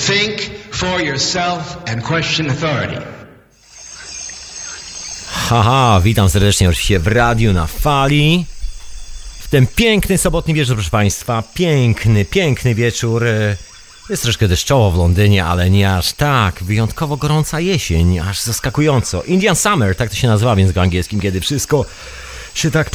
think for yourself and question authority. Haha, witam serdecznie oczywiście w radiu na fali. W ten piękny sobotni wieczór, proszę Państwa. Piękny wieczór. Jest troszkę deszczowo w Londynie, ale nie aż tak. Wyjątkowo gorąca jesień, aż zaskakująco. Indian Summer, tak to się nazywa w języku angielskim, kiedy wszystko się tak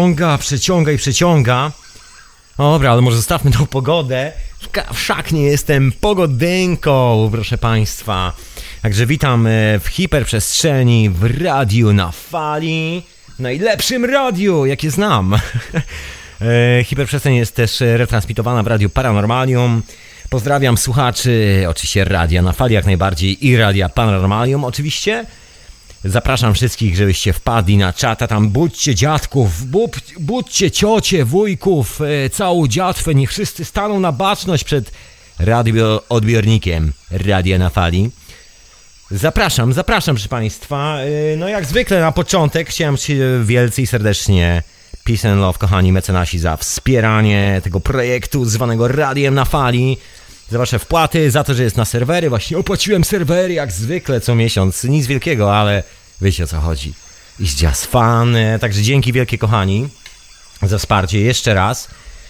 przeciąga. Dobra, ale może zostawmy tą pogodę. Wszak nie jestem pogodynką, proszę Państwa. Także witam w hiperprzestrzeni, w radiu na fali. Najlepszym radiu, jakie znam. Hiperprzestrzeń jest też retransmitowana w Radiu Paranormalium. Pozdrawiam słuchaczy, oczywiście Radia na Fali jak najbardziej i Radia Paranormalium oczywiście. Zapraszam wszystkich, żebyście wpadli na czata, tam budźcie dziadków, budźcie ciocie, wujków, całą dziatwę, niech wszyscy staną na baczność przed radioodbiornikiem Radia na Fali. Zapraszam, proszę Państwa. No jak zwykle na początek chciałem się wielce i serdecznie Peace and Love, kochani mecenasi, za wspieranie tego projektu zwanego Radiem na Fali, za Wasze wpłaty, za to, że jest na serwery. Właśnie opłaciłem serwery jak zwykle co miesiąc. Nic wielkiego, ale wiecie o co chodzi. It's just fun. Także dzięki wielkie, kochani, za wsparcie jeszcze raz.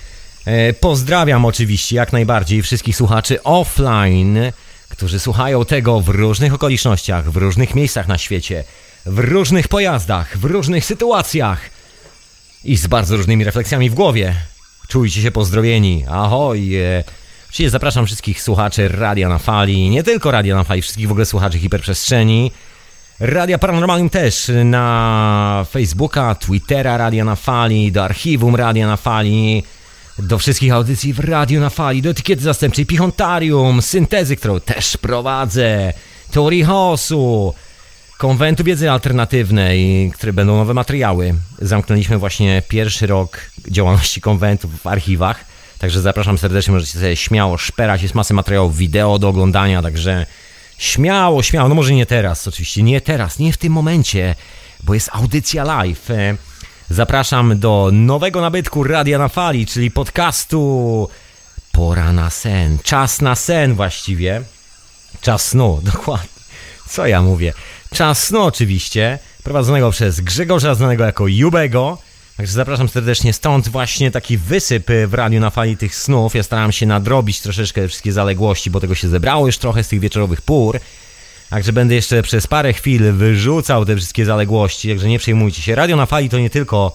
Pozdrawiam oczywiście jak najbardziej wszystkich słuchaczy offline, którzy słuchają tego w różnych okolicznościach, w różnych miejscach na świecie, w różnych pojazdach, w różnych sytuacjach i z bardzo różnymi refleksjami w głowie. Czujcie się pozdrowieni. Ahoj! Oczywiście zapraszam wszystkich słuchaczy Radia na Fali, nie tylko Radia na Fali, wszystkich w ogóle słuchaczy hiperprzestrzeni. Radia Paranormalium też na Facebooka, Twittera Radia na Fali, do archiwum Radia na Fali, do wszystkich audycji w Radiu na Fali, do etykiety zastępczej Pichontarium, syntezy, którą też prowadzę, teorii chaosu, konwentu wiedzy alternatywnej, które będą nowe materiały. Zamknęliśmy właśnie pierwszy rok działalności konwentów w archiwach, także zapraszam serdecznie, możecie sobie śmiało szperać, jest masę materiałów wideo do oglądania, także śmiało, no może nie teraz, oczywiście, nie w tym momencie, bo jest audycja live. Zapraszam do nowego nabytku Radia na Fali, czyli podcastu Pora na sen, czas na sen właściwie, czas snu, dokładnie, co ja mówię, czas snu oczywiście, prowadzonego przez Grzegorza, znanego jako Jubego. Także zapraszam serdecznie, stąd właśnie taki wysyp w Radiu na Fali tych snów. Ja starałem się nadrobić troszeczkę wszystkie zaległości, bo tego się zebrało już trochę z tych wieczorowych pór. Także będę jeszcze przez parę chwil wyrzucał te wszystkie zaległości, także nie przejmujcie się. Radio na Fali to nie tylko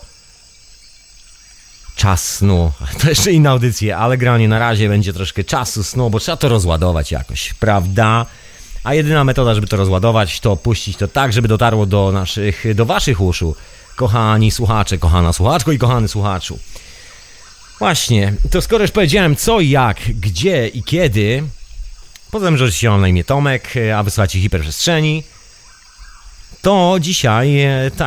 czas snu, to jeszcze inne audycje, ale granie na razie będzie troszkę czasu snu, bo trzeba to rozładować jakoś, prawda? A jedyna metoda, żeby to rozładować, to puścić to tak, żeby dotarło do waszych uszu. Kochani słuchacze, kochana słuchaczko i kochany słuchaczu. Właśnie, to skoro już powiedziałem co, jak, gdzie i kiedy, poza tym, że oczywiście mam na imię Tomek, a wysłuchacie hiperprzestrzeni, to dzisiaj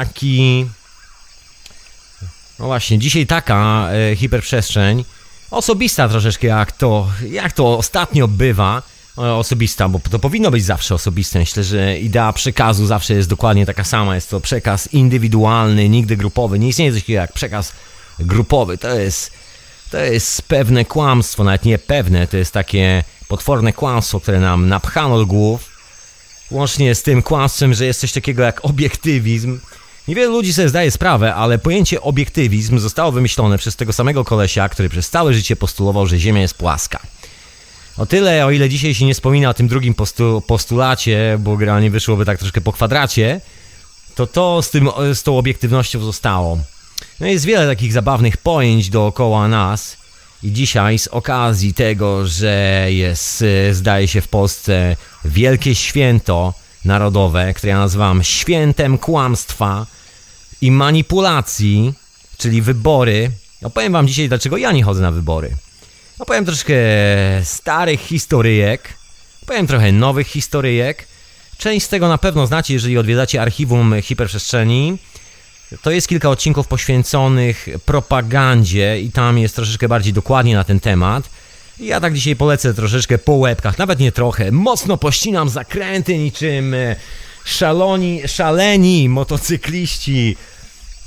dzisiaj taka hiperprzestrzeń osobista troszeczkę, jak to ostatnio bywa. Osobista, bo to powinno być zawsze osobiste. Myślę, że idea przekazu zawsze jest dokładnie taka sama. Jest to przekaz indywidualny, nigdy grupowy. Nie istnieje coś takiego jak przekaz grupowy. To jest pewne kłamstwo, nawet nie pewne, to jest takie potworne kłamstwo, które nam napchano do głów. Łącznie z tym kłamstwem, że jest coś takiego jak obiektywizm. Niewielu ludzi sobie zdaje sprawę, ale pojęcie obiektywizm zostało wymyślone przez tego samego kolesia, który przez całe życie postulował, że Ziemia jest płaska. O tyle, o ile dzisiaj się nie wspomina o tym drugim postulacie, bo generalnie wyszłoby tak troszkę po kwadracie, to z tą obiektywnością zostało. No jest wiele takich zabawnych pojęć dookoła nas i dzisiaj z okazji tego, że jest, zdaje się, w Polsce wielkie święto narodowe, które ja nazywam świętem kłamstwa i manipulacji, czyli wybory. Opowiem wam dzisiaj, dlaczego ja nie chodzę na wybory. Opowiem troszkę starych historyjek, opowiem trochę nowych historyjek. Część z tego na pewno znacie, jeżeli odwiedzacie archiwum hiperprzestrzeni. To jest kilka odcinków poświęconych propagandzie i tam jest troszeczkę bardziej dokładnie na ten temat. I ja tak dzisiaj polecę troszeczkę po łebkach, nawet nie trochę, mocno pościnam zakręty niczym szaleni motocykliści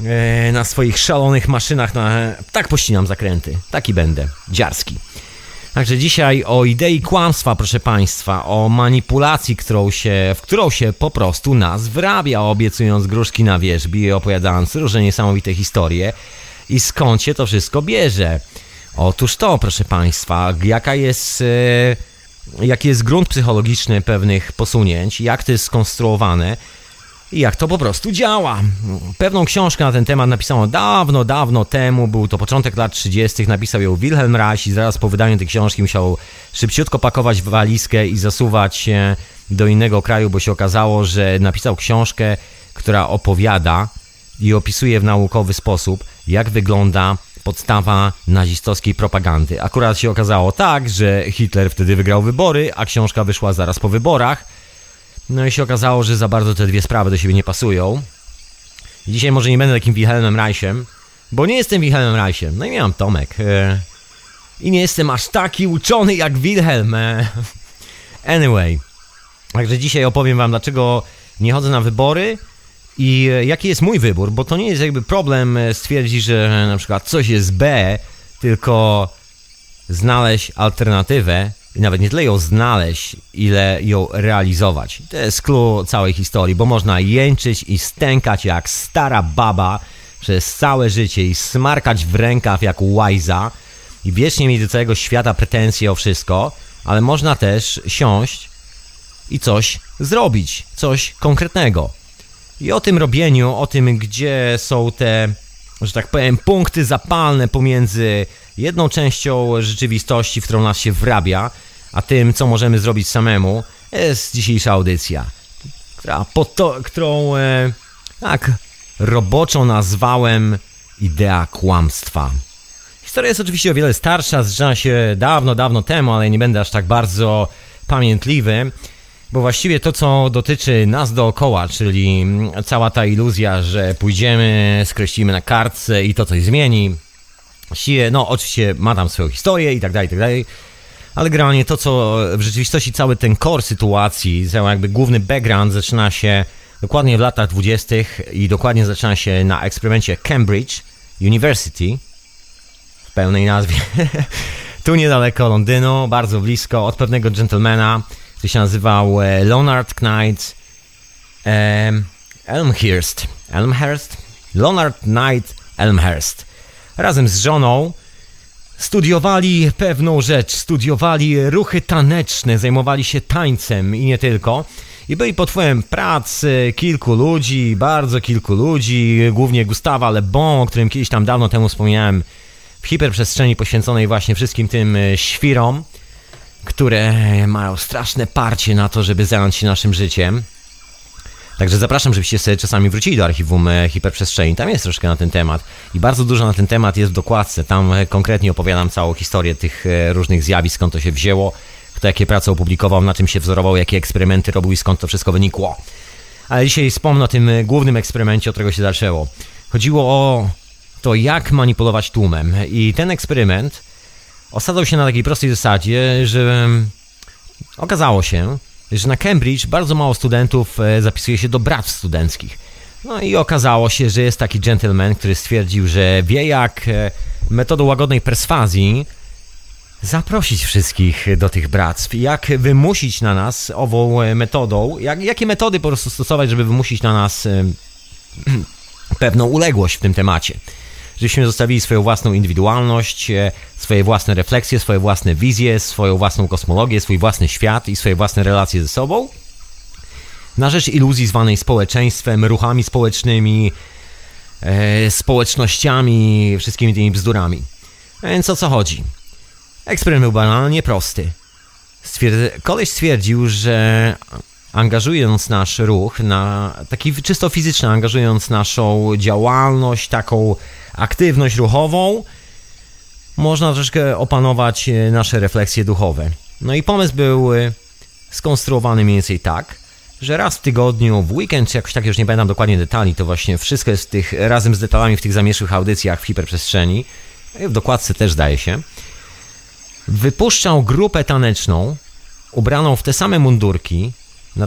na swoich szalonych maszynach. Tak pościnam zakręty, taki będę, dziarski. Także dzisiaj o idei kłamstwa, proszę Państwa, o manipulacji, w którą się po prostu nas wrabia, obiecując gruszki na wierzbie i opowiadając różne niesamowite historie. I skąd się to wszystko bierze? Otóż to, proszę Państwa, jaki jest grunt psychologiczny pewnych posunięć, jak to jest skonstruowane i jak to po prostu działa. Pewną książkę na ten temat napisano dawno, dawno temu, był to początek lat 30., napisał ją Wilhelm Reich i zaraz po wydaniu tej książki musiał szybciutko pakować w walizkę i zasuwać się do innego kraju, bo się okazało, że napisał książkę, która opowiada i opisuje w naukowy sposób, jak wygląda podstawa nazistowskiej propagandy. Akurat się okazało tak, że Hitler wtedy wygrał wybory, a książka wyszła zaraz po wyborach. No i się okazało, że za bardzo te dwie sprawy do siebie nie pasują. I dzisiaj może nie będę takim Wilhelmem Reichem, bo nie jestem Wilhelmem Reichem. No i miałem Tomek. I nie jestem aż taki uczony jak Wilhelm. Anyway. Także dzisiaj opowiem wam, dlaczego nie chodzę na wybory i jaki jest mój wybór, bo to nie jest jakby problem stwierdzić, że na przykład coś jest B, tylko znaleźć alternatywę i nawet nie tyle ją znaleźć, ile ją realizować. To jest clue całej historii, bo można jęczyć i stękać jak stara baba przez całe życie i smarkać w rękaw jak łajza i wiecznie mieć do całego świata pretensje o wszystko, ale można też siąść i coś zrobić, coś konkretnego. I o tym robieniu, o tym, gdzie są te, że tak powiem, punkty zapalne pomiędzy jedną częścią rzeczywistości, w którą nas się wrabia, a tym, co możemy zrobić samemu, jest dzisiejsza audycja, którą tak roboczo nazwałem idea kłamstwa. Historia jest oczywiście o wiele starsza, zrzała się dawno, dawno temu, ale nie będę aż tak bardzo pamiętliwy, bo właściwie to, co dotyczy nas dookoła, czyli cała ta iluzja, że pójdziemy, skreślimy na kartce i to coś zmieni, właściwie, no oczywiście ma tam swoją historię i tak dalej, ale generalnie to, co w rzeczywistości cały ten core sytuacji, cały jakby główny background zaczyna się dokładnie w latach 20. i dokładnie zaczyna się na eksperymencie Cambridge University, w pełnej nazwie, tu niedaleko Londynu, bardzo blisko, od pewnego gentlemana, który się nazywał Leonard Knight Leonard Knight Elmhirst. Razem z żoną studiowali pewną rzecz, studiowali ruchy taneczne, zajmowali się tańcem i nie tylko. I byli pod wpływem pracy kilku ludzi, bardzo kilku ludzi, głównie Gustawa Le Bon, o którym kiedyś tam dawno temu wspomniałem, w hiperprzestrzeni poświęconej właśnie wszystkim tym świrom, które mają straszne parcie na to, żeby zająć się naszym życiem. Także zapraszam, żebyście sobie czasami wrócili do archiwum hiperprzestrzeni. Tam jest troszkę na ten temat i bardzo dużo na ten temat jest w dokładce. Tam konkretnie opowiadam całą historię tych różnych zjawisk, skąd to się wzięło, kto jakie prace opublikował, na czym się wzorował, jakie eksperymenty robił i skąd to wszystko wynikło. Ale dzisiaj wspomnę o tym głównym eksperymencie, od którego się zaczęło. Chodziło o to, jak manipulować tłumem. I ten eksperyment osadzał się na takiej prostej zasadzie, że okazało się, że na Cambridge bardzo mało studentów zapisuje się do bractw studenckich. No i okazało się, że jest taki gentleman, który stwierdził, że wie, jak metodą łagodnej perswazji zaprosić wszystkich do tych bractw, jak wymusić na nas ową metodą, jakie metody po prostu stosować, żeby wymusić na nas pewną uległość w tym temacie. Żebyśmy zostawili swoją własną indywidualność, swoje własne refleksje, swoje własne wizje, swoją własną kosmologię, swój własny świat i swoje własne relacje ze sobą na rzecz iluzji zwanej społeczeństwem, ruchami społecznymi, społecznościami, wszystkimi tymi bzdurami. Więc o co chodzi? Eksperyment był banalnie prosty. Koleś stwierdził, że angażując nasz ruch, taki czysto fizyczny, angażując naszą działalność, taką aktywność ruchową, można troszkę opanować nasze refleksje duchowe. No i pomysł był skonstruowany mniej więcej tak, że raz w tygodniu, w weekend, czy jakoś tak, już nie pamiętam dokładnie detali, to właśnie wszystko jest razem z detalami w tych zamieszłych audycjach w hiperprzestrzeni, w dokładce też zdaje się, wypuszczał grupę taneczną, ubraną w te same mundurki,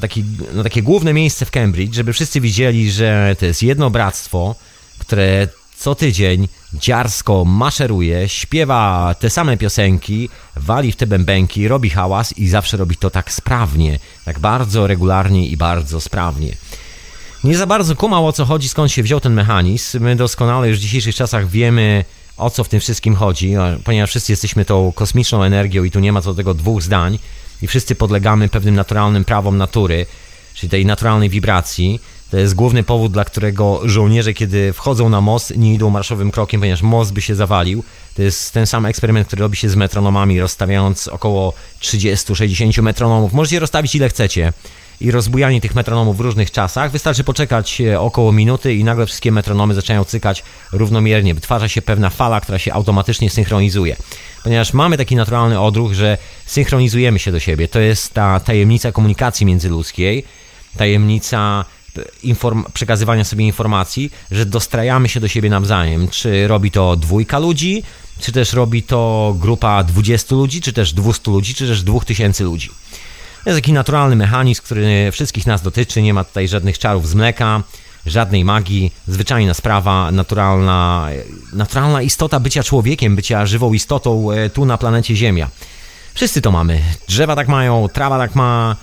na takie główne miejsce w Cambridge, żeby wszyscy widzieli, że to jest jedno bractwo, które co tydzień dziarsko maszeruje, śpiewa te same piosenki, wali w te bębenki, robi hałas i zawsze robi to tak sprawnie, tak bardzo regularnie i bardzo sprawnie. Nie za bardzo kumał, o co chodzi, skąd się wziął ten mechanizm. My doskonale już w dzisiejszych czasach wiemy, o co w tym wszystkim chodzi, ponieważ wszyscy jesteśmy tą kosmiczną energią i tu nie ma co do tego dwóch zdań i wszyscy podlegamy pewnym naturalnym prawom natury, czyli tej naturalnej wibracji. To jest główny powód, dla którego żołnierze, kiedy wchodzą na most, nie idą marszowym krokiem, ponieważ most by się zawalił. To jest ten sam eksperyment, który robi się z metronomami, rozstawiając około 30-60 metronomów. Możecie rozstawić ile chcecie. I rozbujanie tych metronomów w różnych czasach. Wystarczy poczekać około minuty i nagle wszystkie metronomy zaczynają cykać równomiernie. Wytwarza się pewna fala, która się automatycznie synchronizuje. Ponieważ mamy taki naturalny odruch, że synchronizujemy się do siebie. To jest ta tajemnica komunikacji międzyludzkiej, tajemnica przekazywania sobie informacji, że dostrajamy się do siebie nawzajem. Czy robi to dwójka ludzi, czy też robi to grupa 20 ludzi, czy też 200 ludzi, czy też 2000 ludzi. To jest taki naturalny mechanizm, który wszystkich nas dotyczy, nie ma tutaj żadnych czarów z mleka, żadnej magii, zwyczajna sprawa, naturalna istota bycia człowiekiem, bycia żywą istotą tu na planecie Ziemia. Wszyscy to mamy. Drzewa tak mają, trawa tak ma,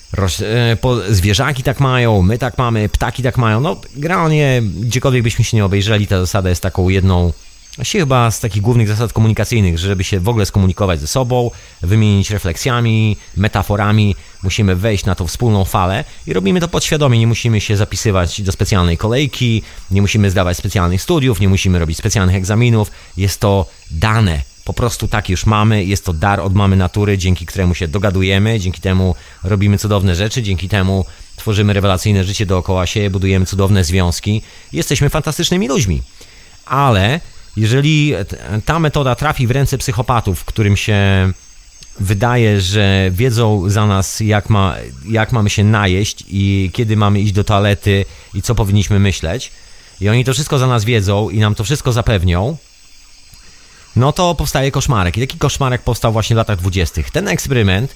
zwierzaki tak mają, my tak mamy, ptaki tak mają. No, generalnie gdziekolwiek byśmy się nie obejrzeli, ta zasada jest taką jedną, właściwie chyba z takich głównych zasad komunikacyjnych, żeby się w ogóle skomunikować ze sobą, wymienić refleksjami, metaforami, musimy wejść na tą wspólną falę i robimy to podświadomie, nie musimy się zapisywać do specjalnej kolejki, nie musimy zdawać specjalnych studiów, nie musimy robić specjalnych egzaminów, jest to dane, po prostu tak już mamy, jest to dar od mamy natury, dzięki któremu się dogadujemy, dzięki temu robimy cudowne rzeczy, dzięki temu tworzymy rewelacyjne życie dookoła siebie, budujemy cudowne związki, jesteśmy fantastycznymi ludźmi, ale jeżeli ta metoda trafi w ręce psychopatów, którym się wydaje, że wiedzą za nas, jak mamy się najeść i kiedy mamy iść do toalety i co powinniśmy myśleć, i oni to wszystko za nas wiedzą i nam to wszystko zapewnią, no to powstaje koszmarek. I taki koszmarek powstał właśnie w latach 20. Ten eksperyment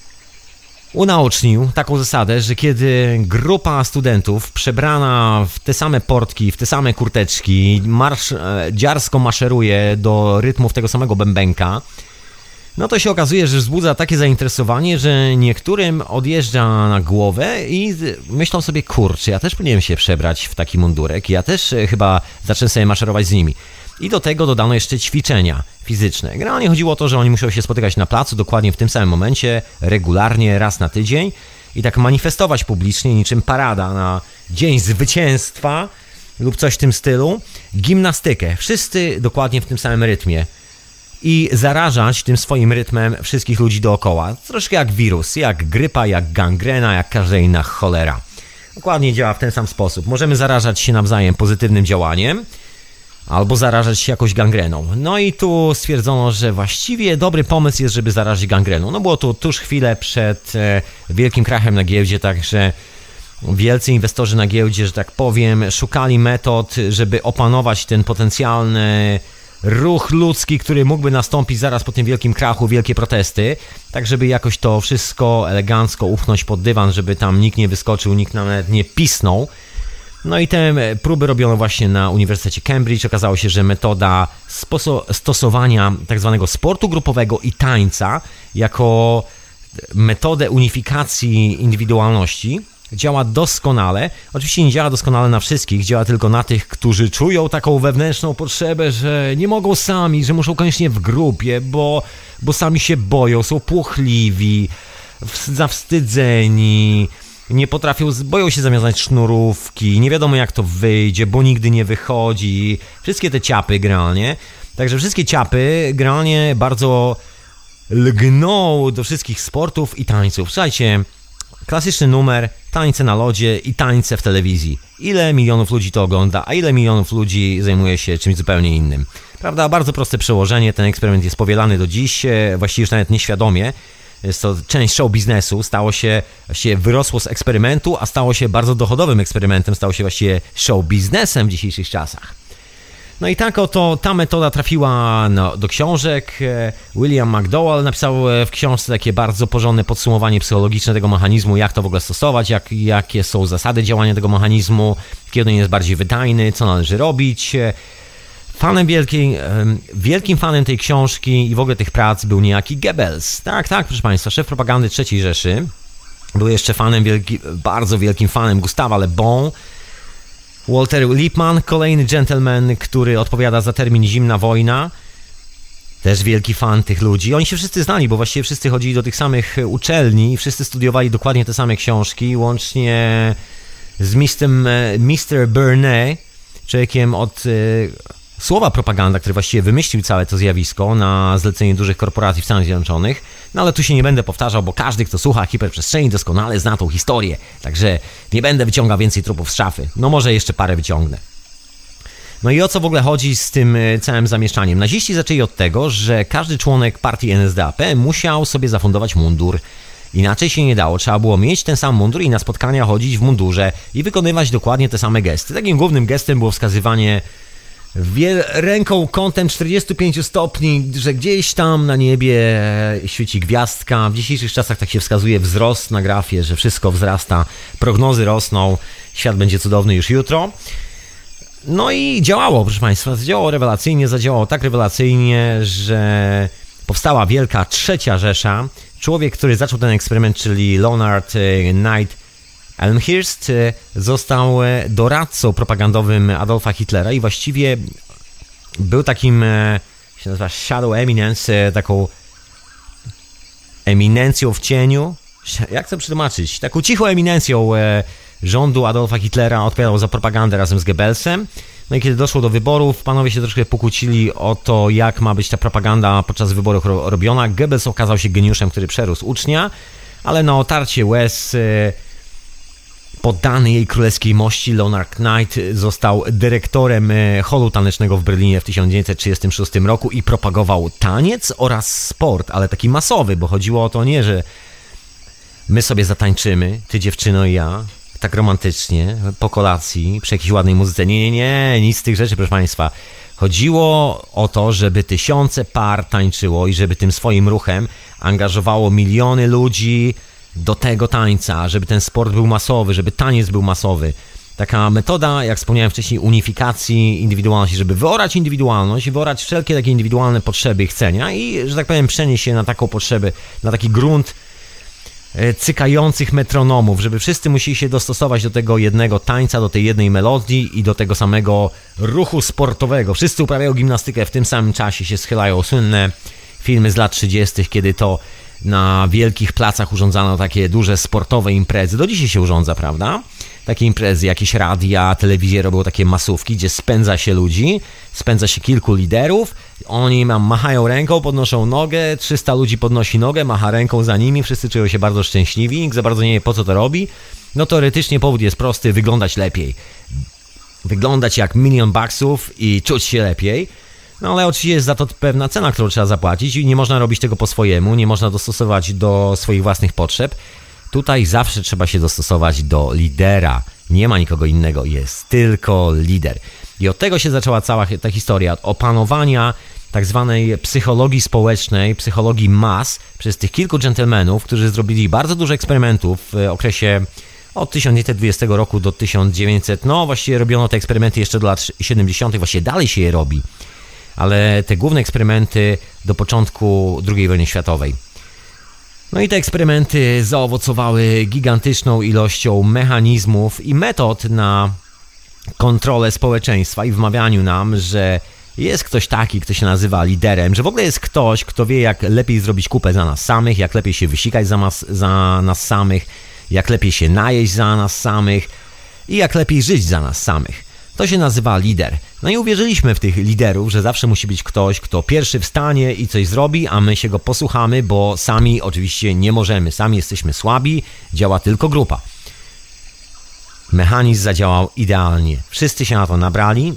unaocznił taką zasadę, że kiedy grupa studentów przebrana w te same portki, w te same kurteczki, dziarsko maszeruje do rytmów tego samego bębenka, no to się okazuje, że wzbudza takie zainteresowanie, że niektórym odjeżdża na głowę i myślą sobie, kurczę, ja też powinienem się przebrać w taki mundurek, ja też chyba zacznę sobie maszerować z nimi. I do tego dodano jeszcze ćwiczenia fizyczne. Generalnie chodziło o to, że oni muszą się spotykać na placu dokładnie w tym samym momencie, regularnie, raz na tydzień i tak manifestować publicznie niczym parada na Dzień Zwycięstwa lub coś w tym stylu, gimnastykę. Wszyscy dokładnie w tym samym rytmie. I zarażać tym swoim rytmem wszystkich ludzi dookoła. Troszkę jak wirus, jak grypa, jak gangrena, jak każda inna cholera. Dokładnie działa w ten sam sposób. Możemy zarażać się nawzajem pozytywnym działaniem, albo zarażać się jakoś gangreną. No i tu stwierdzono, że właściwie dobry pomysł jest, żeby zarazić gangreną. No było to tuż chwilę przed wielkim krachem na giełdzie, także wielcy inwestorzy na giełdzie, że tak powiem, szukali metod, żeby opanować ten potencjalny ruch ludzki, który mógłby nastąpić zaraz po tym wielkim krachu, wielkie protesty, tak żeby jakoś to wszystko elegancko upchnąć pod dywan, żeby tam nikt nie wyskoczył, nikt nawet nie pisnął. No i te próby robiono właśnie na Uniwersytecie Cambridge. Okazało się, że metoda stosowania tak zwanego sportu grupowego i tańca jako metodę unifikacji indywidualności działa doskonale. Oczywiście nie działa doskonale na wszystkich, działa tylko na tych, którzy czują taką wewnętrzną potrzebę, że nie mogą sami, że muszą koniecznie w grupie, bo sami się boją, są płochliwi, zawstydzeni, nie potrafią, boją się zawiązać sznurówki, nie wiadomo jak to wyjdzie, bo nigdy nie wychodzi. Wszystkie te ciapy generalnie. Także wszystkie ciapy generalnie bardzo lgną do wszystkich sportów i tańców. Słuchajcie, klasyczny numer, tańce na lodzie i tańce w telewizji. Ile milionów ludzi to ogląda, a ile milionów ludzi zajmuje się czymś zupełnie innym. Prawda? Bardzo proste przełożenie, ten eksperyment jest powielany do dziś, właściwie już nawet nieświadomie. Jest to część show biznesu, wyrosło z eksperymentu, a stało się bardzo dochodowym eksperymentem, stało się właściwie show biznesem w dzisiejszych czasach. No i tak oto ta metoda trafiła do książek. William McDowell napisał w książce takie bardzo porządne podsumowanie psychologiczne tego mechanizmu, jak to w ogóle stosować, jakie są zasady działania tego mechanizmu, kiedy on jest bardziej wydajny, co należy robić. Wielkim fanem tej książki i w ogóle tych prac był niejaki Goebbels. Tak, proszę Państwa, szef propagandy III Rzeszy. Był jeszcze bardzo wielkim fanem Gustawa Le Bon. Walter Lippmann, kolejny gentleman, który odpowiada za termin zimna wojna. Też wielki fan tych ludzi. Oni się wszyscy znali, bo właściwie wszyscy chodzili do tych samych uczelni i wszyscy studiowali dokładnie te same książki, łącznie z Mr. Burnett, człowiekiem od słowa propaganda, który właściwie wymyślił całe to zjawisko na zlecenie dużych korporacji w Stanach Zjednoczonych. No ale tu się nie będę powtarzał, bo każdy, kto słucha hiperprzestrzeni, doskonale zna tą historię. Także nie będę wyciągał więcej trupów z szafy. No może jeszcze parę wyciągnę. No i o co w ogóle chodzi z tym całym zamieszczaniem? Naziści zaczęli od tego, że każdy członek partii NSDAP musiał sobie zafundować mundur. Inaczej się nie dało. Trzeba było mieć ten sam mundur i na spotkania chodzić w mundurze i wykonywać dokładnie te same gesty. Takim głównym gestem było wskazywanie ręką kątem 45 stopni, że gdzieś tam na niebie świeci gwiazdka. W dzisiejszych czasach tak się wskazuje wzrost na grafie, że wszystko wzrasta, prognozy rosną, świat będzie cudowny już jutro. No i działało, proszę Państwa, zadziałało rewelacyjnie, zadziałało tak rewelacyjnie, że powstała wielka trzecia Rzesza. Człowiek, który zaczął ten eksperyment, czyli Leonard Knight Elmhirst, został doradcą propagandowym Adolfa Hitlera i właściwie był takim, się nazywa shadow eminence, taką eminencją w cieniu. Jak to przetłumaczyć? Taką cichą eminencją rządu Adolfa Hitlera, odpowiadał za propagandę razem z Goebbelsem. No i kiedy doszło do wyborów, panowie się troszkę pokłócili o to, jak ma być ta propaganda podczas wyborów robiona. Goebbels okazał się geniuszem, który przerósł ucznia, ale na otarcie łez poddany jej królewskiej mości Leonard Knight został dyrektorem holu tanecznego w Berlinie w 1936 roku i propagował taniec oraz sport, ale taki masowy, bo chodziło o to nie, że my sobie zatańczymy, ty dziewczyno i ja, tak romantycznie, po kolacji, przy jakiejś ładnej muzyce. Nie, nic z tych rzeczy, proszę Państwa. Chodziło o to, żeby tysiące par tańczyło i żeby tym swoim ruchem angażowało miliony ludzi do tego tańca, żeby ten sport był masowy, żeby taniec był masowy. Taka metoda, jak wspomniałem wcześniej, unifikacji indywidualności, żeby wyorać indywidualność i wyorać wszelkie takie indywidualne potrzeby i chcenia i, że tak powiem, przenieść się na taką potrzebę, na taki grunt cykających metronomów, żeby wszyscy musieli się dostosować do tego jednego tańca, do tej jednej melodii i do tego samego ruchu sportowego. Wszyscy uprawiają gimnastykę, w tym samym czasie się schylają. Słynne filmy z lat 30., kiedy to na wielkich placach urządzano takie duże sportowe imprezy. Do dzisiaj się urządza, prawda? Takie imprezy, jakieś radia, telewizje robią takie masówki, gdzie spędza się ludzi, spędza się kilku liderów, oni machają ręką, podnoszą nogę, 300 ludzi podnosi nogę, macha ręką za nimi, wszyscy czują się bardzo szczęśliwi, nikt za bardzo nie wie, po co to robi. No teoretycznie powód jest prosty, wyglądać lepiej. Wyglądać jak $1 milion i czuć się lepiej. No ale oczywiście jest za to pewna cena, którą trzeba zapłacić i nie można robić tego po swojemu, nie można dostosować do swoich własnych potrzeb. Tutaj zawsze trzeba się dostosować do lidera. Nie ma nikogo innego, jest tylko lider. I od tego się zaczęła cała ta historia, od opanowania tak zwanej psychologii społecznej, psychologii mas przez tych kilku dżentelmenów, którzy zrobili bardzo dużo eksperymentów w okresie od 1920 roku do 1900. No właściwie robiono te eksperymenty jeszcze do lat 70., właściwie dalej się je robi. Ale te główne eksperymenty do początku II wojny światowej. No i te eksperymenty zaowocowały gigantyczną ilością mechanizmów i metod na kontrolę społeczeństwa i wmawianiu nam, że jest ktoś taki, kto się nazywa liderem, że w ogóle jest ktoś, kto wie, jak lepiej zrobić kupę za nas samych, jak lepiej się wysikać za nas samych, jak lepiej się najeść za nas samych i jak lepiej żyć za nas samych. To się nazywa lider. No i uwierzyliśmy w tych liderów, że zawsze musi być ktoś, kto pierwszy wstanie i coś zrobi, a my się go posłuchamy, bo sami oczywiście nie możemy, sami jesteśmy słabi, działa tylko grupa. Mechanizm zadziałał idealnie. Wszyscy się na to nabrali.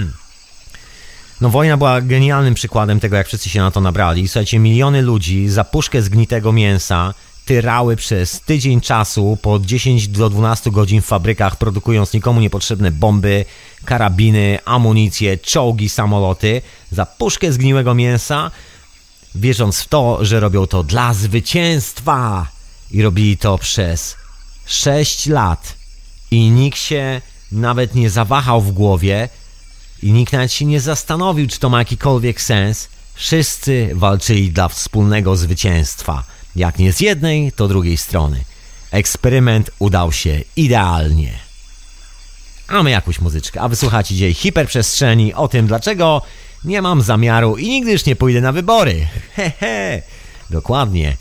No wojna była genialnym przykładem tego, jak wszyscy się na to nabrali. Słuchajcie, miliony ludzi za puszkę zgnitego mięsa, tyrały przez tydzień czasu po 10 do 12 godzin w fabrykach, produkując nikomu niepotrzebne bomby, karabiny, amunicję, czołgi, samoloty za puszkę zgniłego mięsa, wierząc w to, że robią to dla zwycięstwa. I robili to przez 6 lat. I nikt się nawet nie zawahał w głowie i nikt nawet się nie zastanowił, czy to ma jakikolwiek sens. Wszyscy walczyli dla wspólnego zwycięstwa. Jak nie z jednej, to drugiej strony. Eksperyment udał się idealnie. A my jakąś muzyczkę, a wysłuchacie dzisiaj Hiperprzestrzeni o tym, dlaczego nie mam zamiaru i nigdy już nie pójdę na wybory. Hehe, dokładnie.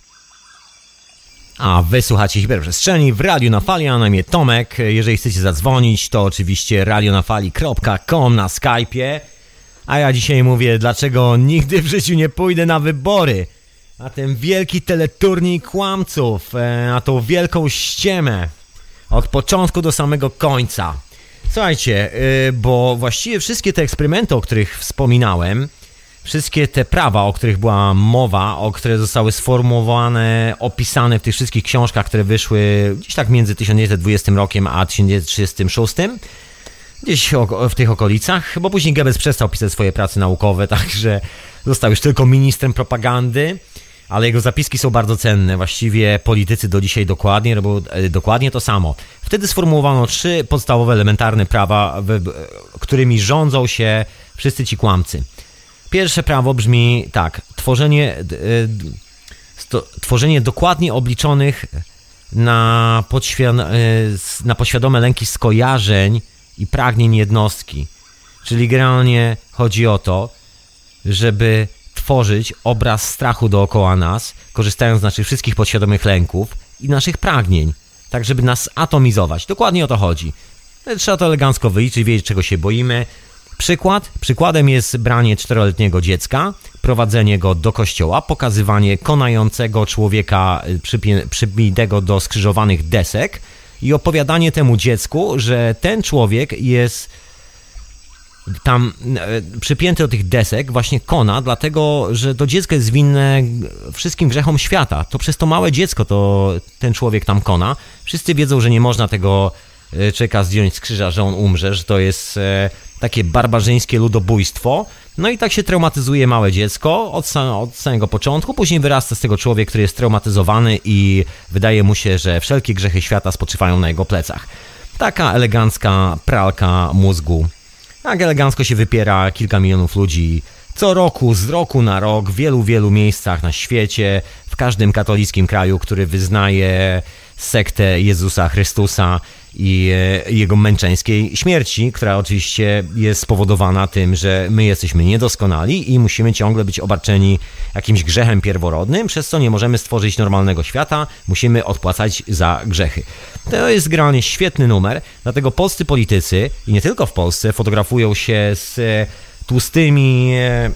A wysłuchacie Hiperprzestrzeni w Radiu na Fali, a na imię Tomek. Jeżeli chcecie zadzwonić, to oczywiście radionafali.com na Skype'ie. A ja dzisiaj mówię, dlaczego nigdy w życiu nie pójdę na wybory. A ten wielki teleturniej kłamców, a tą wielką ściemę. Od początku do samego końca. Słuchajcie, bo właściwie wszystkie te eksperymenty, o których wspominałem, wszystkie te prawa, o których była mowa, o które zostały sformułowane, opisane w tych wszystkich książkach, które wyszły gdzieś tak między 1920 rokiem a 1936, gdzieś w tych okolicach, bo później Goebbels przestał pisać swoje prace naukowe, także został już tylko ministrem propagandy, ale jego zapiski są bardzo cenne. Właściwie politycy do dzisiaj dokładnie robią dokładnie to samo. Wtedy sformułowano 3 podstawowe, elementarne prawa, którymi rządzą się wszyscy ci kłamcy. Pierwsze prawo brzmi tak: tworzenie dokładnie obliczonych na podświadome lęki skojarzeń i pragnień jednostki. Czyli generalnie chodzi o to, żeby tworzyć obraz strachu dookoła nas, korzystając z naszych wszystkich podświadomych lęków i naszych pragnień, tak żeby nas atomizować. Dokładnie o to chodzi. Trzeba to elegancko wyliczyć, wiedzieć, czego się boimy. Przykładem jest branie 4-letniego dziecka, prowadzenie go do kościoła, pokazywanie konającego człowieka przybitego do skrzyżowanych desek i opowiadanie temu dziecku, że ten człowiek jest tam przypięty do tych desek, właśnie kona, dlatego, że to dziecko jest winne wszystkim grzechom świata. To przez to małe dziecko to ten człowiek tam kona. Wszyscy wiedzą, że nie można tego człowieka zdjąć z krzyża, że on umrze, że to jest takie barbarzyńskie ludobójstwo. No i tak się traumatyzuje małe dziecko od samego początku. Później wyrasta z tego człowiek, który jest traumatyzowany i wydaje mu się, że wszelkie grzechy świata spoczywają na jego plecach. Taka elegancka pralka mózgu. Tak elegancko się wypiera kilka milionów ludzi co roku, z roku na rok, w wielu miejscach na świecie, w każdym katolickim kraju, który wyznaje sektę Jezusa Chrystusa i jego męczeńskiej śmierci, która oczywiście jest spowodowana tym, że my jesteśmy niedoskonali i musimy ciągle być obarczeni jakimś grzechem pierworodnym, przez co nie możemy stworzyć normalnego świata, musimy odpłacać za grzechy. To jest generalnie świetny numer, dlatego polscy politycy, i nie tylko w Polsce, fotografują się z tłustymi,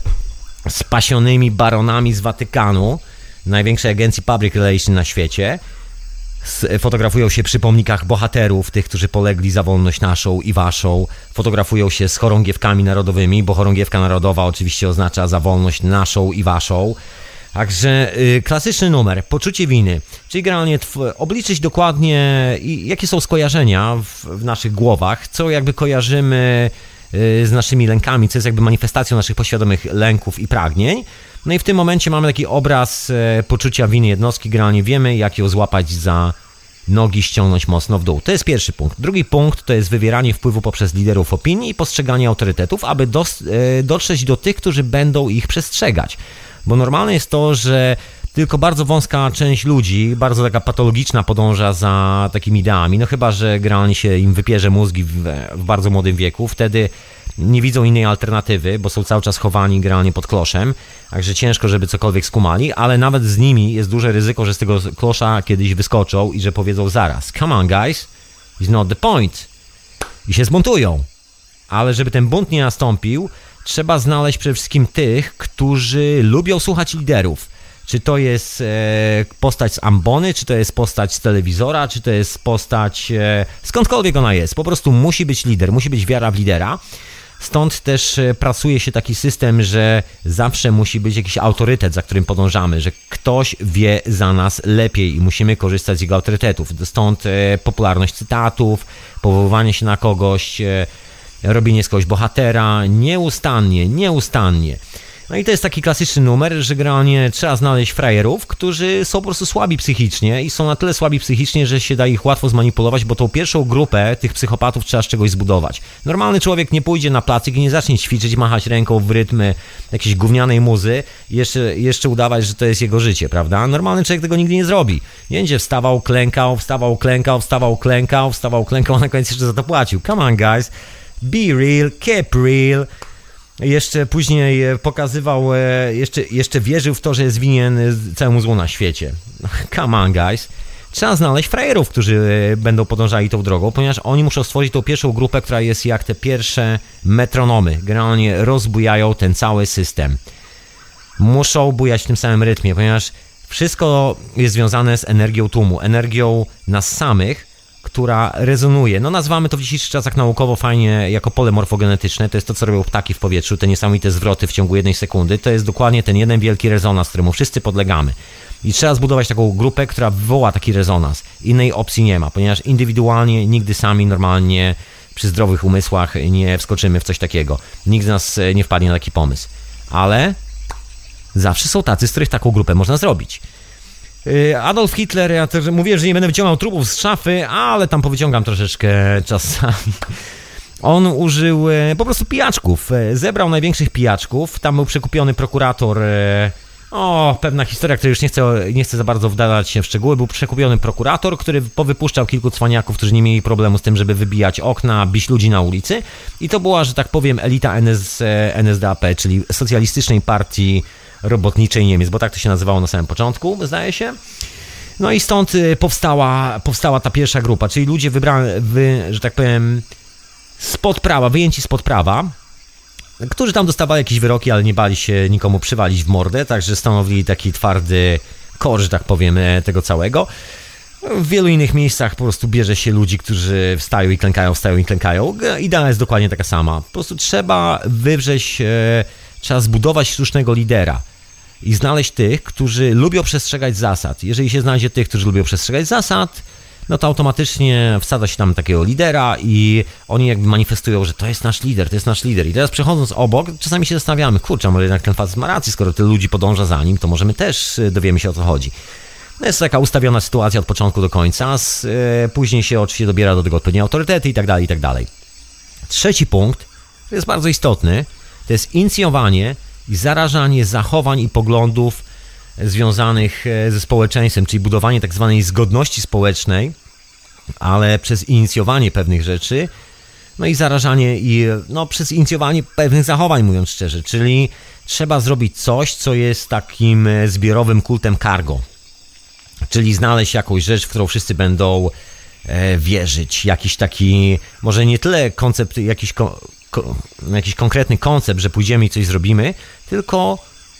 spasionymi baronami z Watykanu, największej agencji public relations na świecie. Fotografują się przy pomnikach bohaterów, tych, którzy polegli za wolność naszą i waszą. Fotografują się z chorągiewkami narodowymi, bo chorągiewka narodowa oczywiście oznacza za wolność naszą i waszą. Także klasyczny numer, poczucie winy, czyli generalnie obliczyć dokładnie, jakie są skojarzenia w naszych głowach, co jakby kojarzymy z naszymi lękami, co jest jakby manifestacją naszych poświadomych lęków i pragnień. No i w tym momencie mamy taki obraz poczucia winy jednostki, generalnie wiemy, jak ją złapać za nogi, ściągnąć mocno w dół. To jest pierwszy punkt. Drugi punkt to jest wywieranie wpływu poprzez liderów opinii i postrzeganie autorytetów, aby dotrzeć do tych, którzy będą ich przestrzegać. Bo normalne jest to, że tylko bardzo wąska część ludzi, bardzo taka patologiczna, podąża za takimi ideami, no chyba że generalnie się im wypierze mózgi w bardzo młodym wieku, wtedy nie widzą innej alternatywy, bo są cały czas chowani generalnie pod kloszem, także ciężko, żeby cokolwiek skumali, ale nawet z nimi jest duże ryzyko, że z tego klosza kiedyś wyskoczą i że powiedzą zaraz, come on guys, it's not the point, i się zbuntują. Ale żeby ten bunt nie nastąpił, trzeba znaleźć przede wszystkim tych, którzy lubią słuchać liderów. Czy to jest postać z ambony, czy to jest postać z telewizora, czy to jest postać skądkolwiek ona jest. Po prostu musi być lider, musi być wiara w lidera. Stąd też pracuje się taki system, że zawsze musi być jakiś autorytet, za którym podążamy, że ktoś wie za nas lepiej i musimy korzystać z jego autorytetów. Stąd popularność cytatów, powoływanie się na kogoś, robienie z kogoś bohatera, nieustannie. No i to jest taki klasyczny numer, że generalnie trzeba znaleźć frajerów, którzy są po prostu słabi psychicznie i są na tyle słabi psychicznie, że się da ich łatwo zmanipulować, bo tą pierwszą grupę tych psychopatów trzeba z czegoś zbudować. Normalny człowiek nie pójdzie na placyk i nie zacznie ćwiczyć, machać ręką w rytm jakiejś gównianej muzy i jeszcze udawać, że to jest jego życie, prawda? Normalny człowiek tego nigdy nie zrobi. Nie będzie wstawał, klękał, a na koniec jeszcze za to płacił. Come on, guys. Be real, keep real. Jeszcze później pokazywał, jeszcze wierzył w to, że jest winien całemu złu na świecie. Come on, guys. Trzeba znaleźć frajerów, którzy będą podążali tą drogą, ponieważ oni muszą stworzyć tą pierwszą grupę, która jest jak te pierwsze metronomy. Generalnie rozbujają ten cały system. Muszą bujać w tym samym rytmie, ponieważ wszystko jest związane z energią tłumu, energią nas samych, która rezonuje. No nazywamy to w dzisiejszych czasach naukowo fajnie jako pole morfogenetyczne. To jest to, co robią ptaki w powietrzu, te niesamowite zwroty w ciągu 1 sekundy. To jest dokładnie ten jeden wielki rezonans, któremu wszyscy podlegamy. I trzeba zbudować taką grupę, która wywoła taki rezonans. Innej opcji nie ma, ponieważ indywidualnie nigdy sami normalnie przy zdrowych umysłach nie wskoczymy w coś takiego. Nikt z nas nie wpadnie na taki pomysł. Ale zawsze są tacy, z których taką grupę można zrobić. Adolf Hitler, ja też mówię, że nie będę wyciągał trupów z szafy, ale tam powyciągam troszeczkę czasami. On użył po prostu pijaczków, zebrał największych pijaczków, tam był przekupiony prokurator, pewna historia, której już nie chcę za bardzo wdawać się w szczegóły, był przekupiony prokurator, który powypuszczał kilku cwaniaków, którzy nie mieli problemu z tym, żeby wybijać okna, bić ludzi na ulicy i to była, że tak powiem, elita NSDAP, czyli Socjalistycznej Partii Robotniczej Niemiec, bo tak to się nazywało na samym początku, zdaje się. No i stąd powstała ta pierwsza grupa, czyli ludzie że tak powiem, spod prawa, wyjęci spod prawa, którzy tam dostawali jakieś wyroki, ale nie bali się nikomu przywalić w mordę, także stanowili taki twardy kor, że tak powiem, tego całego. W wielu innych miejscach po prostu bierze się ludzi, którzy wstają i klękają. Idea jest dokładnie taka sama. Po prostu trzeba trzeba zbudować sztucznego lidera i znaleźć tych, którzy lubią przestrzegać zasad. Jeżeli się znajdzie tych, którzy lubią przestrzegać zasad, no to automatycznie wsadza się tam takiego lidera i oni jakby manifestują, że to jest nasz lider. I teraz przechodząc obok, czasami się zastanawiamy, kurczę, może jednak ten facet ma rację, skoro tyle ludzi podąża za nim, to może my też dowiemy się, o co chodzi. No jest to taka ustawiona sytuacja od początku do końca, później się oczywiście dobiera do tego odpowiednie autorytety i tak dalej. Trzeci punkt, który jest bardzo istotny, to jest inicjowanie i zarażanie zachowań i poglądów związanych ze społeczeństwem, czyli budowanie tak zwanej zgodności społecznej, ale przez inicjowanie pewnych rzeczy, no i zarażanie przez inicjowanie pewnych zachowań, mówiąc szczerze, czyli trzeba zrobić coś, co jest takim zbiorowym kultem cargo, czyli znaleźć jakąś rzecz, w którą wszyscy będą wierzyć, jakiś taki, może nie tyle koncept, jakiś konkretny koncept, że pójdziemy i coś zrobimy, tylko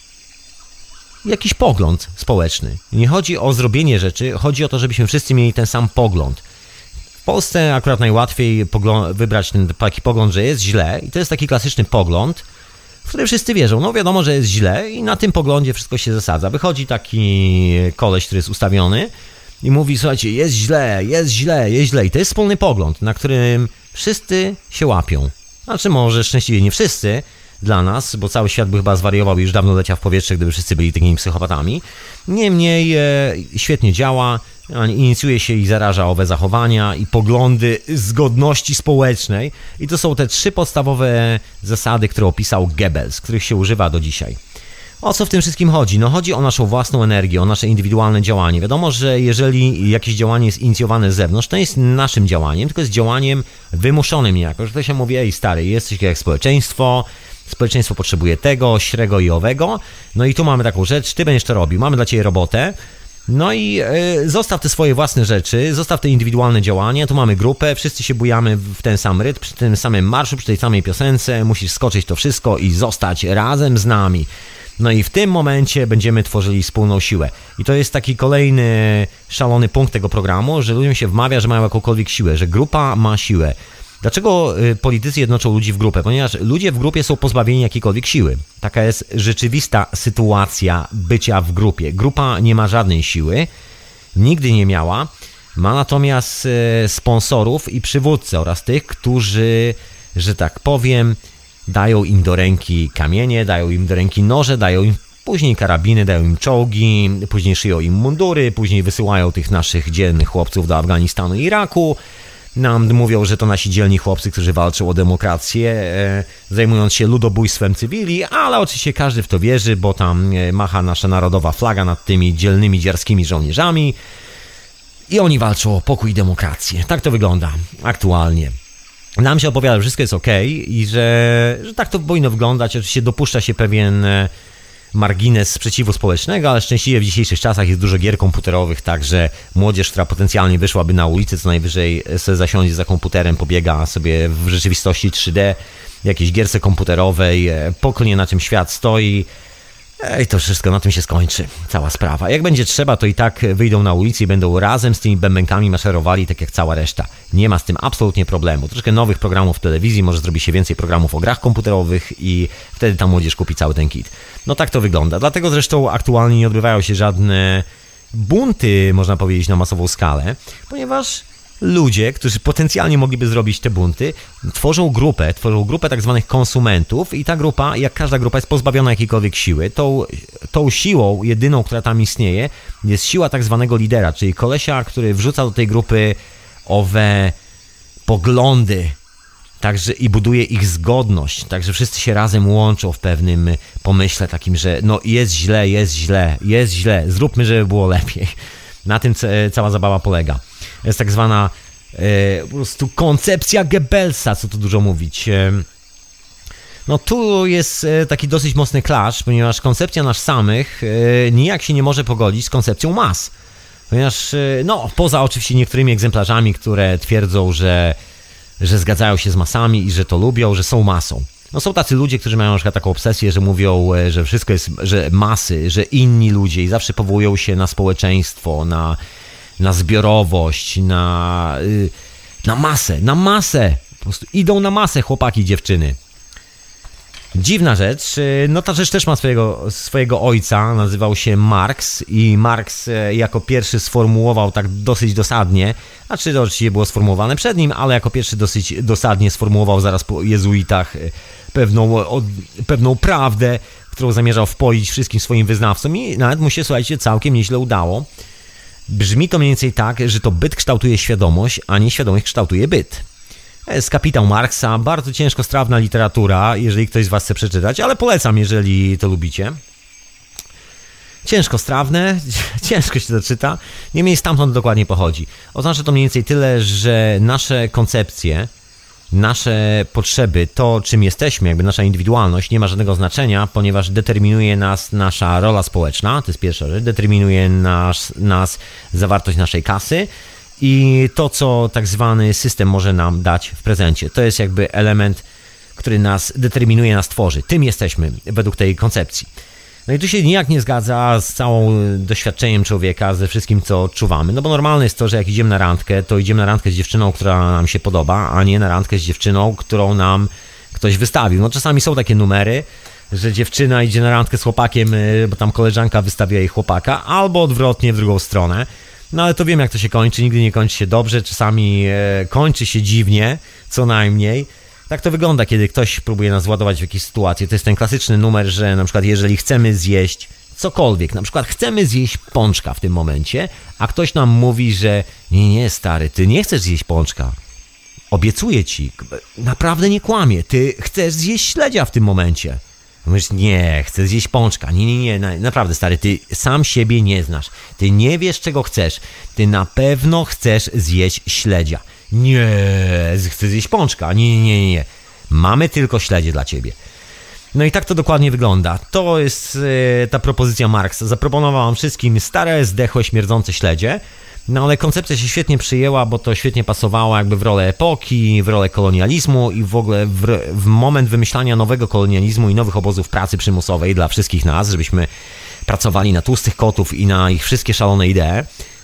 jakiś pogląd społeczny. Nie chodzi o zrobienie rzeczy, chodzi o to, żebyśmy wszyscy mieli ten sam pogląd. W Polsce akurat najłatwiej wybrać ten taki pogląd, że jest źle i to jest taki klasyczny pogląd, w który wszyscy wierzą. No wiadomo, że jest źle i na tym poglądzie wszystko się zasadza. Wychodzi taki koleś, który jest ustawiony i mówi, słuchajcie, jest źle. I to jest wspólny pogląd, na którym wszyscy się łapią. Znaczy może szczęśliwie nie wszyscy dla nas, bo cały świat by chyba zwariował i już dawno leciał w powietrze, gdyby wszyscy byli takimi psychopatami. Niemniej świetnie działa, inicjuje się i zaraża owe zachowania i poglądy zgodności społecznej. I to są te 3 podstawowe zasady, które opisał Goebbels, których się używa do dzisiaj. O co w tym wszystkim chodzi? No chodzi o naszą własną energię, o nasze indywidualne działanie. Wiadomo, że jeżeli jakieś działanie jest inicjowane z zewnątrz, to nie jest naszym działaniem, tylko jest działaniem wymuszonym niejako. Że to się mówi, ej stary, jesteś jak społeczeństwo potrzebuje tego, śrego i owego, no i tu mamy taką rzecz, ty będziesz to robił, mamy dla ciebie robotę, no i zostaw te swoje własne rzeczy, zostaw te indywidualne działania, tu mamy grupę, wszyscy się bujamy w ten sam rytm, przy tym samym marszu, przy tej samej piosence, musisz skoczyć to wszystko i zostać razem z nami. No i w tym momencie będziemy tworzyli wspólną siłę. I to jest taki kolejny szalony punkt tego programu, że ludziom się wmawia, że mają jakąkolwiek siłę, że grupa ma siłę. Dlaczego politycy jednoczą ludzi w grupę? Ponieważ ludzie w grupie są pozbawieni jakiejkolwiek siły. Taka jest rzeczywista sytuacja bycia w grupie. Grupa nie ma żadnej siły, nigdy nie miała. Ma natomiast sponsorów i przywódcę oraz tych, którzy, że tak powiem, dają im do ręki kamienie, dają im do ręki noże, dają im później karabiny, dają im czołgi, później szyją im mundury, później wysyłają tych naszych dzielnych chłopców do Afganistanu i Iraku. Nam mówią, że to nasi dzielni chłopcy, którzy walczą o demokrację, zajmując się ludobójstwem cywili, ale oczywiście każdy w to wierzy, bo tam macha nasza narodowa flaga nad tymi dzielnymi, dziarskimi żołnierzami i oni walczą o pokój i demokrację. Tak to wygląda aktualnie. Nam się opowiada, że wszystko jest okej i że tak to powinno wyglądać. Oczywiście dopuszcza się pewien margines sprzeciwu społecznego, ale szczęśliwie w dzisiejszych czasach jest dużo gier komputerowych, także młodzież, która potencjalnie wyszłaby na ulicę, co najwyżej sobie zasiądzie za komputerem, pobiega sobie w rzeczywistości 3D, jakiejś gierce komputerowej, poklnie na czym świat stoi i to wszystko, na tym się skończy cała sprawa. Jak będzie trzeba, to i tak wyjdą na ulicę i będą razem z tymi bębenkami maszerowali, tak jak cała reszta. Nie ma z tym absolutnie problemu. Troszkę nowych programów w telewizji, może zrobi się więcej programów o grach komputerowych i wtedy ta młodzież kupi cały ten kit. No tak to wygląda. Dlatego zresztą aktualnie nie odbywają się żadne bunty, można powiedzieć, na masową skalę, ponieważ ludzie, którzy potencjalnie mogliby zrobić te bunty, tworzą grupę tak zwanych konsumentów i ta grupa, jak każda grupa, jest pozbawiona jakiejkolwiek siły. Tą siłą jedyną, która tam istnieje, jest siła tak zwanego lidera, czyli kolesia, który wrzuca do tej grupy owe poglądy, także i buduje ich zgodność, także wszyscy się razem łączą w pewnym pomyśle takim, że no jest źle, zróbmy, żeby było lepiej. Na tym cała zabawa polega. Jest tak zwana po prostu koncepcja Goebbelsa, co tu dużo mówić. No tu jest taki dosyć mocny clash, ponieważ koncepcja nas samych nijak się nie może pogodzić z koncepcją mas. Ponieważ, no poza oczywiście niektórymi egzemplarzami, które twierdzą, że zgadzają się z masami i że to lubią, że są masą. No są tacy ludzie, którzy mają na przykład taką obsesję, że mówią, że wszystko jest, że masy, że inni ludzie i zawsze powołują się na społeczeństwo, na zbiorowość, na masę. Po prostu idą na masę chłopaki i dziewczyny. Dziwna rzecz. No ta rzecz też ma swojego ojca, nazywał się Marx i Marx jako pierwszy sformułował tak dosyć dosadnie, znaczy to oczywiście było sformułowane przed nim, ale jako pierwszy dosyć dosadnie sformułował zaraz po jezuitach pewną prawdę, którą zamierzał wpoić wszystkim swoim wyznawcom i nawet mu się, słuchajcie, całkiem nieźle udało. Brzmi to mniej więcej tak, że to byt kształtuje świadomość, a nie świadomość kształtuje byt. Jest Kapitał Marksa, bardzo ciężkostrawna literatura, jeżeli ktoś z was chce przeczytać, ale polecam, jeżeli to lubicie. Ciężkostrawne, ciężko się to czyta, niemniej stamtąd dokładnie pochodzi. Oznacza to mniej więcej tyle, że nasze koncepcje, nasze potrzeby, to czym jesteśmy, jakby nasza indywidualność nie ma żadnego znaczenia, ponieważ determinuje nas nasza rola społeczna, to jest pierwsza rzecz, determinuje nas zawartość naszej kasy i to, co tak zwany system może nam dać w prezencie. To jest jakby element, który nas determinuje, nas tworzy. Tym jesteśmy według tej koncepcji. No i tu się nijak nie zgadza z całym doświadczeniem człowieka, ze wszystkim, co odczuwamy. No bo normalne jest to, że jak idziemy na randkę, to idziemy na randkę z dziewczyną, która nam się podoba, a nie na randkę z dziewczyną, którą nam ktoś wystawił. No czasami są takie numery, że dziewczyna idzie na randkę z chłopakiem, bo tam koleżanka wystawia jej chłopaka, albo odwrotnie w drugą stronę. No ale to wiem, jak to się kończy, nigdy nie kończy się dobrze, czasami kończy się dziwnie, co najmniej. Tak to wygląda, kiedy ktoś próbuje nas władować w jakieś sytuacje. To jest ten klasyczny numer, że na przykład jeżeli chcemy zjeść cokolwiek, na przykład chcemy zjeść pączka w tym momencie, a ktoś nam mówi, że nie stary, ty nie chcesz zjeść pączka. Obiecuję ci, naprawdę nie kłamię, ty chcesz zjeść śledzia w tym momencie. Mówisz, nie, chcę zjeść pączka. Nie, naprawdę stary, ty sam siebie nie znasz. Ty nie wiesz, czego chcesz. Ty na pewno chcesz zjeść śledzia. Nie, chcę zjeść pączka. Nie. Mamy tylko śledzie dla ciebie. No i tak to dokładnie wygląda. To jest ta propozycja Marksa. Zaproponował wam wszystkim stare, zdechłe, śmierdzące śledzie. No ale koncepcja się świetnie przyjęła, bo to świetnie pasowało jakby w rolę epoki, w rolę kolonializmu i w ogóle w moment wymyślania nowego kolonializmu i nowych obozów pracy przymusowej dla wszystkich nas, żebyśmy pracowali na tłustych kotów i na ich wszystkie szalone idee.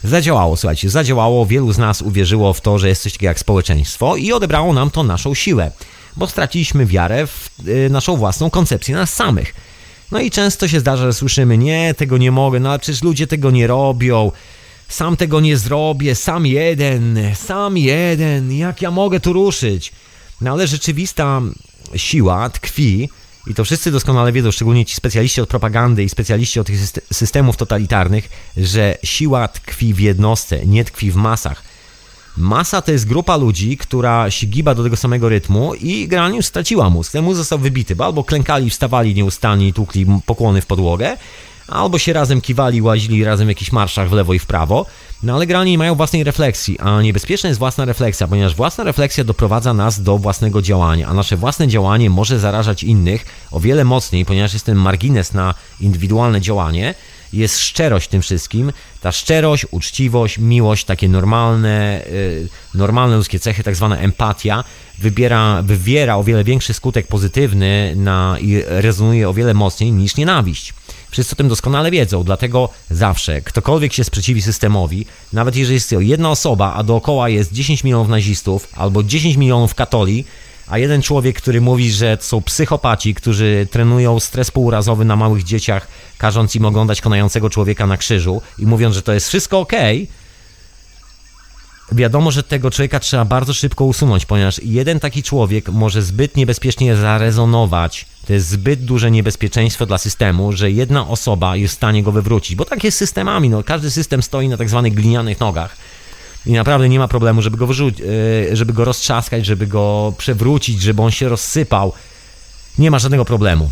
Zadziałało, słuchajcie, zadziałało, wielu z nas uwierzyło w to, że jest coś takiego jak społeczeństwo i odebrało nam to naszą siłę, bo straciliśmy wiarę w naszą własną koncepcję nas samych. No i często się zdarza, że słyszymy, nie, tego nie mogę, no ale przecież ludzie tego nie robią, sam tego nie zrobię, sam jeden, jak ja mogę tu ruszyć? No ale rzeczywista siła tkwi, i to wszyscy doskonale wiedzą, szczególnie ci specjaliści od propagandy i specjaliści od tych systemów totalitarnych, że siła tkwi w jednostce, nie tkwi w masach. Masa to jest grupa ludzi, która się giba do tego samego rytmu i generalnie już straciła mózg. Ten mózg został wybity, bo albo klękali, wstawali nieustannie i tłukli pokłony w podłogę, albo się razem kiwali, łazili razem w jakichś marszach w lewo i w prawo, no ale generalnie nie mają własnej refleksji, a niebezpieczna jest własna refleksja, ponieważ własna refleksja doprowadza nas do własnego działania, a nasze własne działanie może zarażać innych o wiele mocniej, ponieważ jest ten margines na indywidualne działanie, jest szczerość w tym wszystkim, ta szczerość, uczciwość, miłość, takie normalne ludzkie cechy, tak zwana empatia, wywiera o wiele większy skutek pozytywny i rezonuje o wiele mocniej niż nienawiść. Wszyscy o tym doskonale wiedzą, dlatego zawsze ktokolwiek się sprzeciwi systemowi, nawet jeżeli jest jedna osoba, a dookoła jest 10 milionów nazistów albo 10 milionów katoli, a jeden człowiek, który mówi, że to są psychopaci, którzy trenują stres półrazowy na małych dzieciach, każąc im oglądać konającego człowieka na krzyżu i mówiąc, że to jest wszystko okej, wiadomo, że tego człowieka trzeba bardzo szybko usunąć, ponieważ jeden taki człowiek może zbyt niebezpiecznie zarezonować. To jest zbyt duże niebezpieczeństwo dla systemu, że jedna osoba jest w stanie go wywrócić, bo tak jest z systemami, no każdy system stoi na tak zwanych glinianych nogach i naprawdę nie ma problemu, żeby go roztrzaskać, żeby go przewrócić, żeby on się rozsypał. Nie ma żadnego problemu.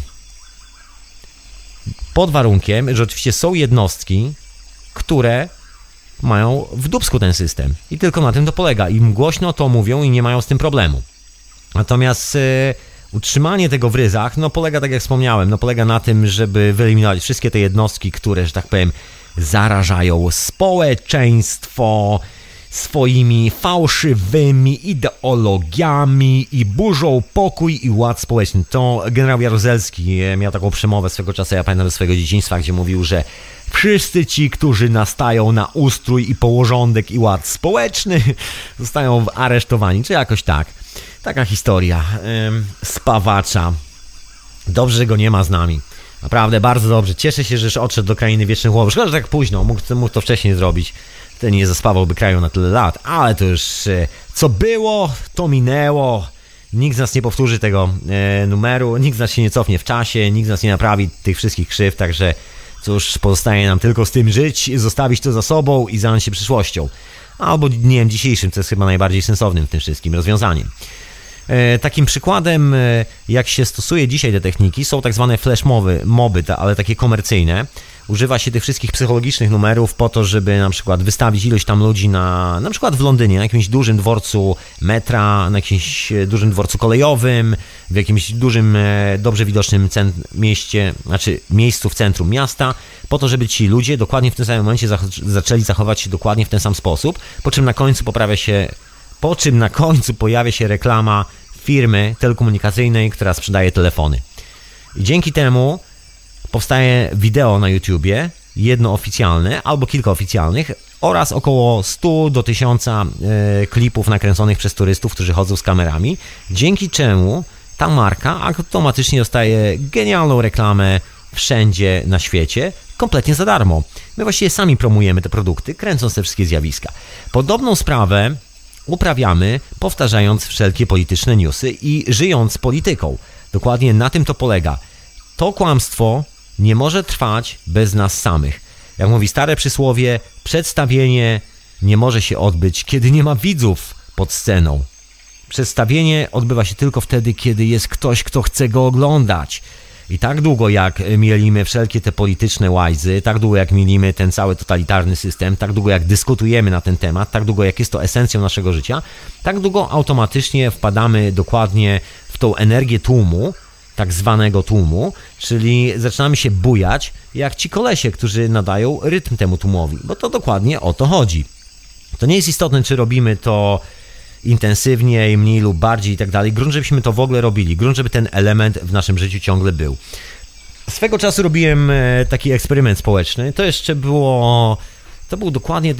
Pod warunkiem, że oczywiście są jednostki, które mają w dupsku ten system i tylko na tym to polega. Im głośno to mówią i nie mają z tym problemu. Natomiast utrzymanie tego w ryzach, polega, tak jak wspomniałem, polega na tym, żeby wyeliminować wszystkie te jednostki, które, że tak powiem, zarażają społeczeństwo swoimi fałszywymi ideologiami i burzą pokój i ład społeczny. To generał Jaruzelski miał taką przemowę swego czasu, ja pamiętam ze swojego dzieciństwa, gdzie mówił, że wszyscy ci, którzy nastają na ustrój i porządek i ład społeczny, zostają aresztowani, czy jakoś tak. Taka historia spawacza. Dobrze, że go nie ma z nami. Naprawdę bardzo dobrze. Cieszę się, że już odszedł do krainy wiecznych łowów. Szkoda, że tak późno. Mógł to wcześniej zrobić. Wtedy nie zaspawałby kraju na tyle lat. Ale to już co było, to minęło. Nikt z nas nie powtórzy tego numeru. Nikt z nas się nie cofnie w czasie. Nikt z nas nie naprawi tych wszystkich krzywd. Także cóż, pozostaje nam tylko z tym żyć, zostawić to za sobą i zająć się przyszłością. Albo dniem dzisiejszym, co jest chyba najbardziej sensownym w tym wszystkim rozwiązaniem. Takim przykładem, jak się stosuje dzisiaj te techniki, są tak zwane flash moby, ale takie komercyjne. Używa się tych wszystkich psychologicznych numerów po to, żeby na przykład wystawić ilość tam ludzi na przykład w Londynie, na jakimś dużym dworcu metra, na jakimś dużym dworcu kolejowym, w jakimś dużym, dobrze widocznym miejscu w centrum miasta, po to, żeby ci ludzie dokładnie w tym samym momencie zaczęli zachować się dokładnie w ten sam sposób, po czym na końcu pojawia się reklama firmy telekomunikacyjnej, która sprzedaje telefony. I dzięki temu powstaje wideo na YouTubie, jedno oficjalne albo kilka oficjalnych oraz około 100 do 1000 klipów nakręconych przez turystów, którzy chodzą z kamerami, dzięki czemu ta marka automatycznie dostaje genialną reklamę wszędzie na świecie, kompletnie za darmo. My właściwie sami promujemy te produkty, kręcąc te wszystkie zjawiska. Podobną sprawę uprawiamy, powtarzając wszelkie polityczne newsy i żyjąc polityką. Dokładnie na tym to polega. To kłamstwo nie może trwać bez nas samych. Jak mówi stare przysłowie, przedstawienie nie może się odbyć, kiedy nie ma widzów pod sceną. Przedstawienie odbywa się tylko wtedy, kiedy jest ktoś, kto chce go oglądać. I tak długo jak mielimy wszelkie te polityczne łajzy, tak długo jak mielimy ten cały totalitarny system, tak długo jak dyskutujemy na ten temat, tak długo jak jest to esencją naszego życia, tak długo automatycznie wpadamy dokładnie w tą energię tłumu, tak zwanego tłumu, czyli zaczynamy się bujać jak ci kolesie, którzy nadają rytm temu tłumowi, bo to dokładnie o to chodzi. To nie jest istotne, czy robimy to intensywniej, mniej lub bardziej i tak dalej. Grunt, żebyśmy to w ogóle robili. Grunt, żeby ten element w naszym życiu ciągle był. Swego czasu robiłem taki eksperyment społeczny. To jeszcze było To był dokładnie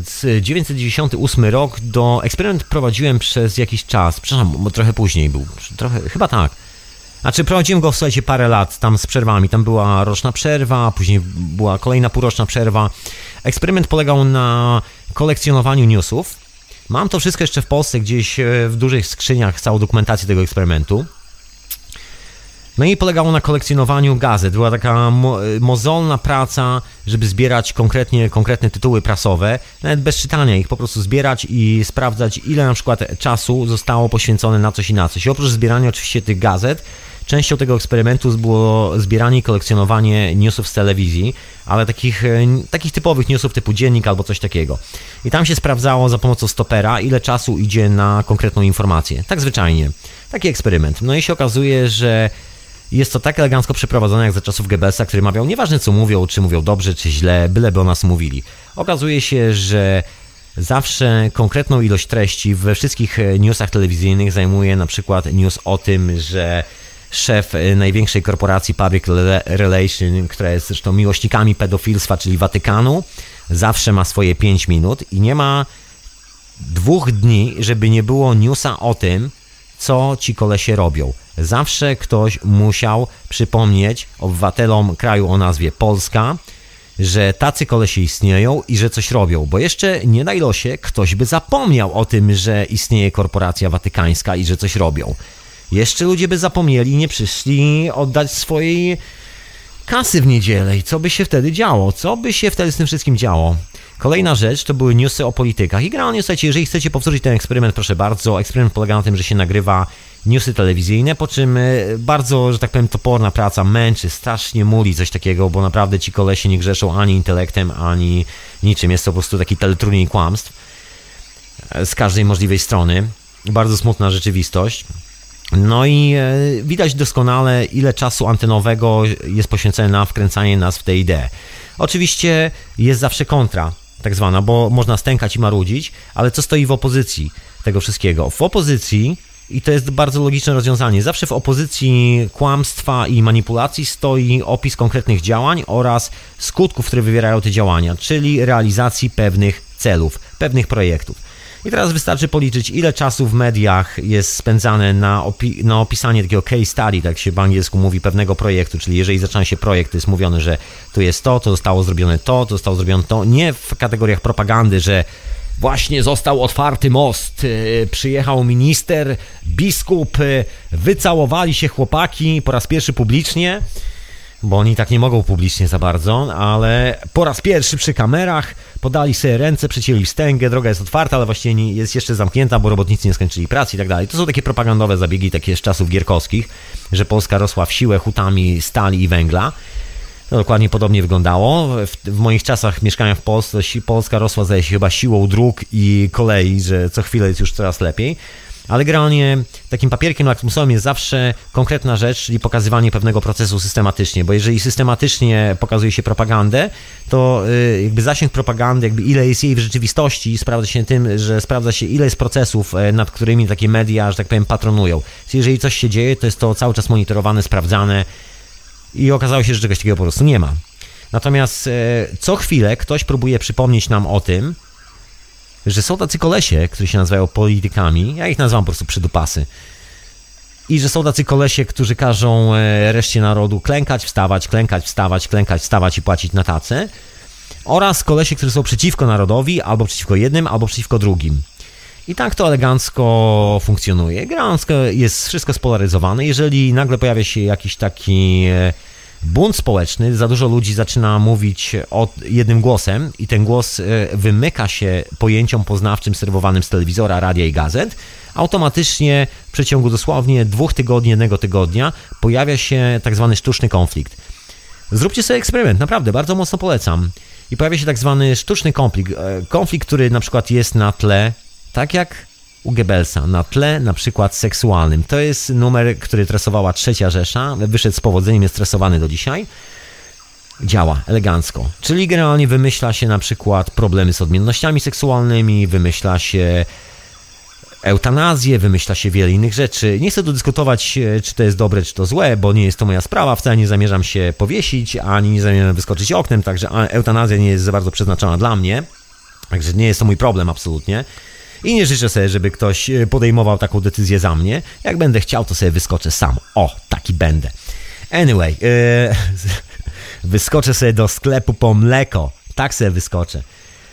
1998 rok. Eksperyment prowadziłem przez jakiś czas. Przepraszam, bo trochę później był. Chyba tak. Znaczy prowadziłem go, słuchajcie, parę lat tam z przerwami. Tam była roczna przerwa, później była kolejna półroczna przerwa. Eksperyment polegał na kolekcjonowaniu newsów. Mam to wszystko jeszcze w Polsce, gdzieś w dużych skrzyniach, całą dokumentację tego eksperymentu. No i polegało na kolekcjonowaniu gazet. Była taka mozolna praca, żeby zbierać konkretne tytuły prasowe, nawet bez czytania ich, po prostu zbierać i sprawdzać, ile na przykład czasu zostało poświęcone na coś i na coś. I oprócz zbierania oczywiście tych gazet, częścią tego eksperymentu było zbieranie i kolekcjonowanie newsów z telewizji, ale takich typowych newsów typu dziennik albo coś takiego. I tam się sprawdzało za pomocą stopera, ile czasu idzie na konkretną informację. Tak zwyczajnie. Taki eksperyment. No i się okazuje, że jest to tak elegancko przeprowadzone jak za czasów Goebbelsa, który mawiał, nieważne co mówią, czy mówią dobrze, czy źle, byleby o nas mówili. Okazuje się, że zawsze konkretną ilość treści we wszystkich newsach telewizyjnych zajmuje na przykład news o tym, że szef największej korporacji Public Relation, która jest zresztą miłośnikami pedofilstwa, czyli Watykanu, zawsze ma swoje 5 minut i nie ma 2 dni, żeby nie było newsa o tym, co ci kolesie robią. Zawsze ktoś musiał przypomnieć obywatelom kraju o nazwie Polska, że tacy kolesie istnieją i że coś robią, bo jeszcze nie daj losie, ktoś by zapomniał o tym, że istnieje korporacja watykańska i że coś robią. Jeszcze ludzie by zapomnieli i nie przyszli oddać swojej kasy w niedzielę i co by się wtedy działo? Co by się wtedy z tym wszystkim działo? Kolejna rzecz to były newsy o politykach i generalnie, słuchajcie, jeżeli chcecie powtórzyć ten eksperyment, proszę bardzo, eksperyment polega na tym, że się nagrywa newsy telewizyjne, po czym bardzo, że tak powiem, toporna praca, męczy, strasznie muli coś takiego, bo naprawdę ci kolesie nie grzeszą ani intelektem, ani niczym. Jest to po prostu taki teleturniej kłamstw z każdej możliwej strony. Bardzo smutna rzeczywistość. No i widać doskonale, ile czasu antenowego jest poświęcone na wkręcanie nas w tę ideę. Oczywiście jest zawsze kontra, tak zwana, bo można stękać i marudzić, ale co stoi w opozycji tego wszystkiego? W opozycji, i to jest bardzo logiczne rozwiązanie, zawsze w opozycji kłamstwa i manipulacji stoi opis konkretnych działań oraz skutków, które wywierają te działania, czyli realizacji pewnych celów, pewnych projektów. I teraz wystarczy policzyć, ile czasu w mediach jest spędzane na opisanie takiego case study, tak się po angielsku mówi, pewnego projektu, czyli jeżeli zaczyna się projekt, to jest mówione, że tu jest to zostało zrobione to zostało zrobione to, nie w kategoriach propagandy, że właśnie został otwarty most, przyjechał minister, biskup, wycałowali się chłopaki po raz pierwszy publicznie, bo oni tak nie mogą publicznie za bardzo, ale po raz pierwszy przy kamerach podali sobie ręce, przycięli wstęgę, droga jest otwarta, ale właściwie nie jest jeszcze zamknięta, bo robotnicy nie skończyli pracy i tak dalej. To są takie propagandowe zabiegi, takie z czasów gierkowskich, że Polska rosła w siłę hutami stali i węgla. To dokładnie podobnie wyglądało. W moich czasach mieszkania w Polsce Polska rosła, zdaje się, chyba siłą dróg i kolei, że co chwilę jest już coraz lepiej. Ale generalnie takim papierkiem lakmusowym jest zawsze konkretna rzecz, czyli pokazywanie pewnego procesu systematycznie, bo jeżeli systematycznie pokazuje się propagandę, to jakby zasięg propagandy, jakby ile jest jej w rzeczywistości, sprawdza się tym, że sprawdza się, ile jest procesów, nad którymi takie media, że tak powiem, patronują. Czyli jeżeli coś się dzieje, to jest to cały czas monitorowane, sprawdzane i okazało się, że czegoś takiego po prostu nie ma. Natomiast co chwilę ktoś próbuje przypomnieć nam o tym, że są tacy kolesie, którzy się nazywają politykami, ja ich nazywam po prostu przydupasy, i że są tacy kolesie, którzy każą reszcie narodu klękać, wstawać, klękać, wstawać, klękać, wstawać i płacić na tacę, oraz kolesie, którzy są przeciwko narodowi, albo przeciwko jednym, albo przeciwko drugim. I tak to elegancko funkcjonuje. Elegancko jest wszystko spolaryzowane. Jeżeli nagle pojawia się jakiś taki bunt społeczny, za dużo ludzi zaczyna mówić jednym głosem i ten głos wymyka się pojęciom poznawczym serwowanym z telewizora, radia i gazet, automatycznie w przeciągu dosłownie 2 tygodni, 1 tygodnia pojawia się tak zwany sztuczny konflikt. Zróbcie sobie eksperyment, naprawdę, bardzo mocno polecam. I pojawia się tak zwany sztuczny konflikt, który na przykład jest na tle, tak jak u Goebbelsa, na tle na przykład seksualnym. To jest numer, który tresowała III Rzesza, wyszedł z powodzeniem, jest tresowany do dzisiaj. Działa elegancko. Czyli generalnie wymyśla się na przykład problemy z odmiennościami seksualnymi, wymyśla się eutanazję, wymyśla się wiele innych rzeczy. Nie chcę tu dyskutować, czy to jest dobre, czy to złe, bo nie jest to moja sprawa. Wcale nie zamierzam się powiesić, ani nie zamierzam wyskoczyć oknem, także eutanazja nie jest za bardzo przeznaczona dla mnie. Także nie jest to mój problem absolutnie. I nie życzę sobie, żeby ktoś podejmował taką decyzję za mnie. Jak będę chciał, to sobie wyskoczę sam. O, taki będę. Anyway, wyskoczę sobie do sklepu po mleko. Tak sobie wyskoczę.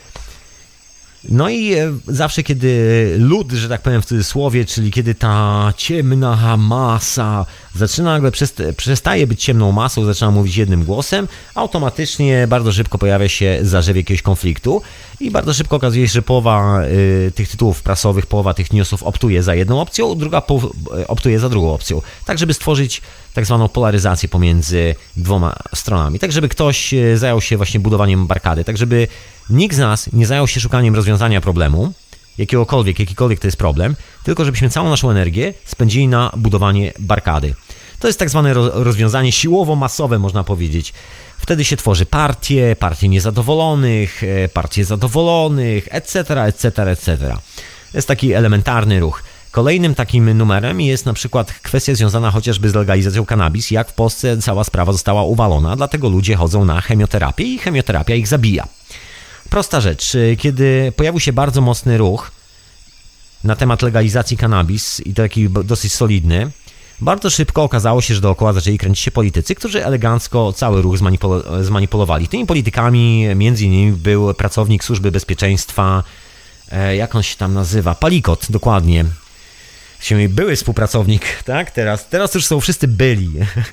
No i zawsze, kiedy lud, że tak powiem w cudzysłowie, czyli kiedy ta ciemna masa zaczyna nagle przestaje być ciemną masą, zaczyna mówić jednym głosem, automatycznie bardzo szybko pojawia się zarzew jakiegoś konfliktu i bardzo szybko okazuje się, że połowa tych tytułów prasowych, połowa tych newsów optuje za jedną opcją, druga optuje za drugą opcją, tak żeby stworzyć tak zwaną polaryzację pomiędzy dwoma stronami, tak żeby ktoś zajął się właśnie budowaniem barykady, tak żeby nikt z nas nie zajął się szukaniem rozwiązania problemu, jakikolwiek to jest problem, tylko żebyśmy całą naszą energię spędzili na budowanie barykady. To jest tak zwane rozwiązanie siłowo-masowe, można powiedzieć. Wtedy się tworzy partie niezadowolonych, partie zadowolonych, etc., etc., etc. To jest taki elementarny ruch. Kolejnym takim numerem jest na przykład kwestia związana chociażby z legalizacją kanabis, jak w Polsce cała sprawa została uwalona, dlatego ludzie chodzą na chemioterapię i chemioterapia ich zabija. Prosta rzecz, kiedy pojawił się bardzo mocny ruch na temat legalizacji kanabis i to taki dosyć solidny, bardzo szybko okazało się, że dookoła zaczęli kręcić się politycy, którzy elegancko cały ruch zmanipulowali. Tymi politykami między innymi był pracownik Służby Bezpieczeństwa, jak on się tam nazywa? Palikot, dokładnie. Były współpracownik, tak? Teraz już są wszyscy byli.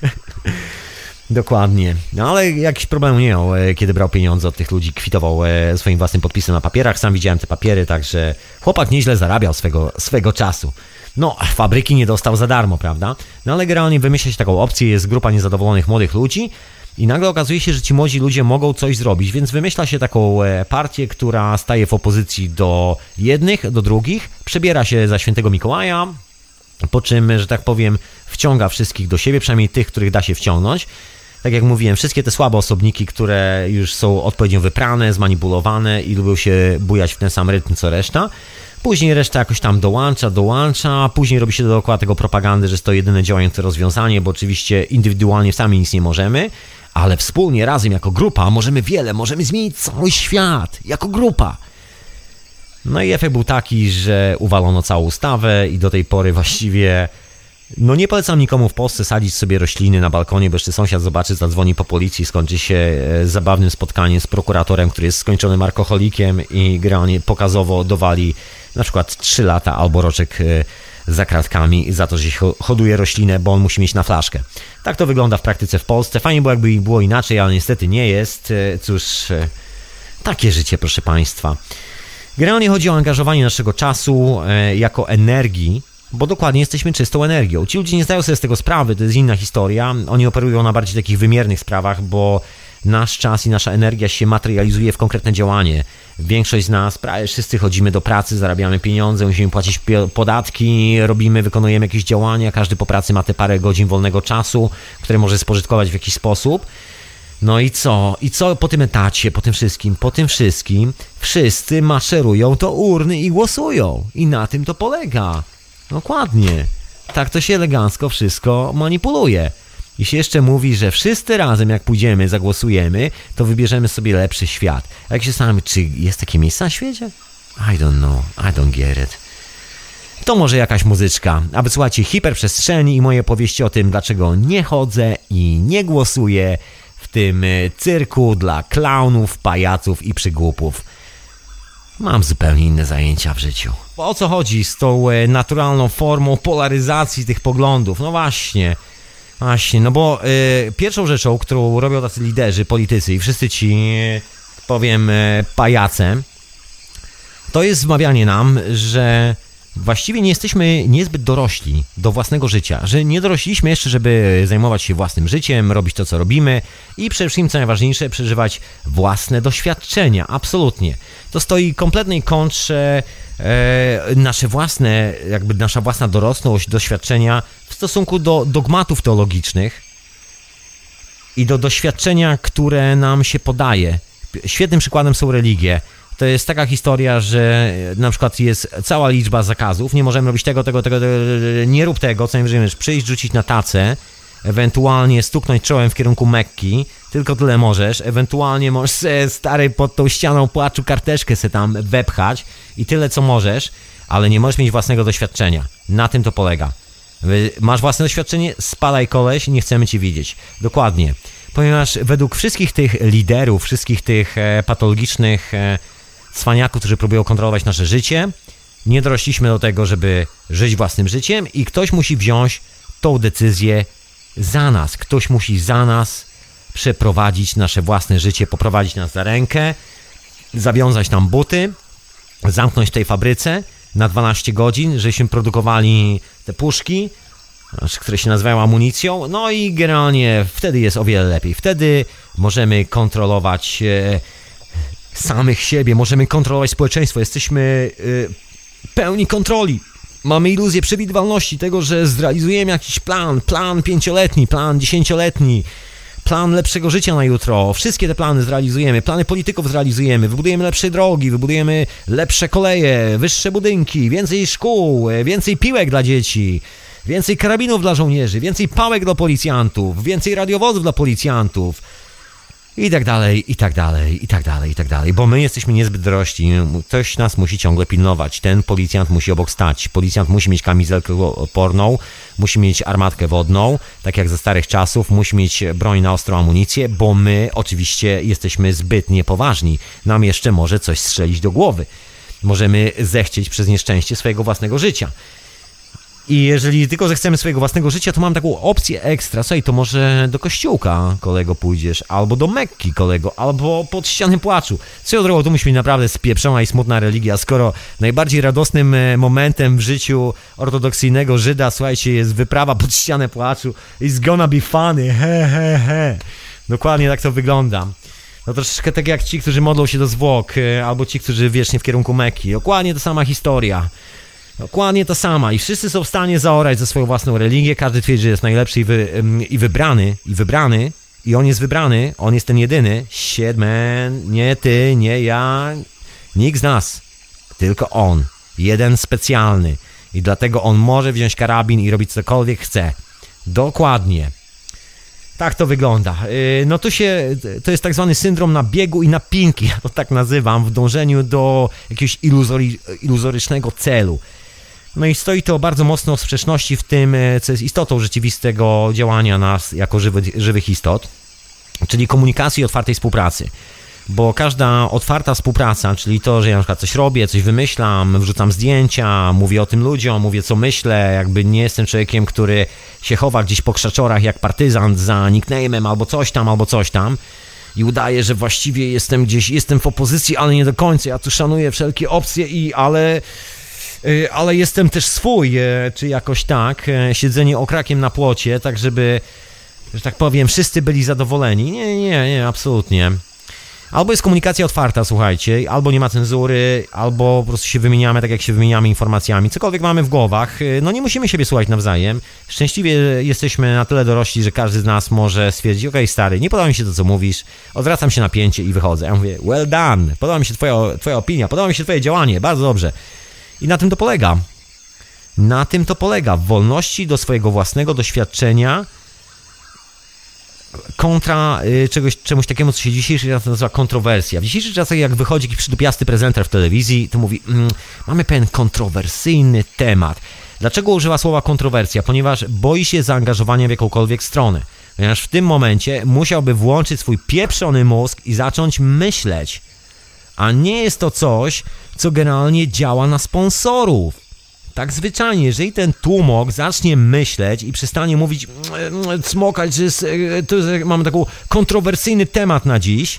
Dokładnie. No ale jakiś problem nie miał, kiedy brał pieniądze od tych ludzi, kwitował swoim własnym podpisem na papierach. Sam widziałem te papiery, także chłopak nieźle zarabiał swego czasu. No, fabryki nie dostał za darmo, prawda? No ale generalnie wymyśla się taką opcję, jest grupa niezadowolonych młodych ludzi i nagle okazuje się, że ci młodzi ludzie mogą coś zrobić, więc wymyśla się taką partię, która staje w opozycji do jednych, do drugich, przebiera się za świętego Mikołaja, po czym, że tak powiem, wciąga wszystkich do siebie, przynajmniej tych, których da się wciągnąć. Tak jak mówiłem, wszystkie te słabe osobniki, które już są odpowiednio wyprane, zmanipulowane i lubią się bujać w ten sam rytm co reszta. Później reszta jakoś tam dołącza, później robi się dookoła tego propagandy, że jest to jedyne działające rozwiązanie, bo oczywiście indywidualnie sami nic nie możemy, ale wspólnie, razem, jako grupa możemy wiele, możemy zmienić cały świat, jako grupa. No i efekt był taki, że uwalono całą ustawę i do tej pory właściwie nie polecam nikomu w Polsce sadzić sobie rośliny na balkonie, bo jeszcze sąsiad zobaczy, zadzwoni po policji, skończy się zabawnym spotkaniem z prokuratorem, który jest skończonym alkoholikiem i generalnie pokazowo dowali na przykład 3 lata albo roczek za kratkami za to, że się hoduje roślinę, bo on musi mieć na flaszkę. Tak to wygląda w praktyce w Polsce. Fajnie było, jakby było inaczej, ale niestety nie jest. Cóż, takie życie, proszę Państwa. Generalnie chodzi o angażowanie naszego czasu jako energii, bo dokładnie jesteśmy czystą energią. Ci ludzie nie zdają sobie z tego sprawy, to jest inna historia. Oni operują na bardziej takich wymiernych sprawach, bo nasz czas i nasza energia się materializuje w konkretne działanie. Większość z nas, prawie wszyscy chodzimy do pracy, zarabiamy pieniądze, musimy płacić podatki, wykonujemy jakieś działania, każdy po pracy ma te parę godzin wolnego czasu, które może spożytkować w jakiś sposób. No i co? I co po tym etacie, po tym wszystkim wszyscy maszerują do urny i głosują. I na tym to polega. Dokładnie. Tak to się elegancko wszystko manipuluje. I się jeszcze mówi, że wszyscy razem jak pójdziemy, zagłosujemy, to wybierzemy sobie lepszy świat. A jak się sami, czy jest takie miejsce na świecie? I don't know, I don't get it. To może jakaś muzyczka, a wysłuchajcie Hiperprzestrzeni i moje opowieści o tym, dlaczego nie chodzę i nie głosuję w tym cyrku dla klaunów, pajaców i przygłupów. Mam zupełnie inne zajęcia w życiu. O co chodzi z tą naturalną formą polaryzacji tych poglądów? No właśnie, no bo pierwszą rzeczą, którą robią tacy liderzy, politycy i wszyscy ci, powiem, pajace, to jest wmawianie nam, że właściwie nie jesteśmy niezbyt dorośli do własnego życia, że nie dorośliśmy jeszcze, żeby zajmować się własnym życiem, robić to, co robimy i przede wszystkim, co najważniejsze, przeżywać własne doświadczenia. Absolutnie. To stoi kompletnej kontrze nasza własna dorosłość, doświadczenia w stosunku do dogmatów teologicznych i do doświadczenia, które nam się podaje. Świetnym przykładem są religie. To jest taka historia, że na przykład jest cała liczba zakazów, nie możemy robić tego, nie rób tego, co najwyżej możesz przyjść, rzucić na tacę, ewentualnie stuknąć czołem w kierunku Mekki, tylko tyle możesz, ewentualnie możesz se, stary, pod tą ścianą płaczu karteczkę se tam wepchać i tyle co możesz, ale nie możesz mieć własnego doświadczenia. Na tym to polega. Masz własne doświadczenie? Spadaj koleś, nie chcemy cię widzieć. Dokładnie. Ponieważ według wszystkich tych liderów, wszystkich tych patologicznych cwaniaków, którzy próbują kontrolować nasze życie, nie dorośliśmy do tego, żeby żyć własnym życiem i ktoś musi wziąć tą decyzję za nas. Ktoś musi za nas przeprowadzić nasze własne życie, poprowadzić nas za rękę, zawiązać nam buty, zamknąć w tej fabryce na 12 godzin, żeśmy produkowali te puszki, które się nazywają amunicją, no i generalnie wtedy jest o wiele lepiej. Wtedy możemy kontrolować samych siebie, możemy kontrolować społeczeństwo, jesteśmy pełni kontroli. Mamy iluzję przewidywalności tego, że zrealizujemy jakiś plan 5-letni, plan 10-letni, plan lepszego życia na jutro. Wszystkie te plany zrealizujemy, plany polityków zrealizujemy, wybudujemy lepsze drogi, wybudujemy lepsze koleje, wyższe budynki, więcej szkół, więcej piłek dla dzieci, więcej karabinów dla żołnierzy, więcej pałek dla policjantów, więcej radiowozów dla policjantów i tak dalej, i tak dalej, i tak dalej, i tak dalej, bo my jesteśmy niezbyt dorośli, ktoś nas musi ciągle pilnować, ten policjant musi obok stać, policjant musi mieć kamizelkę oporną, musi mieć armatkę wodną, tak jak ze starych czasów, musi mieć broń na ostrą amunicję, bo my oczywiście jesteśmy zbyt niepoważni, nam jeszcze może coś strzelić do głowy, możemy zechcieć przez nieszczęście swojego własnego życia. I jeżeli tylko zechcemy swojego własnego życia, to mam taką opcję ekstra. Słuchaj, to może do kościółka, kolego, pójdziesz, albo do Mekki, kolego, albo pod ścianę płaczu. Swoją drogą, to musi być naprawdę spieprzona i smutna religia, skoro najbardziej radosnym momentem w życiu ortodoksyjnego Żyda, słuchajcie, jest wyprawa pod ścianę płaczu. It's gonna be funny, he, he, he. Dokładnie tak to wygląda. No troszeczkę tak jak ci, którzy modlą się do zwłok, albo ci, którzy wiecznie w kierunku Mekki. Dokładnie ta sama historia. Dokładnie ta sama i wszyscy są w stanie zaorać ze swoją własną religię, każdy twierdzi, że jest najlepszy i wybrany i on jest wybrany, on jest ten jedyny, shit man, nie ty, nie ja, nikt z nas, tylko on, jeden specjalny i dlatego on może wziąć karabin i robić cokolwiek chce, dokładnie. Tak to wygląda. No to jest tak zwany syndrom nabiegu i napinki, ja to tak nazywam, w dążeniu do jakiegoś iluzorycznego celu. No i stoi to bardzo mocno w sprzeczności w tym, co jest istotą rzeczywistego działania nas jako żywych istot, czyli komunikacji i otwartej współpracy. Bo każda otwarta współpraca, czyli to, że ja na przykład coś robię, coś wymyślam, wrzucam zdjęcia, mówię o tym ludziom, mówię co myślę, jakby nie jestem człowiekiem, który się chowa gdzieś po krzaczorach jak partyzant za nickname'em albo coś tam i udaje, że właściwie jestem w opozycji, ale nie do końca, ja tu szanuję wszelkie opcje ale jestem też swój, czy jakoś tak, siedzenie okrakiem na płocie, tak żeby, że tak powiem, wszyscy byli zadowoleni. Nie, absolutnie. Albo jest komunikacja otwarta, słuchajcie, albo nie ma cenzury, albo po prostu się wymieniamy tak, jak się wymieniamy informacjami, cokolwiek mamy w głowach, no nie musimy siebie słuchać nawzajem. Szczęśliwie jesteśmy na tyle dorośli, że każdy z nas może stwierdzić, okej, stary, nie podoba mi się to, co mówisz, odwracam się napięcie i wychodzę. Ja mówię, well done, podoba mi się twoja opinia, podoba mi się twoje działanie, bardzo dobrze. I na tym to polega. Na tym to polega. W wolności do swojego własnego doświadczenia kontra czemuś takiemu, co się w dzisiejszych czasach nazywa kontrowersja. W dzisiejszych czasach, jak wychodzi jakiś przydupiasty prezenter w telewizji, to mówi, mamy pewien kontrowersyjny temat. Dlaczego używa słowa kontrowersja? Ponieważ boi się zaangażowania w jakąkolwiek stronę. Ponieważ w tym momencie musiałby włączyć swój pieprzony mózg i zacząć myśleć. A nie jest to coś, co generalnie działa na sponsorów. Tak zwyczajnie, jeżeli ten tłumok zacznie myśleć i przestanie mówić, cmokać, że mamy taki kontrowersyjny temat na dziś,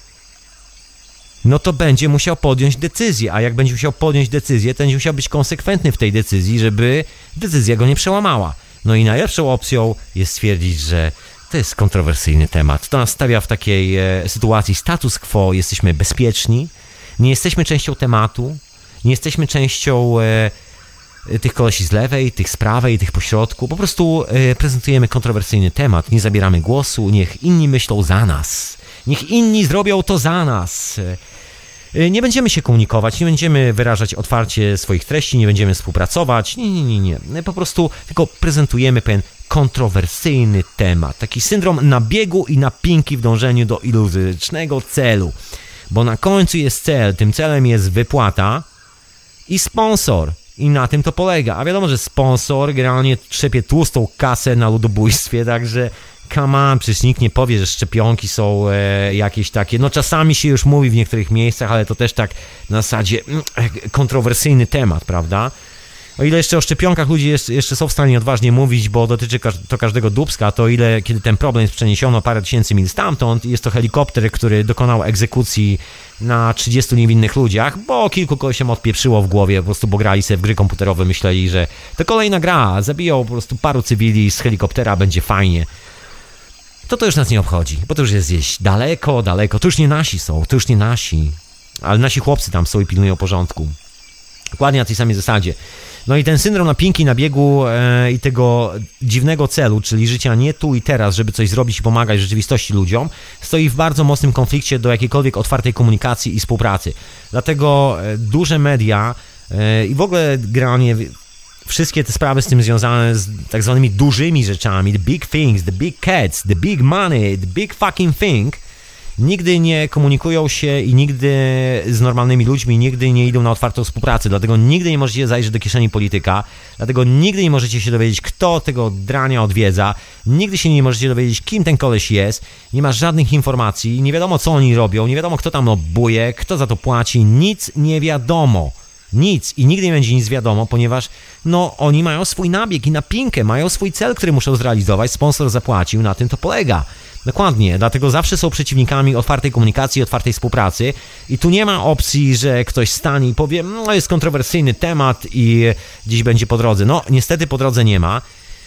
no to będzie musiał podjąć decyzję, a jak będzie musiał podjąć decyzję, to będzie musiał być konsekwentny w tej decyzji, żeby decyzja go nie przełamała. No i najlepszą opcją jest stwierdzić, że to jest kontrowersyjny temat. To nas stawia w takiej sytuacji status quo, jesteśmy bezpieczni, nie jesteśmy częścią tematu, nie jesteśmy częścią tych kolesi z lewej, tych z prawej, tych pośrodku. Po prostu prezentujemy kontrowersyjny temat, nie zabieramy głosu, niech inni myślą za nas. Niech inni zrobią to za nas. Nie będziemy się komunikować, nie będziemy wyrażać otwarcie swoich treści, nie będziemy współpracować, nie. Po prostu tylko prezentujemy pewien kontrowersyjny temat. Taki syndrom nabiegu i napinki w dążeniu do iluzorycznego celu. Bo na końcu jest cel, tym celem jest wypłata i sponsor. I na tym to polega. A wiadomo, że sponsor generalnie trzepie tłustą kasę na ludobójstwie, także come on, przecież nikt nie powie, że szczepionki są jakieś takie, no czasami się już mówi w niektórych miejscach, ale to też tak na zasadzie kontrowersyjny temat, prawda? O ile jeszcze o szczepionkach ludzie jeszcze są w stanie odważnie mówić, bo dotyczy to każdego dupska, to ile, kiedy ten problem jest przeniesiono parę tysięcy mil stamtąd, jest to helikopter, który dokonał egzekucji na 30 niewinnych ludziach, bo kilku kogoś się odpieprzyło w głowie, po prostu bo grali sobie w gry komputerowe, myśleli, że to kolejna gra, zabiją po prostu paru cywili z helikoptera, będzie fajnie. To już nas nie obchodzi, bo to już jest gdzieś daleko, to już nie nasi są, ale nasi chłopcy tam są i pilnują porządku. Dokładnie na tej samej zasadzie. No i ten syndrom napinki, nabiegu i tego dziwnego celu, czyli życia nie tu i teraz, żeby coś zrobić i pomagać w rzeczywistości ludziom, stoi w bardzo mocnym konflikcie do jakiejkolwiek otwartej komunikacji i współpracy. Dlatego duże media i w ogóle generalnie wszystkie te sprawy z tym związane z tak zwanymi dużymi rzeczami, the big things, the big cats, the big money, the big fucking thing, nigdy nie komunikują się i nigdy z normalnymi ludźmi, nigdy nie idą na otwartą współpracę, dlatego nigdy nie możecie zajrzeć do kieszeni polityka, dlatego nigdy nie możecie się dowiedzieć, kto tego drania odwiedza, nigdy się nie możecie dowiedzieć, kim ten koleś jest, nie ma żadnych informacji, nie wiadomo, co oni robią, nie wiadomo, kto tam lobbuje, kto za to płaci, nic nie wiadomo. Nic i nigdy nie będzie nic wiadomo, ponieważ no oni mają swój nabieg i napinkę, mają swój cel, który muszą zrealizować, sponsor zapłacił, na tym to polega. Dokładnie, dlatego zawsze są przeciwnikami otwartej komunikacji, otwartej współpracy i tu nie ma opcji, że ktoś stanie i powie, no jest kontrowersyjny temat i dziś będzie po drodze. No niestety po drodze nie ma.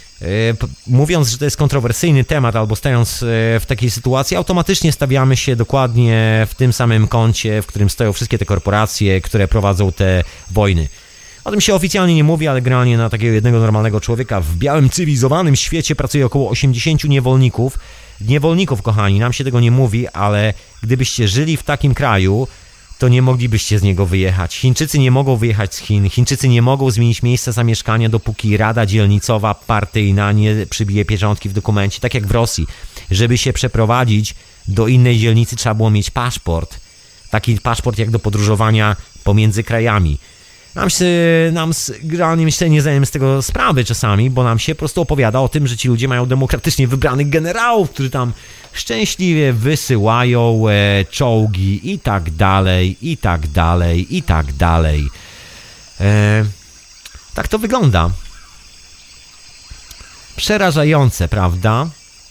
Mówiąc, że to jest kontrowersyjny temat albo stając w takiej sytuacji, automatycznie stawiamy się dokładnie w tym samym kącie, w którym stoją wszystkie te korporacje, które prowadzą te wojny. O tym się oficjalnie nie mówi, ale generalnie na takiego jednego normalnego człowieka w białym, cywilizowanym świecie pracuje około 80 niewolników. Niewolników, kochani, nam się tego nie mówi, ale gdybyście żyli w takim kraju, to nie moglibyście z niego wyjechać. Chińczycy nie mogą wyjechać z Chin, Chińczycy nie mogą zmienić miejsca zamieszkania, dopóki Rada Dzielnicowa partyjna nie przybije pieczątki w dokumencie, tak jak w Rosji. Żeby się przeprowadzić do innej dzielnicy, trzeba było mieć paszport. Taki paszport jak do podróżowania pomiędzy krajami. Generalnie myślę, nie zdajemy z tego sprawy czasami, bo nam się po prostu opowiada o tym, że ci ludzie mają demokratycznie wybranych generałów, którzy tam szczęśliwie wysyłają czołgi i tak dalej. Tak to wygląda. Przerażające, prawda?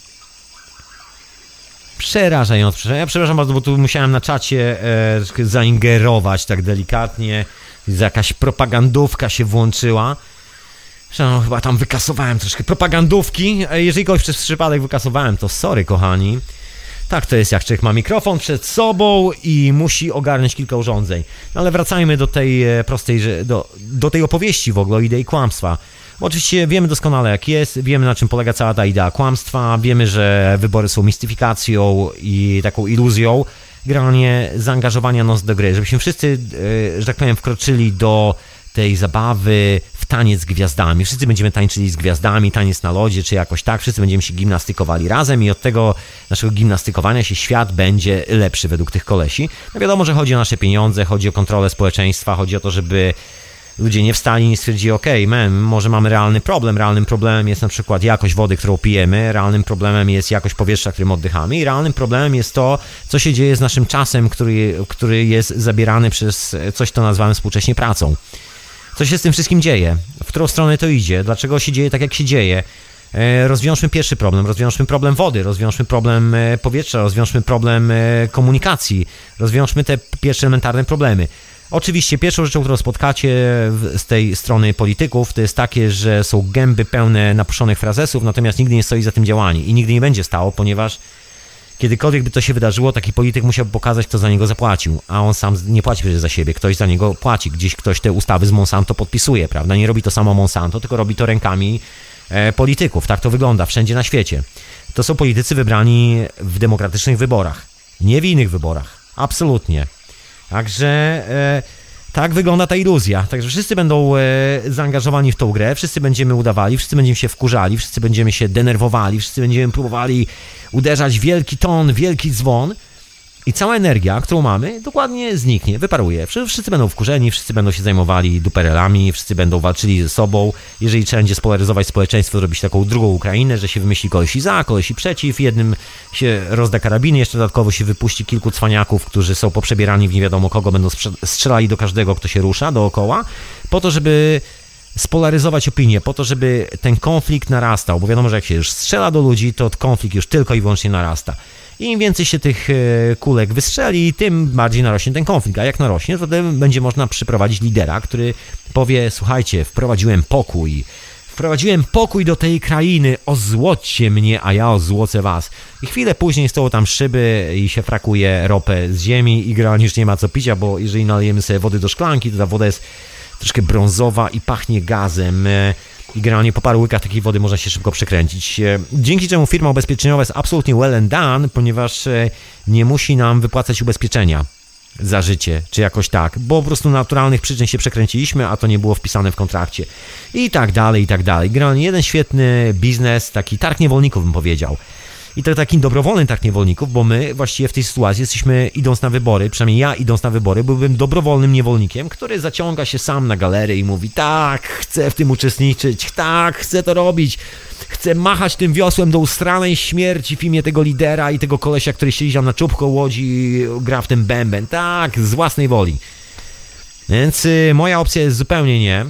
Przerażające. Ja przepraszam bardzo, bo tu musiałem na czacie zaingerować tak delikatnie. Jakaś propagandówka się włączyła. No, chyba tam wykasowałem troszkę propagandówki. Jeżeli kogoś przez przypadek wykasowałem, to sorry, kochani. Tak to jest, jak człowiek ma mikrofon przed sobą i musi ogarnąć kilka urządzeń. No ale wracajmy do tej prostej, do tej opowieści w ogóle, idei kłamstwa. Bo oczywiście wiemy doskonale jak jest, wiemy na czym polega cała ta idea kłamstwa, wiemy, że wybory są mistyfikacją i taką iluzją, generalnie zaangażowania nas do gry, żebyśmy wszyscy, że tak powiem, wkroczyli do tej zabawy w taniec z gwiazdami. Wszyscy będziemy tańczyli z gwiazdami, taniec na lodzie, czy jakoś tak. Wszyscy będziemy się gimnastykowali razem i od tego naszego gimnastykowania się świat będzie lepszy według tych kolesi. No wiadomo, że chodzi o nasze pieniądze, chodzi o kontrolę społeczeństwa, chodzi o to, żeby ludzie nie wstali i nie stwierdzili, może mamy realny problem. Realnym problemem jest na przykład jakość wody, którą pijemy, realnym problemem jest jakość powietrza, którym oddychamy i realnym problemem jest to, co się dzieje z naszym czasem, który jest zabierany przez coś, co nazywamy współcześnie pracą. Co się z tym wszystkim dzieje? W którą stronę to idzie? Dlaczego się dzieje tak, jak się dzieje? Rozwiążmy pierwszy problem, rozwiążmy problem wody, rozwiążmy problem powietrza, rozwiążmy problem komunikacji, rozwiążmy te pierwsze elementarne problemy. Oczywiście pierwszą rzeczą, którą spotkacie z tej strony polityków, to jest takie, że są gęby pełne napuszonych frazesów, natomiast nigdy nie stoi za tym działanie i nigdy nie będzie stało, ponieważ kiedykolwiek by to się wydarzyło, taki polityk musiałby pokazać, kto za niego zapłacił, a on sam nie płaci przecież za siebie, ktoś za niego płaci, gdzieś ktoś te ustawy z Monsanto podpisuje, prawda? Nie robi to samo Monsanto, tylko robi to rękami polityków, tak to wygląda wszędzie na świecie. To są politycy wybrani w demokratycznych wyborach, nie w innych wyborach, absolutnie. Także tak wygląda ta iluzja. Także wszyscy będą zaangażowani w tą grę, wszyscy będziemy udawali, wszyscy będziemy się wkurzali, wszyscy będziemy się denerwowali, wszyscy będziemy próbowali uderzać wielki ton, wielki dzwon i cała energia, którą mamy, dokładnie zniknie, wyparuje. Wszyscy będą wkurzeni, wszyscy będą się zajmowali duperelami, wszyscy będą walczyli ze sobą. Jeżeli trzeba będzie spolaryzować społeczeństwo, zrobić taką drugą Ukrainę, że się wymyśli kolesi za, kolesi przeciw, jednym się rozda karabiny, jeszcze dodatkowo się wypuści kilku cwaniaków, którzy są poprzebierani w nie wiadomo kogo, będą strzelali do każdego, kto się rusza dookoła, po to, żeby spolaryzować opinię, po to, żeby ten konflikt narastał, bo wiadomo, że jak się już strzela do ludzi, to konflikt już tylko i wyłącznie narasta. I im więcej się tych kulek wystrzeli, tym bardziej narośnie ten konflikt. A jak narośnie, to wtedy będzie można przyprowadzić lidera, który powie: słuchajcie, wprowadziłem pokój do tej krainy, ozłoćcie mnie, a ja ozłocę was. I chwilę później stoją tam szyby i się frakuje ropę z ziemi i gra już nie ma co picia, bo jeżeli nalejemy sobie wody do szklanki, to ta woda jest troszkę brązowa i pachnie gazem. I generalnie po paru łykach takiej wody można się szybko przekręcić. Dzięki czemu firma ubezpieczeniowa jest absolutnie well and done, ponieważ nie musi nam wypłacać ubezpieczenia za życie, czy jakoś tak, bo po prostu naturalnych przyczyn się przekręciliśmy, a to nie było wpisane w kontrakcie. I tak dalej, i tak dalej. Generalnie jeden świetny biznes, taki targ niewolników bym powiedział. I to taki dobrowolny targ niewolników, bo my właściwie w tej sytuacji jesteśmy, idąc na wybory, przynajmniej ja idąc na wybory, byłbym dobrowolnym niewolnikiem, który zaciąga się sam na galerię i mówi: tak, chcę w tym uczestniczyć, tak, chcę to robić, chcę machać tym wiosłem do ustranej śmierci w imię tego lidera i tego kolesia, który siedzi tam na czubku łodzi i gra w ten bęben, tak, z własnej woli. Więc moja opcja jest zupełnie nie.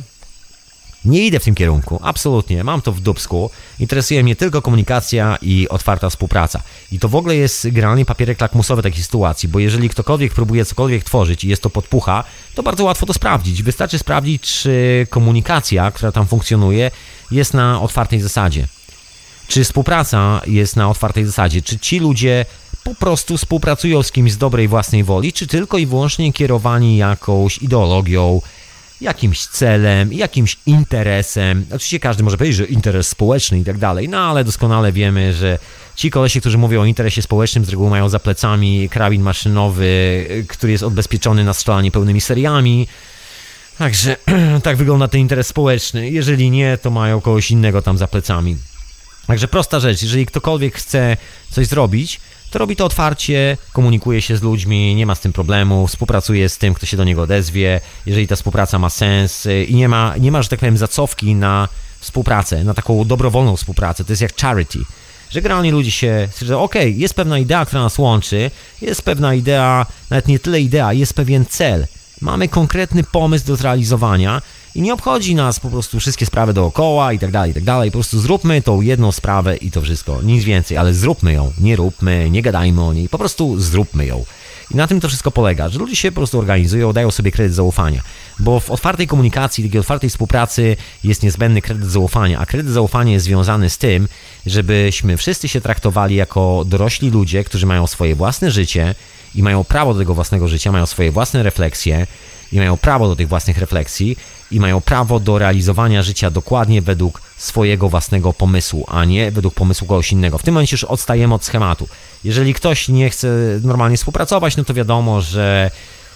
Nie idę w tym kierunku, absolutnie, mam to w dupsku. Interesuje mnie tylko komunikacja i otwarta współpraca. I to w ogóle jest generalnie papierek lakmusowy takiej sytuacji, bo jeżeli ktokolwiek próbuje cokolwiek tworzyć i jest to podpucha, to bardzo łatwo to sprawdzić. Wystarczy sprawdzić, czy komunikacja, która tam funkcjonuje, jest na otwartej zasadzie. Czy współpraca jest na otwartej zasadzie, czy ci ludzie po prostu współpracują z kimś z dobrej własnej woli, czy tylko i wyłącznie kierowani jakąś ideologią, jakimś celem, jakimś interesem. Oczywiście każdy może powiedzieć, że interes społeczny i tak dalej, no ale doskonale wiemy, że ci kolesie, którzy mówią o interesie społecznym, z reguły mają za plecami karabin maszynowy, który jest odbezpieczony na strzelanie pełnymi seriami. Także tak wygląda ten interes społeczny. Jeżeli nie, to mają kogoś innego tam za plecami. Także prosta rzecz, jeżeli ktokolwiek chce coś zrobić, to robi to otwarcie, komunikuje się z ludźmi, nie ma z tym problemu, współpracuje z tym, kto się do niego odezwie, jeżeli ta współpraca ma sens i nie ma, że tak powiem, zacofki na współpracę, na taką dobrowolną współpracę. To jest jak charity, że generalnie ludzie się stwierdzają: okej, jest pewna idea, która nas łączy, jest pewna idea, nawet nie tyle idea, jest pewien cel. Mamy konkretny pomysł do zrealizowania i nie obchodzi nas po prostu wszystkie sprawy dookoła i tak dalej, po prostu zróbmy tą jedną sprawę i to wszystko, nic więcej, ale zróbmy ją, nie róbmy, nie gadajmy o niej, po prostu zróbmy ją. I na tym to wszystko polega, że ludzie się po prostu organizują, dają sobie kredyt zaufania, bo w otwartej komunikacji, takiej otwartej współpracy jest niezbędny kredyt zaufania, a kredyt zaufania jest związany z tym, żebyśmy wszyscy się traktowali jako dorośli ludzie, którzy mają swoje własne życie i mają prawo do tego własnego życia, mają swoje własne refleksje i mają prawo do tych własnych refleksji i mają prawo do realizowania życia dokładnie według swojego własnego pomysłu, a nie według pomysłu kogoś innego. W tym momencie już odstajemy od schematu. Jeżeli ktoś nie chce normalnie współpracować, no to wiadomo, że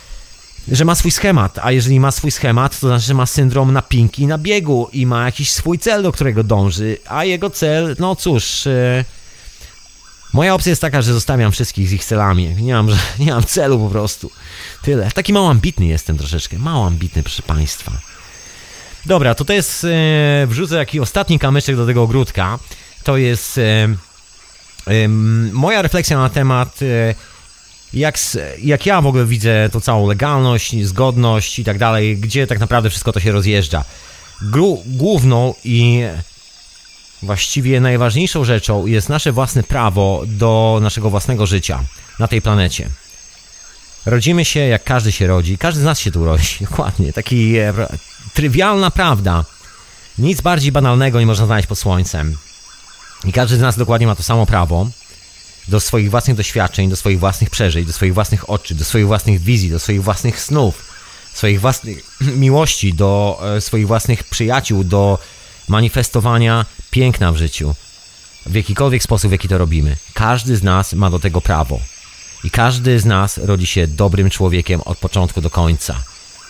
ma swój schemat, a jeżeli ma swój schemat, to znaczy, że ma syndrom napinki na biegu i ma jakiś swój cel, do którego dąży, a jego cel, no cóż, moja opcja jest taka, że zostawiam wszystkich z ich celami. Nie mam celu po prostu. Tyle. Taki mało ambitny jestem troszeczkę. Mało ambitny, proszę Państwa. Dobra, to jest... wrzucę taki ostatni kamyczek do tego ogródka. To jest moja refleksja na temat... Jak ja w ogóle widzę tą całą legalność, zgodność i tak dalej, gdzie tak naprawdę wszystko to się rozjeżdża. Główną i właściwie najważniejszą rzeczą jest nasze własne prawo do naszego własnego życia na tej planecie. Rodzimy się jak każdy się rodzi, każdy z nas się tu rodzi, dokładnie, taki trywialna prawda. Nic bardziej banalnego nie można znaleźć pod słońcem. I każdy z nas dokładnie ma to samo prawo do swoich własnych doświadczeń, do swoich własnych przeżyć, do swoich własnych oczu, do swoich własnych wizji, do swoich własnych snów, swoich własnych miłości, do swoich własnych przyjaciół, do manifestowania piękna w życiu. W jakikolwiek sposób, w jaki to robimy. Każdy z nas ma do tego prawo. I każdy z nas rodzi się dobrym człowiekiem od początku do końca.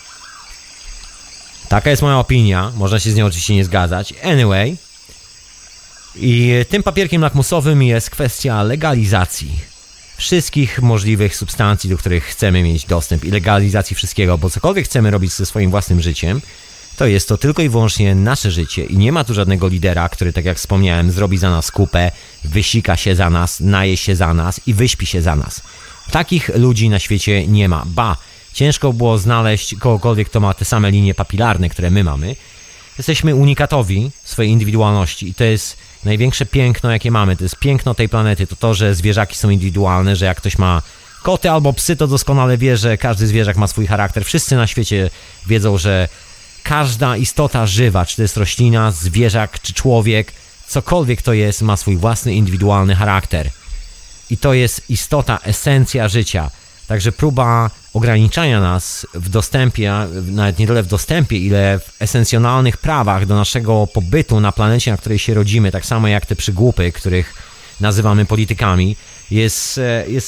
Taka jest moja opinia, można się z nią oczywiście nie zgadzać. Anyway, i tym papierkiem lakmusowym jest kwestia legalizacji wszystkich możliwych substancji, do których chcemy mieć dostęp i legalizacji wszystkiego, bo cokolwiek chcemy robić ze swoim własnym życiem, to jest to tylko i wyłącznie nasze życie i nie ma tu żadnego lidera, który, tak jak wspomniałem, zrobi za nas kupę, wysika się za nas, naje się za nas i wyśpi się za nas. Takich ludzi na świecie nie ma. Ba, ciężko było znaleźć kogokolwiek, kto ma te same linie papilarne, które my mamy. Jesteśmy unikatowi w swojej indywidualności i to jest największe piękno, jakie mamy. To jest piękno tej planety. To, że zwierzaki są indywidualne, że jak ktoś ma koty albo psy, to doskonale wie, że każdy zwierzak ma swój charakter. Wszyscy na świecie wiedzą, że każda istota żywa, czy to jest roślina, zwierzak, czy człowiek, cokolwiek to jest, ma swój własny, indywidualny charakter. I to jest istota, esencja życia. Także próba ograniczania nas w dostępie, nawet nie tyle w dostępie, ile w esencjonalnych prawach do naszego pobytu na planecie, na której się rodzimy, tak samo jak te przygłupy, których nazywamy politykami, jest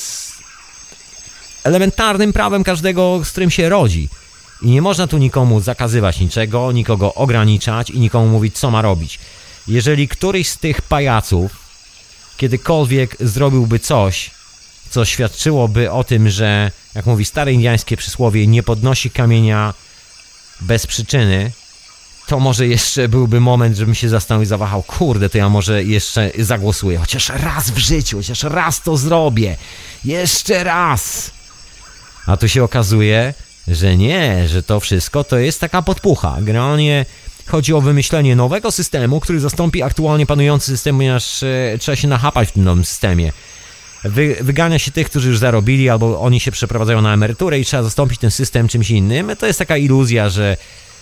elementarnym prawem każdego, z którym się rodzi. I nie można tu nikomu zakazywać niczego, nikogo ograniczać i nikomu mówić, co ma robić. Jeżeli któryś z tych pajaców kiedykolwiek zrobiłby coś, co świadczyłoby o tym, że, jak mówi stare indiańskie przysłowie, nie podnosi kamienia bez przyczyny, to może jeszcze byłby moment, żebym się zastanowił i zawahał, kurde, to ja może jeszcze zagłosuję, chociaż raz w życiu, chociaż raz to zrobię, jeszcze raz. A tu się okazuje, że nie, że to wszystko to jest taka podpucha. Generalnie chodzi o wymyślenie nowego systemu, który zastąpi aktualnie panujący system, ponieważ trzeba się nachapać w tym nowym systemie. Wygania się tych, którzy już zarobili, albo oni się przeprowadzają na emeryturę i trzeba zastąpić ten system czymś innym. To jest taka iluzja, że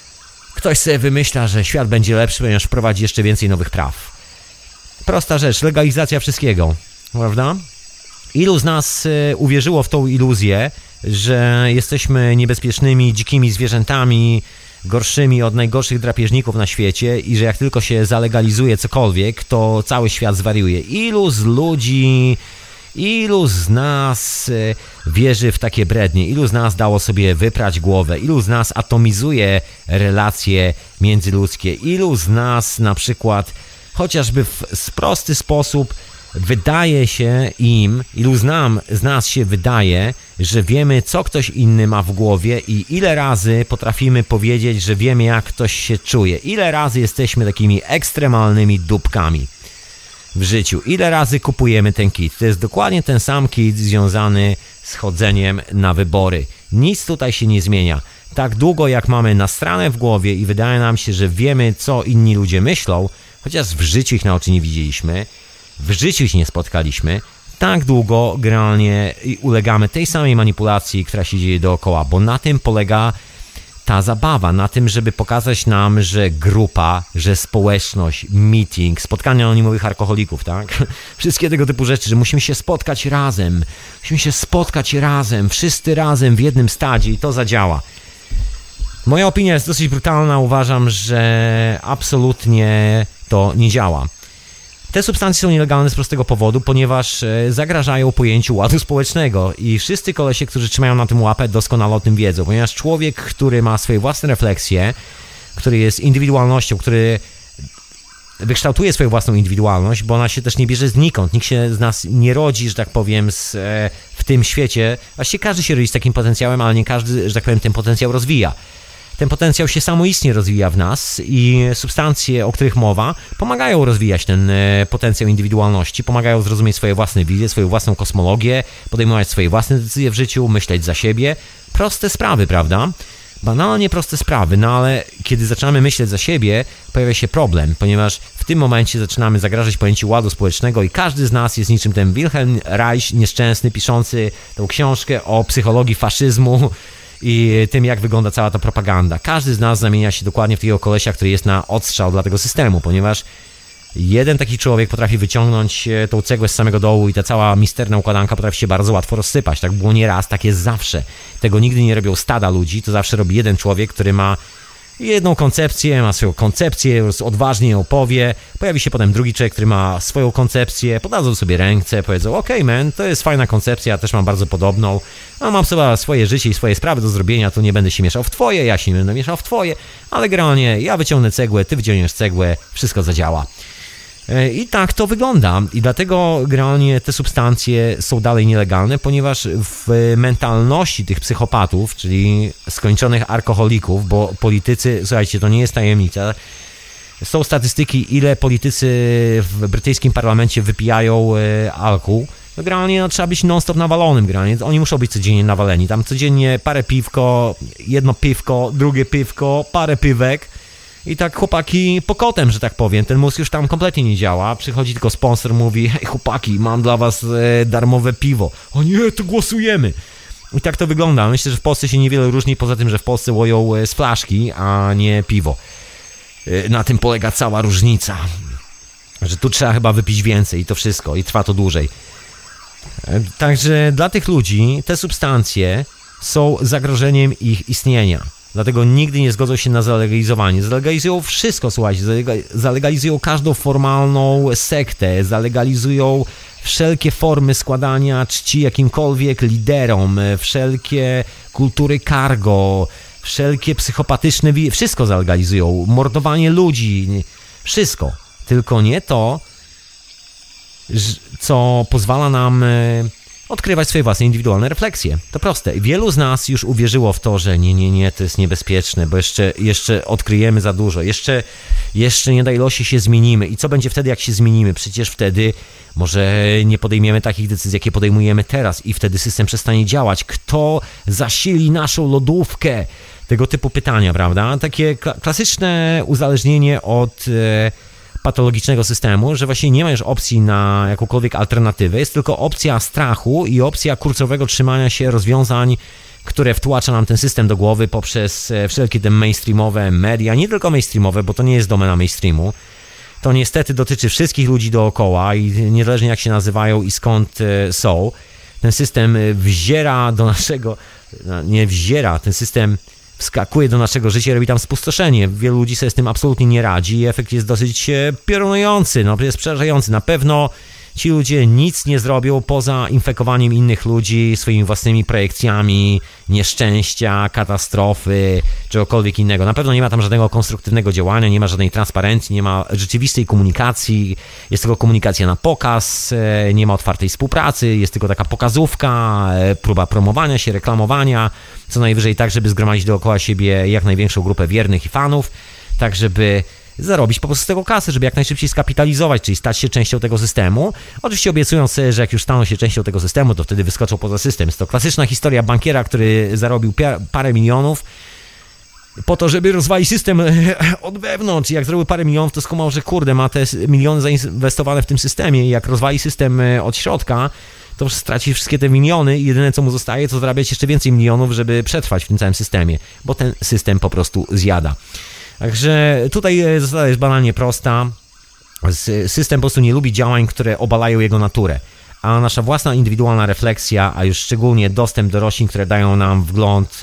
ktoś sobie wymyśla, że świat będzie lepszy, ponieważ wprowadzi jeszcze więcej nowych praw. Prosta rzecz, legalizacja wszystkiego, prawda? Ilu z nas uwierzyło w tą iluzję, że jesteśmy niebezpiecznymi, dzikimi zwierzętami, gorszymi od najgorszych drapieżników na świecie i że jak tylko się zalegalizuje cokolwiek, to cały świat zwariuje. Ilu z ludzi, ilu z nas wierzy w takie brednie, ilu z nas dało sobie wyprać głowę, ilu z nas atomizuje relacje międzyludzkie, ilu z nas na przykład chociażby w prosty sposób wydaje się im, ilu z nas się wydaje, że wiemy, co ktoś inny ma w głowie i ile razy potrafimy powiedzieć, że wiemy, jak ktoś się czuje. Ile razy jesteśmy takimi ekstremalnymi dupkami w życiu. Ile razy kupujemy ten kit. To jest dokładnie ten sam kit związany z chodzeniem na wybory. Nic tutaj się nie zmienia. Tak długo, jak mamy nasrane w głowie i wydaje nam się, że wiemy, co inni ludzie myślą, chociaż w życiu ich na oczy nie widzieliśmy, w życiu ich nie spotkaliśmy, tak długo generalnie ulegamy tej samej manipulacji, która się dzieje dookoła, bo na tym polega ta zabawa, na tym, żeby pokazać nam, że grupa, że społeczność, meeting, spotkania anonimowych alkoholików, tak? Wszystkie tego typu rzeczy, że musimy się spotkać razem, wszyscy razem w jednym stadzie i to zadziała. Moja opinia jest dosyć brutalna, uważam, że absolutnie to nie działa. Te substancje są nielegalne z prostego powodu, ponieważ zagrażają pojęciu ładu społecznego i wszyscy kolesie, którzy trzymają na tym łapę, doskonale o tym wiedzą, ponieważ człowiek, który ma swoje własne refleksje, który jest indywidualnością, który wykształtuje swoją własną indywidualność, bo ona się też nie bierze znikąd, nikt się z nas nie rodzi, że tak powiem, w tym świecie, właściwie każdy się rodzi z takim potencjałem, ale nie każdy, że tak powiem, ten potencjał rozwija. Ten potencjał się samoistnie rozwija w nas i substancje, o których mowa, pomagają rozwijać ten potencjał indywidualności, pomagają zrozumieć swoje własne wizje, swoją własną kosmologię, podejmować swoje własne decyzje w życiu, myśleć za siebie. Proste sprawy, prawda? Banalnie proste sprawy, no ale kiedy zaczynamy myśleć za siebie, pojawia się problem, ponieważ w tym momencie zaczynamy zagrażać pojęciu ładu społecznego i każdy z nas jest niczym ten Wilhelm Reich nieszczęsny, piszący tą książkę o psychologii faszyzmu i tym, jak wygląda cała ta propaganda. Każdy z nas zamienia się dokładnie w takiego kolesia, który jest na odstrzał dla tego systemu, ponieważ jeden taki człowiek potrafi wyciągnąć tą cegłę z samego dołu i ta cała misterna układanka potrafi się bardzo łatwo rozsypać. Tak było nieraz, tak jest zawsze. Tego nigdy nie robią stada ludzi, to zawsze robi jeden człowiek, który ma jedną koncepcję, ma swoją koncepcję, odważnie ją opowie, pojawi się potem drugi człowiek, który ma swoją koncepcję, podadzą sobie ręce, powiedzą, okej, man, to jest fajna koncepcja, ja też mam bardzo podobną, a mam sobie swoje życie i swoje sprawy do zrobienia, tu nie będę się mieszał w twoje, ja się nie będę mieszał w twoje, ale generalnie ja wyciągnę cegłę, ty wyciągniesz cegłę, wszystko zadziała. I tak to wygląda i dlatego generalnie te substancje są dalej nielegalne, ponieważ w mentalności tych psychopatów, czyli skończonych alkoholików, bo politycy, słuchajcie, to nie jest tajemnica, są statystyki, ile politycy w brytyjskim parlamencie wypijają alkohol. No generalnie trzeba być non-stop nawalonym, generalnie oni muszą być codziennie nawaleni, tam codziennie parę piwko, jedno piwko, drugie piwko, parę piwek. I tak chłopaki pokotem, że tak powiem, ten mózg już tam kompletnie nie działa, przychodzi tylko sponsor, mówi, hej chłopaki, mam dla was darmowe piwo, o nie, to głosujemy. I tak to wygląda, myślę, że w Polsce się niewiele różni, poza tym, że w Polsce łoją z flaszki, a nie piwo. Na tym polega cała różnica, że tu trzeba chyba wypić więcej i to wszystko, i trwa to dłużej. Także dla tych ludzi te substancje są zagrożeniem ich istnienia. Dlatego nigdy nie zgodzą się na zalegalizowanie. Zalegalizują wszystko, słuchajcie, zalegalizują każdą formalną sektę, zalegalizują wszelkie formy składania czci jakimkolwiek liderom, wszelkie kultury cargo, wszelkie psychopatyczne, wszystko zalegalizują, mordowanie ludzi, wszystko. Tylko nie to, co pozwala nam odkrywać swoje własne indywidualne refleksje. To proste. Wielu z nas już uwierzyło w to, że nie, to jest niebezpieczne, bo jeszcze odkryjemy za dużo, jeszcze nie daj losie się zmienimy. I co będzie wtedy, jak się zmienimy? Przecież wtedy może nie podejmiemy takich decyzji, jakie podejmujemy teraz i wtedy system przestanie działać. Kto zasili naszą lodówkę? Tego typu pytania, prawda? Takie klasyczne uzależnienie od patologicznego systemu, że właśnie nie ma już opcji na jakąkolwiek alternatywę, jest tylko opcja strachu i opcja kursowego trzymania się rozwiązań, które wtłacza nam ten system do głowy poprzez wszelkie te mainstreamowe media, nie tylko mainstreamowe, bo to nie jest domena mainstreamu. To niestety dotyczy wszystkich ludzi dookoła i niezależnie jak się nazywają i skąd są, ten system wziera do naszego, nie wziera, ten system wskakuje do naszego życia i robi tam spustoszenie. Wielu ludzi sobie z tym absolutnie nie radzi i efekt jest dosyć piorunujący, jest przerażający. Na pewno ci ludzie nic nie zrobią poza infekowaniem innych ludzi swoimi własnymi projekcjami nieszczęścia, katastrofy, czegokolwiek innego. Na pewno nie ma tam żadnego konstruktywnego działania, nie ma żadnej transparencji, nie ma rzeczywistej komunikacji, jest tylko komunikacja na pokaz, nie ma otwartej współpracy, jest tylko taka pokazówka, próba promowania się, reklamowania, co najwyżej tak, żeby zgromadzić dookoła siebie jak największą grupę wiernych i fanów, tak żeby zarobić po prostu z tego kasy, żeby jak najszybciej skapitalizować, czyli stać się częścią tego systemu. Oczywiście obiecując sobie, że jak już staną się częścią tego systemu, to wtedy wyskoczą poza system. Jest to klasyczna historia bankiera, który zarobił parę milionów po to, żeby rozwalić system od wewnątrz. Jak zrobił parę milionów, to skumał, że kurde, ma te miliony zainwestowane w tym systemie i jak rozwali system od środka, to straci wszystkie te miliony i jedyne co mu zostaje, to zarabiać jeszcze więcej milionów, żeby przetrwać w tym całym systemie, bo ten system po prostu zjada. Także tutaj zasada jest banalnie prosta. System po prostu nie lubi działań, które obalają jego naturę. A nasza własna indywidualna refleksja, a już szczególnie dostęp do roślin, które dają nam wgląd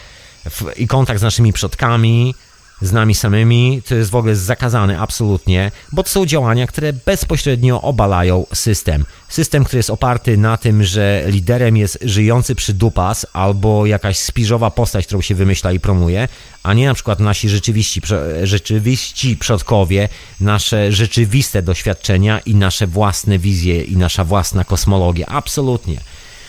i kontakt z naszymi przodkami, z nami samymi, to jest w ogóle zakazane absolutnie, bo to są działania, które bezpośrednio obalają system. System, który jest oparty na tym, że liderem jest żyjący przydupas albo jakaś spiżowa postać, którą się wymyśla i promuje, a nie na przykład nasi rzeczywiści przodkowie, nasze rzeczywiste doświadczenia i nasze własne wizje i nasza własna kosmologia. Absolutnie.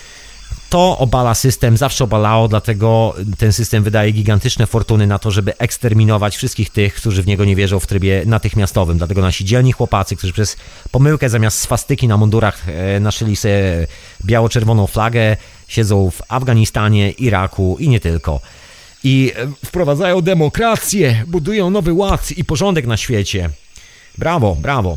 To obala system, zawsze obalało, dlatego ten system wydaje gigantyczne fortuny na to, żeby eksterminować wszystkich tych, którzy w niego nie wierzą w trybie natychmiastowym. Dlatego nasi dzielni chłopacy, którzy przez pomyłkę zamiast swastyki na mundurach naszyli sobie biało-czerwoną flagę, siedzą w Afganistanie, Iraku i nie tylko. I wprowadzają demokrację, budują nowy ład i porządek na świecie. Brawo, brawo.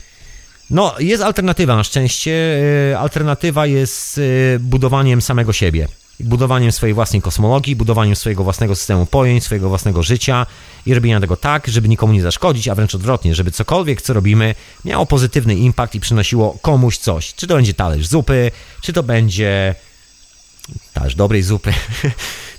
No, jest alternatywa na szczęście. Alternatywa jest budowaniem samego siebie. Budowaniem swojej własnej kosmologii, budowaniem swojego własnego systemu pojęć, swojego własnego życia i robienia tego tak, żeby nikomu nie zaszkodzić, a wręcz odwrotnie, żeby cokolwiek, co robimy, miało pozytywny impact i przynosiło komuś coś. Czy to będzie talerz zupy, czy to będzie talerz dobrej zupy,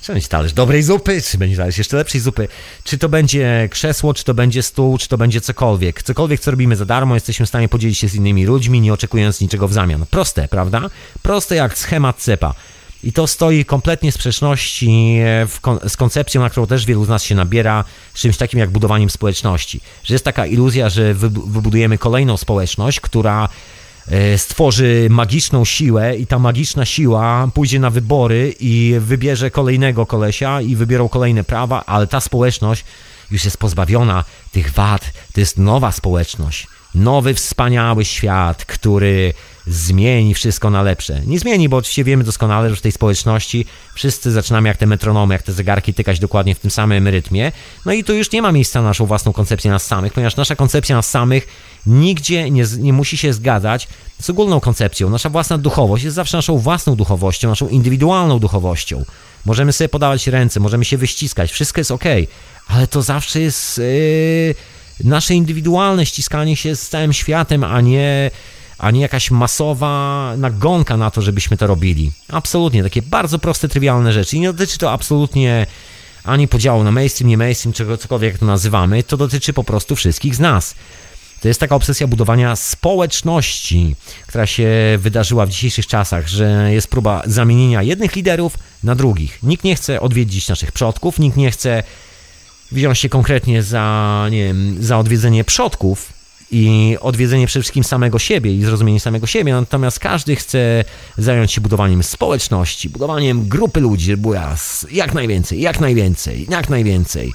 Czy będzie talerz dobrej zupy, czy będzie talerz jeszcze lepszej zupy, czy to będzie krzesło, czy to będzie stół, czy to będzie cokolwiek. Cokolwiek, co robimy za darmo, jesteśmy w stanie podzielić się z innymi ludźmi, nie oczekując niczego w zamian. Proste, prawda? Proste jak schemat cepa. I to stoi kompletnie w sprzeczności z koncepcją, na którą też wielu z nas się nabiera, z czymś takim jak budowaniem społeczności. Że jest taka iluzja, że wybudujemy kolejną społeczność, która stworzy magiczną siłę i ta magiczna siła pójdzie na wybory i wybierze kolejnego kolesia i wybiorą kolejne prawa, ale ta społeczność już jest pozbawiona tych wad. To jest nowa społeczność. Nowy, wspaniały świat, który zmieni wszystko na lepsze. Nie zmieni, bo oczywiście wiemy doskonale, że w tej społeczności wszyscy zaczynamy jak te metronomy, jak te zegarki tykać dokładnie w tym samym rytmie. No i tu już nie ma miejsca na naszą własną koncepcję nas samych, ponieważ nasza koncepcja nas samych nigdzie nie musi się zgadzać z ogólną koncepcją. Nasza własna duchowość jest zawsze naszą własną duchowością, naszą indywidualną duchowością. Możemy sobie podawać ręce, możemy się wyściskać, wszystko jest okej, ale to zawsze jest nasze indywidualne ściskanie się z całym światem, a nie jakaś masowa nagonka na to, żebyśmy to robili. Absolutnie, takie bardzo proste, trywialne rzeczy. I nie dotyczy to absolutnie ani podziału na mainstream, nie mainstream, cokolwiek jak to nazywamy. To dotyczy po prostu wszystkich z nas. To jest taka obsesja budowania społeczności, która się wydarzyła w dzisiejszych czasach, że jest próba zamienienia jednych liderów na drugich. Nikt nie chce odwiedzić naszych przodków, nikt nie chce wziąć się konkretnie za odwiedzenie przodków i odwiedzenie przede wszystkim samego siebie i zrozumienie samego siebie, natomiast każdy chce zająć się budowaniem społeczności, budowaniem grupy ludzi, żeby było jak najwięcej.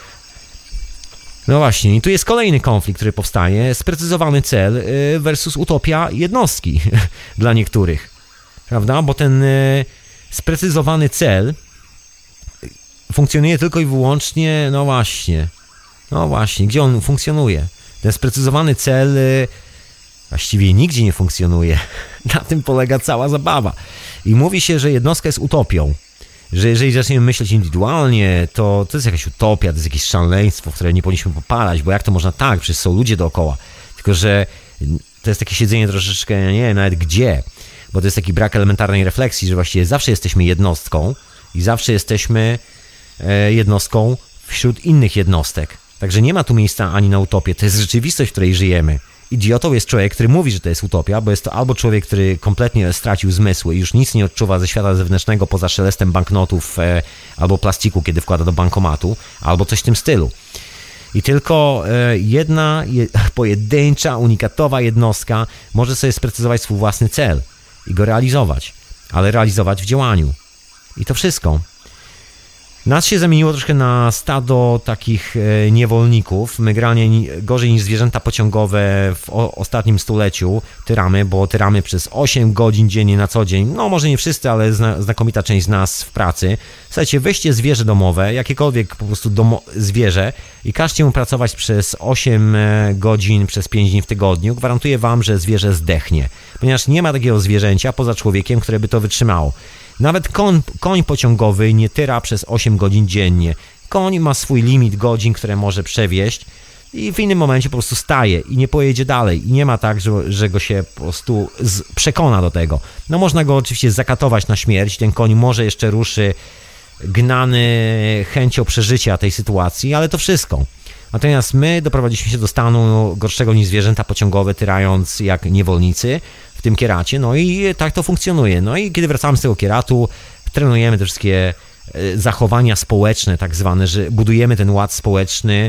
No właśnie, i tu jest kolejny konflikt, który powstaje, sprecyzowany cel versus utopia jednostki dla niektórych, prawda? Bo ten sprecyzowany cel funkcjonuje tylko i wyłącznie, no właśnie, gdzie on funkcjonuje? Ten sprecyzowany cel właściwie nigdzie nie funkcjonuje. Na tym polega cała zabawa. I mówi się, że jednostka jest utopią. Że jeżeli zaczniemy myśleć indywidualnie, to jest jakaś utopia, to jest jakieś szaleństwo, w które nie powinniśmy popalać, bo jak to można tak? Przecież są ludzie dookoła. Tylko że to jest takie siedzenie troszeczkę, nie wiem nawet gdzie, bo to jest taki brak elementarnej refleksji, że właściwie zawsze jesteśmy jednostką i zawsze jesteśmy jednostką wśród innych jednostek. Także nie ma tu miejsca ani na utopię. To jest rzeczywistość, w której żyjemy. Idiotą jest człowiek, który mówi, że to jest utopia, bo jest to albo człowiek, który kompletnie stracił zmysły i już nic nie odczuwa ze świata zewnętrznego poza szelestem banknotów albo plastiku, kiedy wkłada do bankomatu, albo coś w tym stylu. I tylko jedna pojedyncza, unikatowa jednostka może sobie sprecyzować swój własny cel i go realizować, ale realizować w działaniu. I to wszystko. Nas się zamieniło troszkę na stado takich niewolników. My granie gorzej niż zwierzęta pociągowe w ostatnim stuleciu tyramy, bo tyramy przez 8 godzin dziennie na co dzień. No może nie wszyscy, ale znakomita część z nas w pracy. Słuchajcie, weźcie zwierzę domowe, jakiekolwiek po prostu zwierzę i każcie mu pracować przez 8 godzin, przez 5 dni w tygodniu. Gwarantuję wam, że zwierzę zdechnie, ponieważ nie ma takiego zwierzęcia poza człowiekiem, które by to wytrzymało. Nawet koń pociągowy nie tyra przez 8 godzin dziennie. Koń ma swój limit godzin, które może przewieźć i w innym momencie po prostu staje i nie pojedzie dalej. I nie ma tak, że go się po prostu przekona do tego. No można go oczywiście zakatować na śmierć. Ten koń może jeszcze ruszy gnany chęcią przeżycia tej sytuacji, ale to wszystko. Natomiast my doprowadziliśmy się do stanu gorszego niż zwierzęta pociągowe, tyrając jak niewolnicy w tym kieracie, no i tak to funkcjonuje. No i kiedy wracamy z tego kieratu, trenujemy te wszystkie zachowania społeczne, tak zwane, że budujemy ten ład społeczny,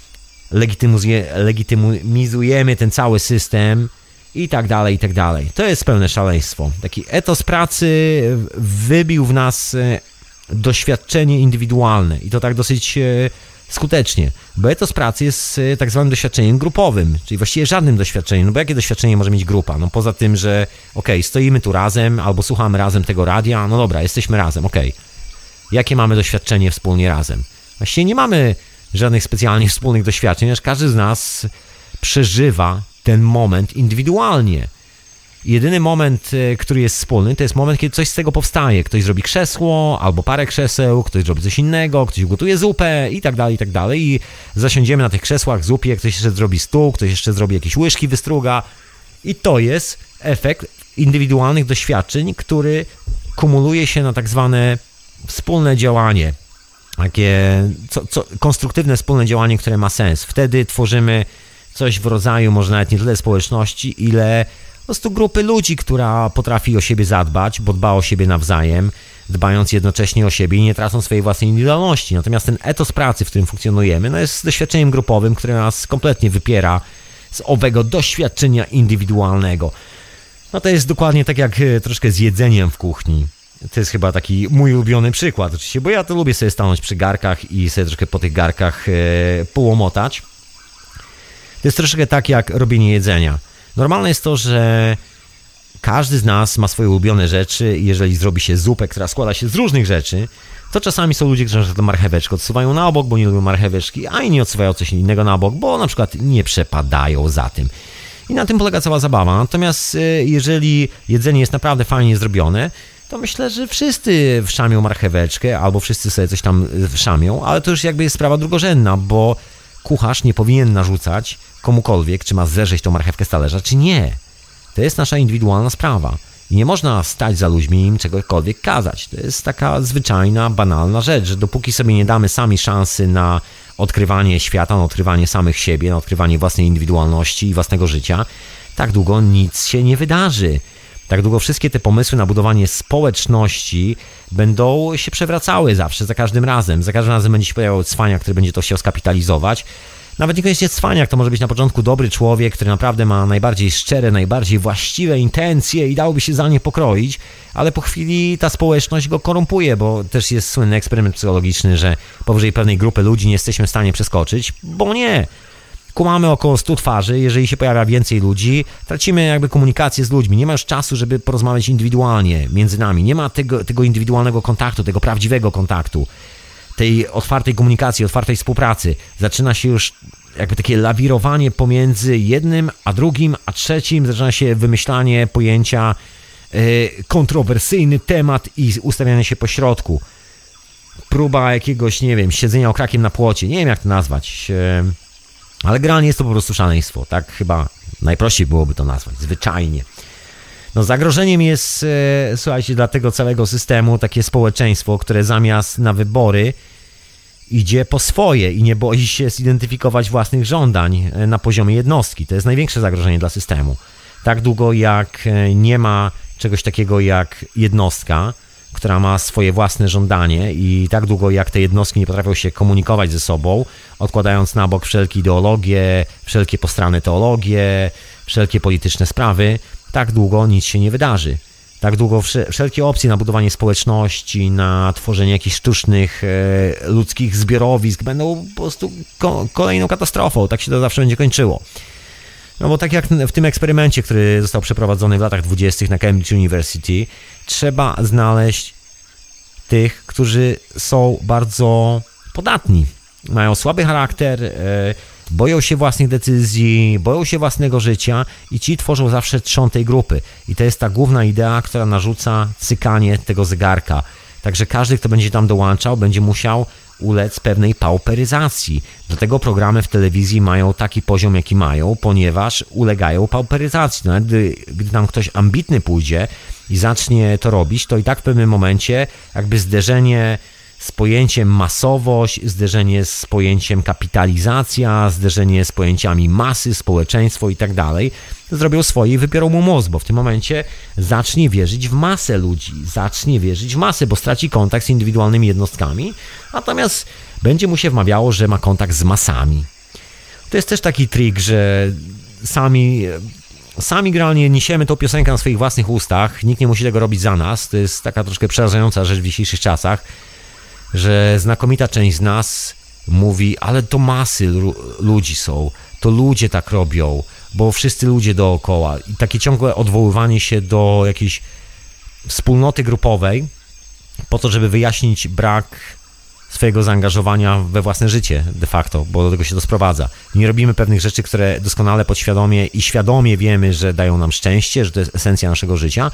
legitymizujemy ten cały system i tak dalej, i tak dalej. To jest pełne szaleństwo. Taki etos pracy wybił w nas doświadczenie indywidualne i to tak dosyć skutecznie, bo etos pracy jest tak zwanym doświadczeniem grupowym, czyli właściwie żadnym doświadczeniem, no bo jakie doświadczenie może mieć grupa? No poza tym, że stoimy tu razem, albo słuchamy razem tego radia, no dobra, jesteśmy razem, Jakie mamy doświadczenie wspólnie razem? Właściwie nie mamy żadnych specjalnie wspólnych doświadczeń, aż każdy z nas przeżywa ten moment indywidualnie. Jedyny moment, który jest wspólny, to jest moment, kiedy coś z tego powstaje. Ktoś zrobi krzesło, albo parę krzeseł, ktoś zrobi coś innego, ktoś gotuje zupę i tak dalej, i tak dalej. I zasiądziemy na tych krzesłach, zupie, ktoś jeszcze zrobi stół, ktoś jeszcze zrobi jakieś łyżki, wystruga. I to jest efekt indywidualnych doświadczeń, który kumuluje się na tak zwane wspólne działanie, takie konstruktywne wspólne działanie, które ma sens. Wtedy tworzymy coś w rodzaju może nawet nie tyle społeczności, ile po prostu grupy ludzi, która potrafi o siebie zadbać, bo dba o siebie nawzajem, dbając jednocześnie o siebie i nie tracąc swojej własnej indywidualności. Natomiast ten etos pracy, w którym funkcjonujemy, no jest doświadczeniem grupowym, które nas kompletnie wypiera z owego doświadczenia indywidualnego. No to jest dokładnie tak jak troszkę z jedzeniem w kuchni. To jest chyba taki mój ulubiony przykład oczywiście, bo ja to lubię sobie stanąć przy garkach i sobie troszkę po tych garkach połomotać. To jest troszkę tak jak robienie jedzenia. Normalne jest to, że każdy z nas ma swoje ulubione rzeczy i jeżeli zrobi się zupę, która składa się z różnych rzeczy, to czasami są ludzie, którzy tę marcheweczkę odsuwają na bok, bo nie lubią marcheweczki, a inni odsuwają coś innego na bok, bo na przykład nie przepadają za tym. I na tym polega cała zabawa. Natomiast jeżeli jedzenie jest naprawdę fajnie zrobione, to myślę, że wszyscy wszamią marcheweczkę albo wszyscy sobie coś tam wszamią, ale to już jakby jest sprawa drugorzędna, bo kucharz nie powinien narzucać komukolwiek, czy ma zerzeć tą marchewkę z talerza, czy nie. To jest nasza indywidualna sprawa. I nie można stać za ludźmi i im czegokolwiek kazać. To jest taka zwyczajna, banalna rzecz, że dopóki sobie nie damy sami szansy na odkrywanie świata, na odkrywanie samych siebie, na odkrywanie własnej indywidualności i własnego życia, tak długo nic się nie wydarzy. Tak długo wszystkie te pomysły na budowanie społeczności będą się przewracały zawsze, za każdym razem. Za każdym razem będzie się pojawiał cwaniak, który będzie to chciał skapitalizować. Nawet niekoniecznie cwaniak, to może być na początku dobry człowiek, który naprawdę ma najbardziej szczere, najbardziej właściwe intencje i dałoby się za nie pokroić, ale po chwili ta społeczność go korumpuje, bo też jest słynny eksperyment psychologiczny, że powyżej pewnej grupy ludzi nie jesteśmy w stanie przeskoczyć, bo nie. Kumamy około 100 twarzy, jeżeli się pojawia więcej ludzi, tracimy jakby komunikację z ludźmi, nie ma już czasu, żeby porozmawiać indywidualnie między nami, nie ma tego indywidualnego kontaktu, tego prawdziwego kontaktu, tej otwartej komunikacji, otwartej współpracy. Zaczyna się już jakby takie lawirowanie pomiędzy jednym, a drugim, a trzecim, zaczyna się wymyślanie pojęcia kontrowersyjny temat i ustawianie się po środku. Próba jakiegoś, nie wiem, siedzenia okrakiem na płocie, nie wiem jak to nazwać, ale generalnie jest to po prostu szaleństwo, tak chyba najprościej byłoby to nazwać, zwyczajnie. No zagrożeniem jest, słuchajcie, dla tego całego systemu takie społeczeństwo, które zamiast na wybory idzie po swoje i nie boi się zidentyfikować własnych żądań na poziomie jednostki. To jest największe zagrożenie dla systemu. Tak długo jak nie ma czegoś takiego jak jednostka, która ma swoje własne żądanie i tak długo jak te jednostki nie potrafią się komunikować ze sobą, odkładając na bok wszelkie ideologie, wszelkie postranne teologie, wszelkie polityczne sprawy, tak długo nic się nie wydarzy. Tak długo wszelkie opcje na budowanie społeczności, na tworzenie jakichś sztucznych ludzkich zbiorowisk będą po prostu kolejną katastrofą. Tak się to zawsze będzie kończyło. No bo tak jak w tym eksperymencie, który został przeprowadzony w latach 20. na Cambridge University, trzeba znaleźć tych, którzy są bardzo podatni, mają słaby charakter, boją się własnych decyzji, boją się własnego życia i ci tworzą zawsze trzon tej grupy. I to jest ta główna idea, która narzuca cykanie tego zegarka. Także każdy, kto będzie tam dołączał, będzie musiał ulec pewnej pauperyzacji. Dlatego programy w telewizji mają taki poziom, jaki mają, ponieważ ulegają pauperyzacji. Nawet gdy tam ktoś ambitny pójdzie i zacznie to robić, to i tak w pewnym momencie jakby zderzenie z pojęciem masowość, zderzenie z pojęciem kapitalizacja, zderzenie z pojęciami masy, społeczeństwo i tak dalej, zrobią swoje i wybiorą mu mózg, bo w tym momencie zacznie wierzyć w masę ludzi, zacznie wierzyć w masę, bo straci kontakt z indywidualnymi jednostkami, natomiast będzie mu się wmawiało, że ma kontakt z masami. To jest też taki trik, że sami generalnie niesiemy tą piosenkę na swoich własnych ustach, nikt nie musi tego robić za nas, to jest taka troszkę przerażająca rzecz w dzisiejszych czasach, że znakomita część z nas mówi, ale to masy ludzi są, to ludzie tak robią, bo wszyscy ludzie dookoła i takie ciągłe odwoływanie się do jakiejś wspólnoty grupowej po to, żeby wyjaśnić brak swojego zaangażowania we własne życie de facto, bo do tego się to sprowadza. Nie robimy pewnych rzeczy, które doskonale podświadomie i świadomie wiemy, że dają nam szczęście, że to jest esencja naszego życia,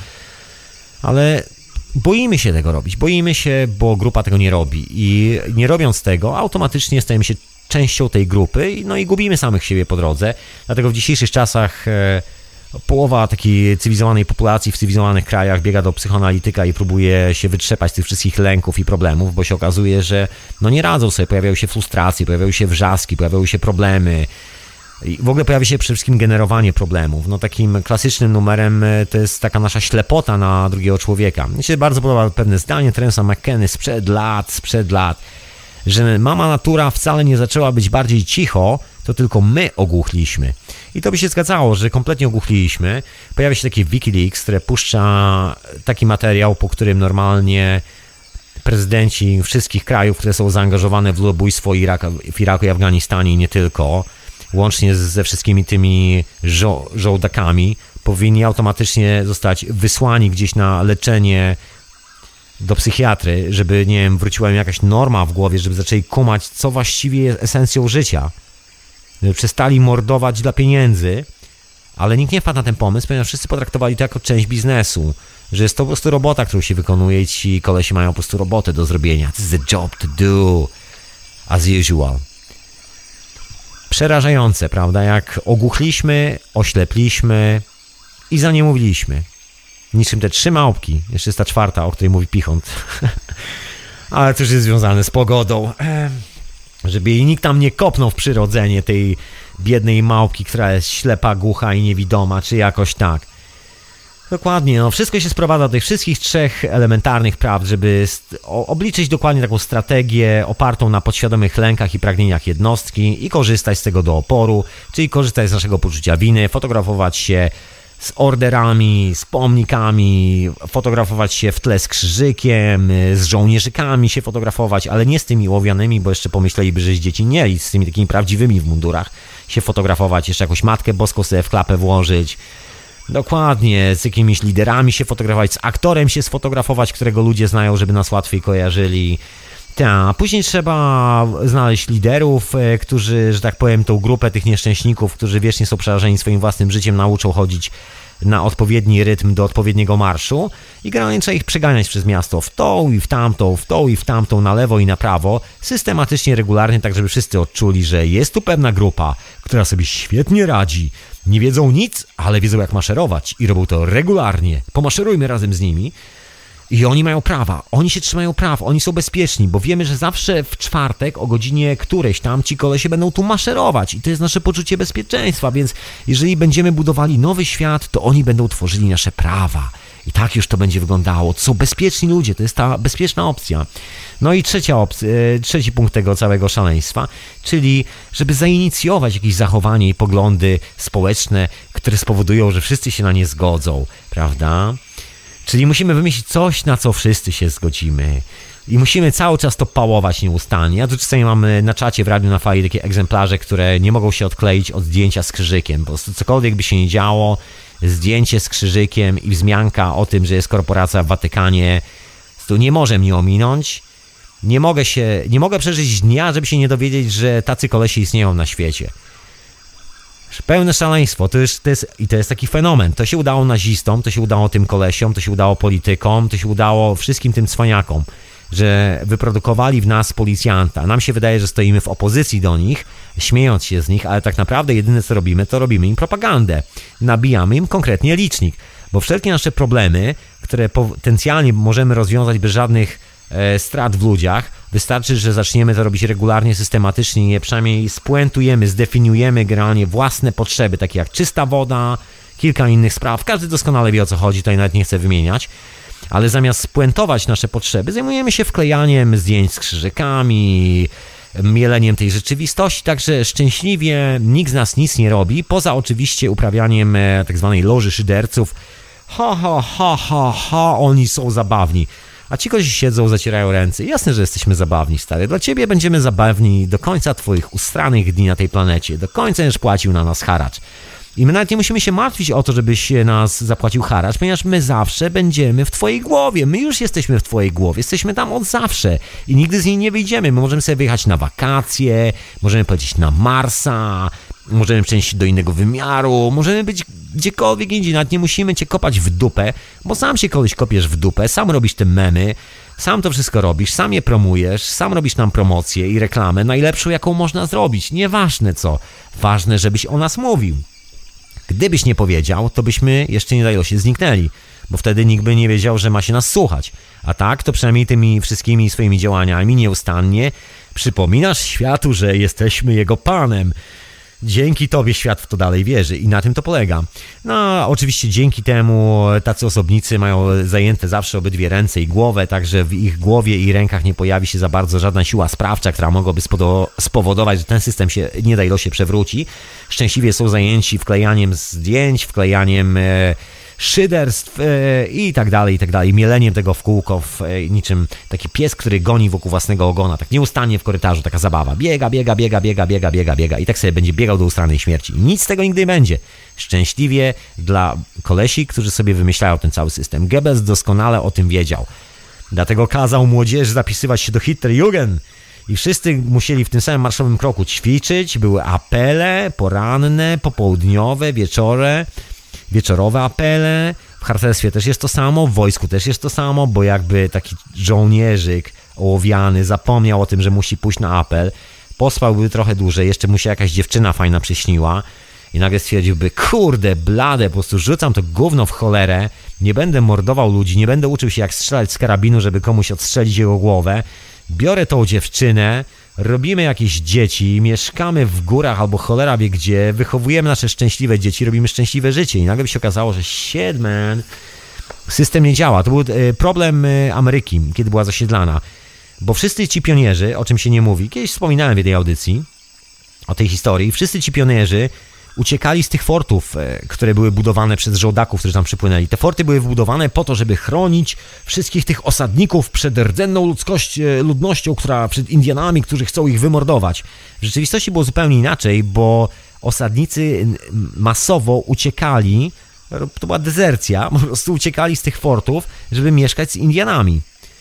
ale boimy się tego robić, boimy się, bo grupa tego nie robi i nie robiąc tego, automatycznie stajemy się częścią tej grupy, no i gubimy samych siebie po drodze. Dlatego w dzisiejszych czasach Połowa takiej cywilizowanej populacji w cywilizowanych krajach biega do psychoanalityka i próbuje się wytrzepać z tych wszystkich lęków i problemów, bo się okazuje, że no nie radzą sobie, pojawiają się frustracje, pojawiają się wrzaski, pojawiają się problemy. I w ogóle pojawia się przede wszystkim generowanie problemów. No takim klasycznym numerem to jest taka nasza ślepota na drugiego człowieka. Mi się bardzo podoba pewne zdanie Terence'a McKenny sprzed lat, że mama natura wcale nie zaczęła być bardziej cicho, to tylko my ogłuchliśmy. I to by się zgadzało, że kompletnie ogłuchliliśmy. Pojawia się taki Wikileaks, które puszcza taki materiał, po którym normalnie prezydenci wszystkich krajów, które są zaangażowane w ludobójstwo w Iraku i Afganistanie i nie tylko, łącznie ze wszystkimi tymi żołdakami, powinni automatycznie zostać wysłani gdzieś na leczenie do psychiatry, żeby, nie wiem, wróciła im jakaś norma w głowie, żeby zaczęli kumać, co właściwie jest esencją życia. Żeby przestali mordować dla pieniędzy, ale nikt nie wpadł na ten pomysł, ponieważ wszyscy potraktowali to jako część biznesu, że jest to po prostu robota, którą się wykonuje i ci kolesi mają po prostu robotę do zrobienia. This is the job to do, as usual. Przerażające, prawda? Jak ogłuchliśmy, oślepliśmy i zaniemówiliśmy. Niczym te 3 małpki, jeszcze jest ta 4, o której mówi Pichont. Ale to już jest związane z pogodą. Żeby jej nikt tam nie kopnął w przyrodzenie tej biednej małpki, która jest ślepa, głucha i niewidoma, czy jakoś tak. Dokładnie, no wszystko się sprowadza do tych wszystkich 3 elementarnych prawd, żeby obliczyć dokładnie taką strategię opartą na podświadomych lękach i pragnieniach jednostki i korzystać z tego do oporu, czyli korzystać z naszego poczucia winy, fotografować się z orderami, z pomnikami, fotografować się w tle z krzyżykiem, z żołnierzykami się fotografować, ale nie z tymi ołowianymi, bo jeszcze pomyśleliby, że dzieci nie, z tymi takimi prawdziwymi w mundurach się fotografować, jeszcze jakąś Matkę Boską sobie w klapę włożyć. Dokładnie, z jakimiś liderami się fotografować, z aktorem się sfotografować, którego ludzie znają, żeby nas łatwiej kojarzyli. Później trzeba znaleźć liderów, którzy, że tak powiem, tą grupę tych nieszczęśników, którzy wiecznie są przerażeni swoim własnym życiem, nauczą chodzić na odpowiedni rytm do odpowiedniego marszu i generalnie trzeba ich przeganiać przez miasto w tą i w tamtą, w tą i w tamtą, na lewo i na prawo, systematycznie, regularnie, tak żeby wszyscy odczuli, że jest tu pewna grupa, która sobie świetnie radzi. Nie wiedzą nic, ale wiedzą jak maszerować i robią to regularnie. Pomaszerujmy razem z nimi. I oni mają prawa, oni się trzymają praw, oni są bezpieczni, bo wiemy, że zawsze w czwartek o godzinie którejś tam ci kolesie będą tu maszerować i to jest nasze poczucie bezpieczeństwa, więc jeżeli będziemy budowali nowy świat, to oni będą tworzyli nasze prawa. I tak już to będzie wyglądało. To są bezpieczni ludzie, to jest ta bezpieczna opcja. No i trzeci punkt tego całego szaleństwa, czyli żeby zainicjować jakieś zachowanie i poglądy społeczne, które spowodują, że wszyscy się na nie zgodzą, prawda? Czyli musimy wymyślić coś, na co wszyscy się zgodzimy. I musimy cały czas to pałować nieustannie. Ja tu czasami mam na czacie w Radiu na Fali takie egzemplarze, które nie mogą się odkleić od zdjęcia z krzyżykiem. Po prostu cokolwiek by się nie działo, zdjęcie z krzyżykiem i wzmianka o tym, że jest korporacja w Watykanie, to nie może mnie ominąć. Nie mogę przeżyć dnia, żeby się nie dowiedzieć, że tacy kolesie istnieją na świecie. Pełne szaleństwo, to jest taki fenomen. To się udało nazistom, to się udało tym kolesiom, to się udało politykom, to się udało wszystkim tym cwaniakom, że wyprodukowali w nas policjanta. Nam się wydaje, że stoimy w opozycji do nich, śmiejąc się z nich, ale tak naprawdę jedyne co robimy, to robimy im propagandę. Nabijamy im konkretnie licznik, bo wszelkie nasze problemy, które potencjalnie możemy rozwiązać bez żadnych strat w ludziach, wystarczy, że zaczniemy to robić regularnie, systematycznie i przynajmniej spuentujemy, zdefiniujemy generalnie własne potrzeby, takie jak czysta woda, kilka innych spraw. Każdy doskonale wie, o co chodzi, tutaj nawet nie chcę wymieniać, ale zamiast spuentować nasze potrzeby, zajmujemy się wklejaniem zdjęć z krzyżykami, mieleniem tej rzeczywistości, także szczęśliwie nikt z nas nic nie robi, poza oczywiście uprawianiem tak zwanej loży szyderców. Oni są zabawni. A ci kozi siedzą, zacierają ręce. Jasne, że jesteśmy zabawni, stary. Dla ciebie będziemy zabawni do końca twoich ustranych dni na tej planecie. Do końca będziesz płacił na nas haracz. I my nawet nie musimy się martwić o to, żebyś nas zapłacił haracz, ponieważ my zawsze będziemy w twojej głowie. My już jesteśmy w twojej głowie. Jesteśmy tam od zawsze. I nigdy z niej nie wyjdziemy. My możemy sobie wyjechać na wakacje, możemy polecieć na Marsa, możemy przejść do innego wymiaru, możemy być gdziekolwiek indziej, nawet nie musimy cię kopać w dupę, bo sam się kogoś kopiesz w dupę, sam robisz te memy, sam to wszystko robisz, sam je promujesz, sam robisz nam promocję i reklamę najlepszą, jaką można zrobić. Nieważne co, ważne, żebyś o nas mówił. Gdybyś nie powiedział, to byśmy jeszcze nie dało się zniknęli, bo wtedy nikt by nie wiedział, że ma się nas słuchać. A tak, to przynajmniej tymi wszystkimi swoimi działaniami nieustannie przypominasz światu, że jesteśmy jego panem. Dzięki tobie świat w to dalej wierzy i na tym to polega. No, oczywiście dzięki temu tacy osobnicy mają zajęte zawsze obydwie ręce i głowę, także w ich głowie i rękach nie pojawi się za bardzo żadna siła sprawcza, która mogłaby spowodować, że ten system się nie da ilo się przewróci. Szczęśliwie są zajęci wklejaniem zdjęć, wklejaniem szyderstw i tak dalej, mieleniem tego w kółko, niczym taki pies, który goni wokół własnego ogona, tak nieustannie w korytarzu, taka zabawa, biega i tak sobie będzie biegał do ustanej śmierci. I nic z tego nigdy nie będzie. Szczęśliwie dla kolesi, którzy sobie wymyślają ten cały system. Goebbels doskonale o tym wiedział. Dlatego kazał młodzieży zapisywać się do Hitlerjugend i wszyscy musieli w tym samym marszowym kroku ćwiczyć, były apele poranne, popołudniowe, wieczorowe apele, w harcerstwie też jest to samo, w wojsku też jest to samo, bo jakby taki żołnierzyk ołowiany zapomniał o tym, że musi pójść na apel, pospałby trochę dłużej, jeszcze mu się jakaś dziewczyna fajna przyśniła i nagle stwierdziłby, kurde, blade, po prostu rzucam to gówno w cholerę, nie będę mordował ludzi, nie będę uczył się jak strzelać z karabinu, żeby komuś odstrzelić jego głowę, biorę tą dziewczynę, robimy jakieś dzieci, mieszkamy w górach albo cholera wie gdzie, wychowujemy nasze szczęśliwe dzieci, robimy szczęśliwe życie i nagle by się okazało, że shit man, system nie działa. To był problem Ameryki, kiedy była zasiedlana, bo wszyscy ci pionierzy, o czym się nie mówi, kiedyś wspominałem w jednej audycji o tej historii, wszyscy ci pionierzy uciekali z tych fortów, które były budowane przez żołdaków, którzy tam przypłynęli. Te forty były wbudowane po to, żeby chronić wszystkich tych osadników przed rdzenną ludnością, która przed Indianami, którzy chcą ich wymordować. W rzeczywistości było zupełnie inaczej, bo osadnicy masowo uciekali, to była dezercja, po prostu uciekali z tych fortów, żeby mieszkać z Indianami.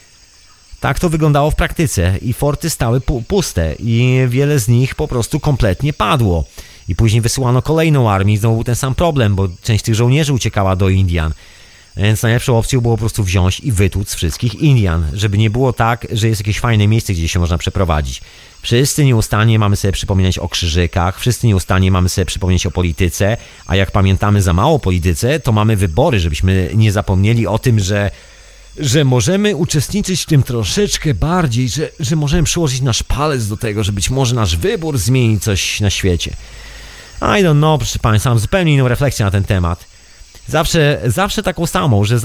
Tak to wyglądało w praktyce i forty stały puste i wiele z nich po prostu kompletnie padło. I później wysyłano kolejną armię i znowu był ten sam problem, bo część tych żołnierzy uciekała do Indian. Więc najlepszą opcją było po prostu wziąć i wytłuc wszystkich Indian, żeby nie było tak, że jest jakieś fajne miejsce, gdzie się można przeprowadzić. Wszyscy nieustannie mamy sobie przypominać o krzyżykach, wszyscy nieustannie mamy sobie przypomnieć o polityce, a jak pamiętamy za mało o polityce, to mamy wybory, żebyśmy nie zapomnieli o tym, że możemy uczestniczyć w tym troszeczkę bardziej, że możemy przyłożyć nasz palec do tego, że być może nasz wybór zmieni coś na świecie. I don't know, proszę Państwa, mam zupełnie inną refleksję na ten temat. Zawsze taką samą, że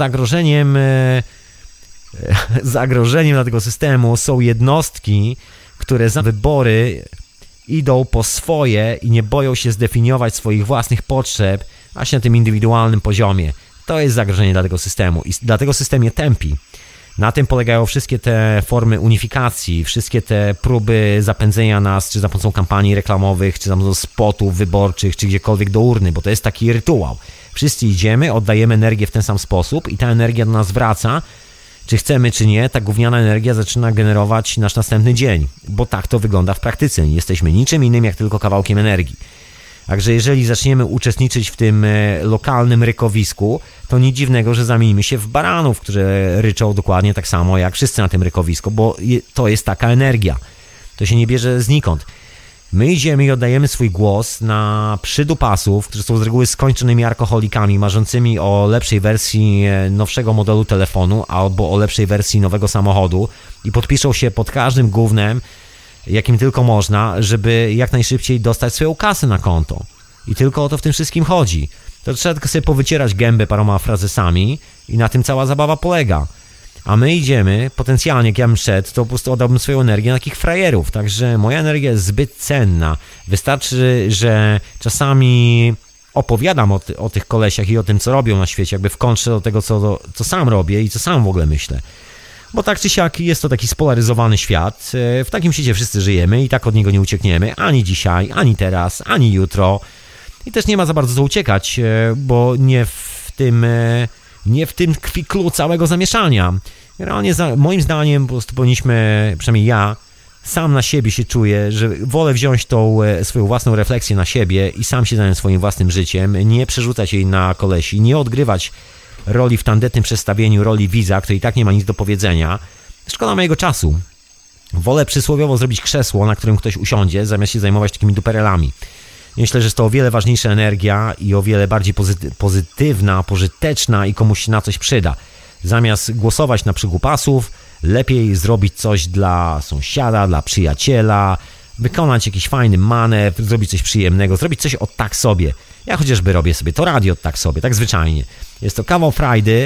zagrożeniem dla tego systemu są jednostki, które za wybory idą po swoje i nie boją się zdefiniować swoich własnych potrzeb właśnie na tym indywidualnym poziomie. To jest zagrożenie dla tego systemu i dlatego system je tępi. Na tym polegają wszystkie te formy unifikacji, wszystkie te próby zapędzenia nas, czy za pomocą kampanii reklamowych, czy za pomocą spotów wyborczych, czy gdziekolwiek do urny, bo to jest taki rytuał. Wszyscy idziemy, oddajemy energię w ten sam sposób i ta energia do nas wraca, czy chcemy, czy nie, ta gówniana energia zaczyna generować nasz następny dzień, bo tak to wygląda w praktyce. Nie jesteśmy niczym innym, jak tylko kawałkiem energii. Także jeżeli zaczniemy uczestniczyć w tym lokalnym rykowisku, to nic dziwnego, że zamienimy się w baranów, które ryczą dokładnie tak samo jak wszyscy na tym rykowisku, bo to jest taka energia. To się nie bierze znikąd. My idziemy i oddajemy swój głos na przydupasów, którzy są z reguły skończonymi alkoholikami, marzącymi o lepszej wersji nowszego modelu telefonu albo o lepszej wersji nowego samochodu i podpiszą się pod każdym gównem, jakim tylko można, żeby jak najszybciej dostać swoją kasę na konto. I tylko o to w tym wszystkim chodzi. To trzeba tylko sobie powycierać gębę paroma frazesami i na tym cała zabawa polega. A my idziemy, potencjalnie jak ja bym szedł, to po prostu oddałbym swoją energię na takich frajerów. Także moja energia jest zbyt cenna. Wystarczy, że czasami opowiadam o tych kolesiach i o tym, co robią na świecie, jakby w kontrze do tego, co sam robię i co sam w ogóle myślę. Bo tak czy siak jest to taki spolaryzowany świat. W takim świecie wszyscy żyjemy i tak od niego nie uciekniemy. Ani dzisiaj, ani teraz, ani jutro. I też nie ma za bardzo co uciekać, bo nie w tym tkwi klucz całego zamieszania. Realnie moim zdaniem po prostu powinniśmy, przynajmniej ja, sam na siebie się czuję, że wolę wziąć tą swoją własną refleksję na siebie i sam się zająć swoim własnym życiem, nie przerzucać jej na kolesi, nie odgrywać roli w tandetnym przestawieniu roli widza, który i tak nie ma nic do powiedzenia. Szkoda mojego czasu. Wolę przysłowiowo zrobić krzesło, na którym ktoś usiądzie, zamiast się zajmować takimi duperelami. Myślę, że jest to o wiele ważniejsza energia i o wiele bardziej pozytywna, pożyteczna i komuś się na coś przyda. Zamiast głosować na przygłupasów, lepiej zrobić coś dla sąsiada, dla przyjaciela, wykonać jakiś fajny manewr, zrobić coś przyjemnego, zrobić coś od tak sobie. Ja chociażby robię sobie to radio od tak sobie, tak zwyczajnie. Jest to kawał frajdy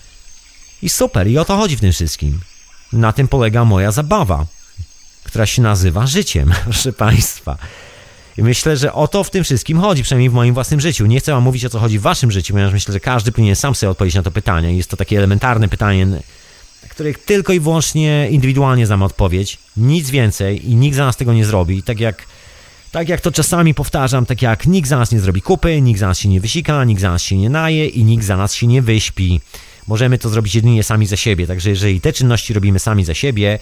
i super, i o to chodzi w tym wszystkim. Na tym polega moja zabawa, która się nazywa życiem, proszę Państwa. I myślę, że o to w tym wszystkim chodzi, przynajmniej w moim własnym życiu. Nie chcę wam mówić, o co chodzi w waszym życiu, ponieważ myślę, że każdy powinien sam sobie odpowiedzieć na to pytanie. Jest to takie elementarne pytanie, na które tylko i wyłącznie indywidualnie znamy odpowiedź. Nic więcej i nikt za nas tego nie zrobi. Tak jak to czasami powtarzam, tak jak nikt za nas nie zrobi kupy, nikt za nas się nie wysika, nikt za nas się nie naje i nikt za nas się nie wyśpi. Możemy to zrobić jedynie sami za siebie. Także jeżeli te czynności robimy sami za siebie,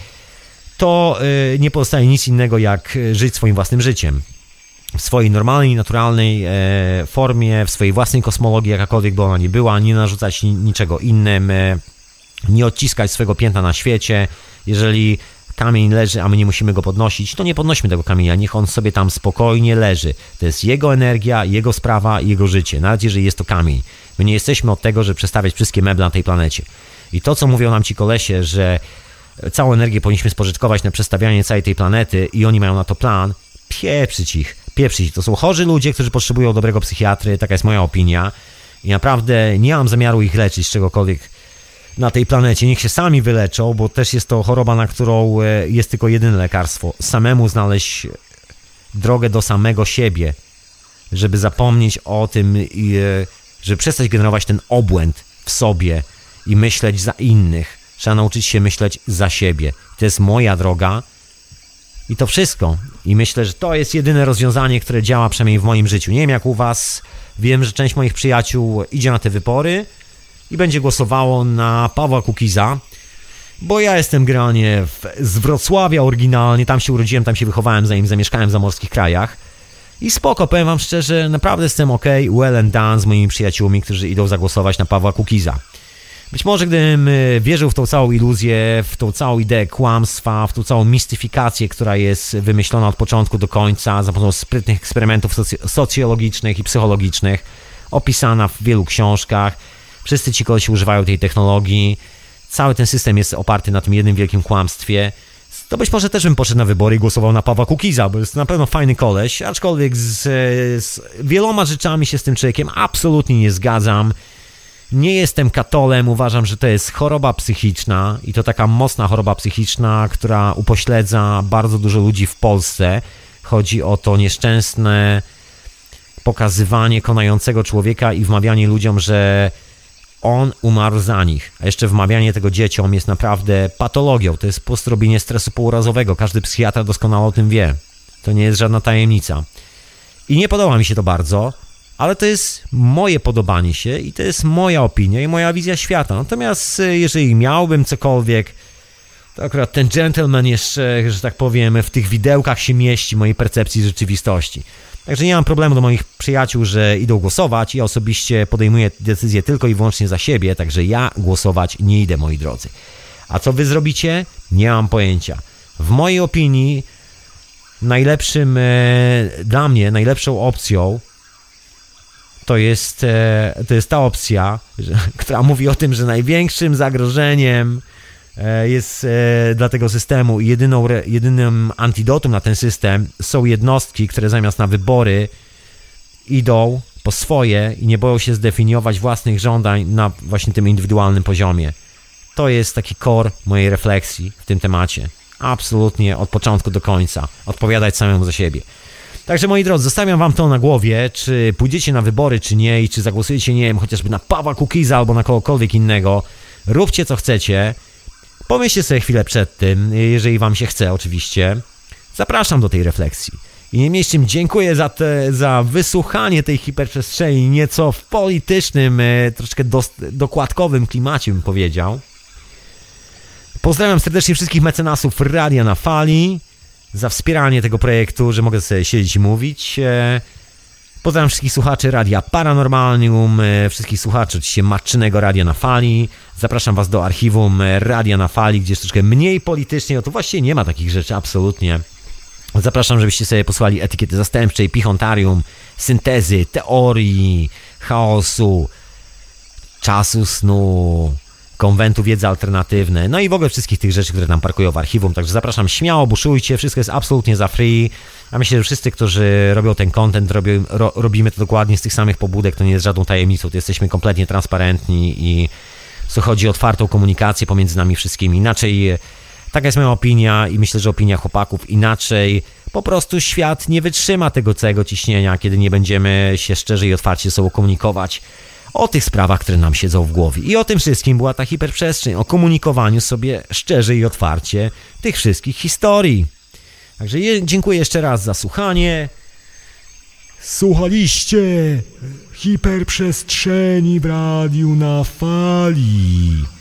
to nie pozostaje nic innego jak żyć swoim własnym życiem. W swojej normalnej, naturalnej formie, w swojej własnej kosmologii, jakakolwiek by ona nie była, nie narzucać niczego innym, nie odciskać swego piętna na świecie. Jeżeli kamień leży, a my nie musimy go podnosić, to nie podnośmy tego kamienia, niech on sobie tam spokojnie leży. To jest jego energia, jego sprawa, jego życie, nawet jeżeli jest to kamień. My nie jesteśmy od tego, żeby przestawiać wszystkie meble na tej planecie. I to, co mówią nam ci kolesie, że całą energię powinniśmy spożytkować na przestawianie całej tej planety i oni mają na to plan, pieprzyć ich. To są chorzy ludzie, którzy potrzebują dobrego psychiatry, taka jest moja opinia. I naprawdę nie mam zamiaru ich leczyć z czegokolwiek na tej planecie. Niech się sami wyleczą, bo też jest to choroba, na którą jest tylko jedyne lekarstwo. Samemu znaleźć drogę do samego siebie, żeby zapomnieć o tym, żeby przestać generować ten obłęd w sobie i myśleć za innych. Trzeba nauczyć się myśleć za siebie. To jest moja droga. I to wszystko. I myślę, że to jest jedyne rozwiązanie, które działa przynajmniej w moim życiu. Nie wiem jak u was. Wiem, że część moich przyjaciół idzie na te wybory i będzie głosowało na Pawła Kukiza, bo ja jestem generalnie z Wrocławia oryginalnie. Tam się urodziłem, tam się wychowałem, zanim zamieszkałem w zamorskich krajach. I spoko, powiem wam szczerze, naprawdę jestem well and done z moimi przyjaciółmi, którzy idą zagłosować na Pawła Kukiza. Być może gdybym wierzył w tą całą iluzję, w tą całą ideę kłamstwa, w tą całą mistyfikację, która jest wymyślona od początku do końca za pomocą sprytnych eksperymentów socjologicznych i psychologicznych, opisana w wielu książkach, wszyscy ci koleś używają tej technologii, cały ten system jest oparty na tym jednym wielkim kłamstwie, to być może też bym poszedł na wybory i głosował na Pawła Kukiza, bo jest na pewno fajny koleś, aczkolwiek z wieloma rzeczami się z tym człowiekiem absolutnie nie zgadzam. Nie jestem katolem, uważam, że to jest choroba psychiczna i to taka mocna choroba psychiczna, która upośledza bardzo dużo ludzi w Polsce. Chodzi o to nieszczęsne pokazywanie konającego człowieka i wmawianie ludziom, że on umarł za nich. A jeszcze wmawianie tego dzieciom jest naprawdę patologią. To jest po prostu robienie stresu pourazowego. Każdy psychiatra doskonale o tym wie. To nie jest żadna tajemnica. I nie podoba mi się to bardzo. Ale to jest moje podobanie się i to jest moja opinia i moja wizja świata. Natomiast jeżeli miałbym cokolwiek, to akurat ten gentleman jeszcze, że tak powiem, w tych widełkach się mieści mojej percepcji rzeczywistości. Także nie mam problemu do moich przyjaciół, że idą głosować. Ja osobiście podejmuję decyzję tylko i wyłącznie za siebie, także ja głosować nie idę, moi drodzy. A co wy zrobicie? Nie mam pojęcia. W mojej opinii dla mnie najlepszą opcją to jest ta opcja, która mówi o tym, że największym zagrożeniem jest dla tego systemu i jedynym antidotum na ten system są jednostki, które zamiast na wybory idą po swoje i nie boją się zdefiniować własnych żądań na właśnie tym indywidualnym poziomie. To jest taki core mojej refleksji w tym temacie. Absolutnie od początku do końca. Odpowiadać samemu za siebie. Także moi drodzy, zostawiam wam to na głowie, czy pójdziecie na wybory, czy nie i czy zagłosujecie, nie wiem, chociażby na Pawła Kukiza albo na kogokolwiek innego. Róbcie co chcecie. Pomyślcie sobie chwilę przed tym, jeżeli wam się chce oczywiście. Zapraszam do tej refleksji. I niemniej z czym dziękuję za wysłuchanie tej hiperprzestrzeni nieco w politycznym, troszkę dokładkowym klimacie bym powiedział. Pozdrawiam serdecznie wszystkich mecenasów Radia na Fali za wspieranie tego projektu, że mogę sobie siedzieć i mówić. Pozdrawiam wszystkich słuchaczy Radia Paranormalium, wszystkich słuchaczy oczywiście matczynego Radia na Fali. Zapraszam was do archiwum Radia na Fali, gdzie jest troszkę mniej politycznie, to właściwie nie ma takich rzeczy, absolutnie. Zapraszam, żebyście sobie posłali etykiety zastępczej, pichontarium, syntezy, teorii, chaosu, czasu snu, konwentu wiedzy alternatywne, no i w ogóle wszystkich tych rzeczy, które tam parkują w archiwum. Także zapraszam śmiało, buszujcie, wszystko jest absolutnie za free. A myślę, że wszyscy, którzy robią ten content, robimy to dokładnie z tych samych pobudek, to nie jest żadną tajemnicą, to jesteśmy kompletnie transparentni i co chodzi o otwartą komunikację pomiędzy nami wszystkimi. Inaczej, taka jest moja opinia i myślę, że opinia chłopaków, inaczej po prostu świat nie wytrzyma tego całego ciśnienia, kiedy nie będziemy się szczerze i otwarcie ze sobą komunikować o tych sprawach, które nam siedzą w głowie. I o tym wszystkim była ta hiperprzestrzeń, o komunikowaniu sobie szczerze i otwarcie tych wszystkich historii. Także dziękuję jeszcze raz za słuchanie. Słuchaliście hiperprzestrzeni w Radiu na Fali.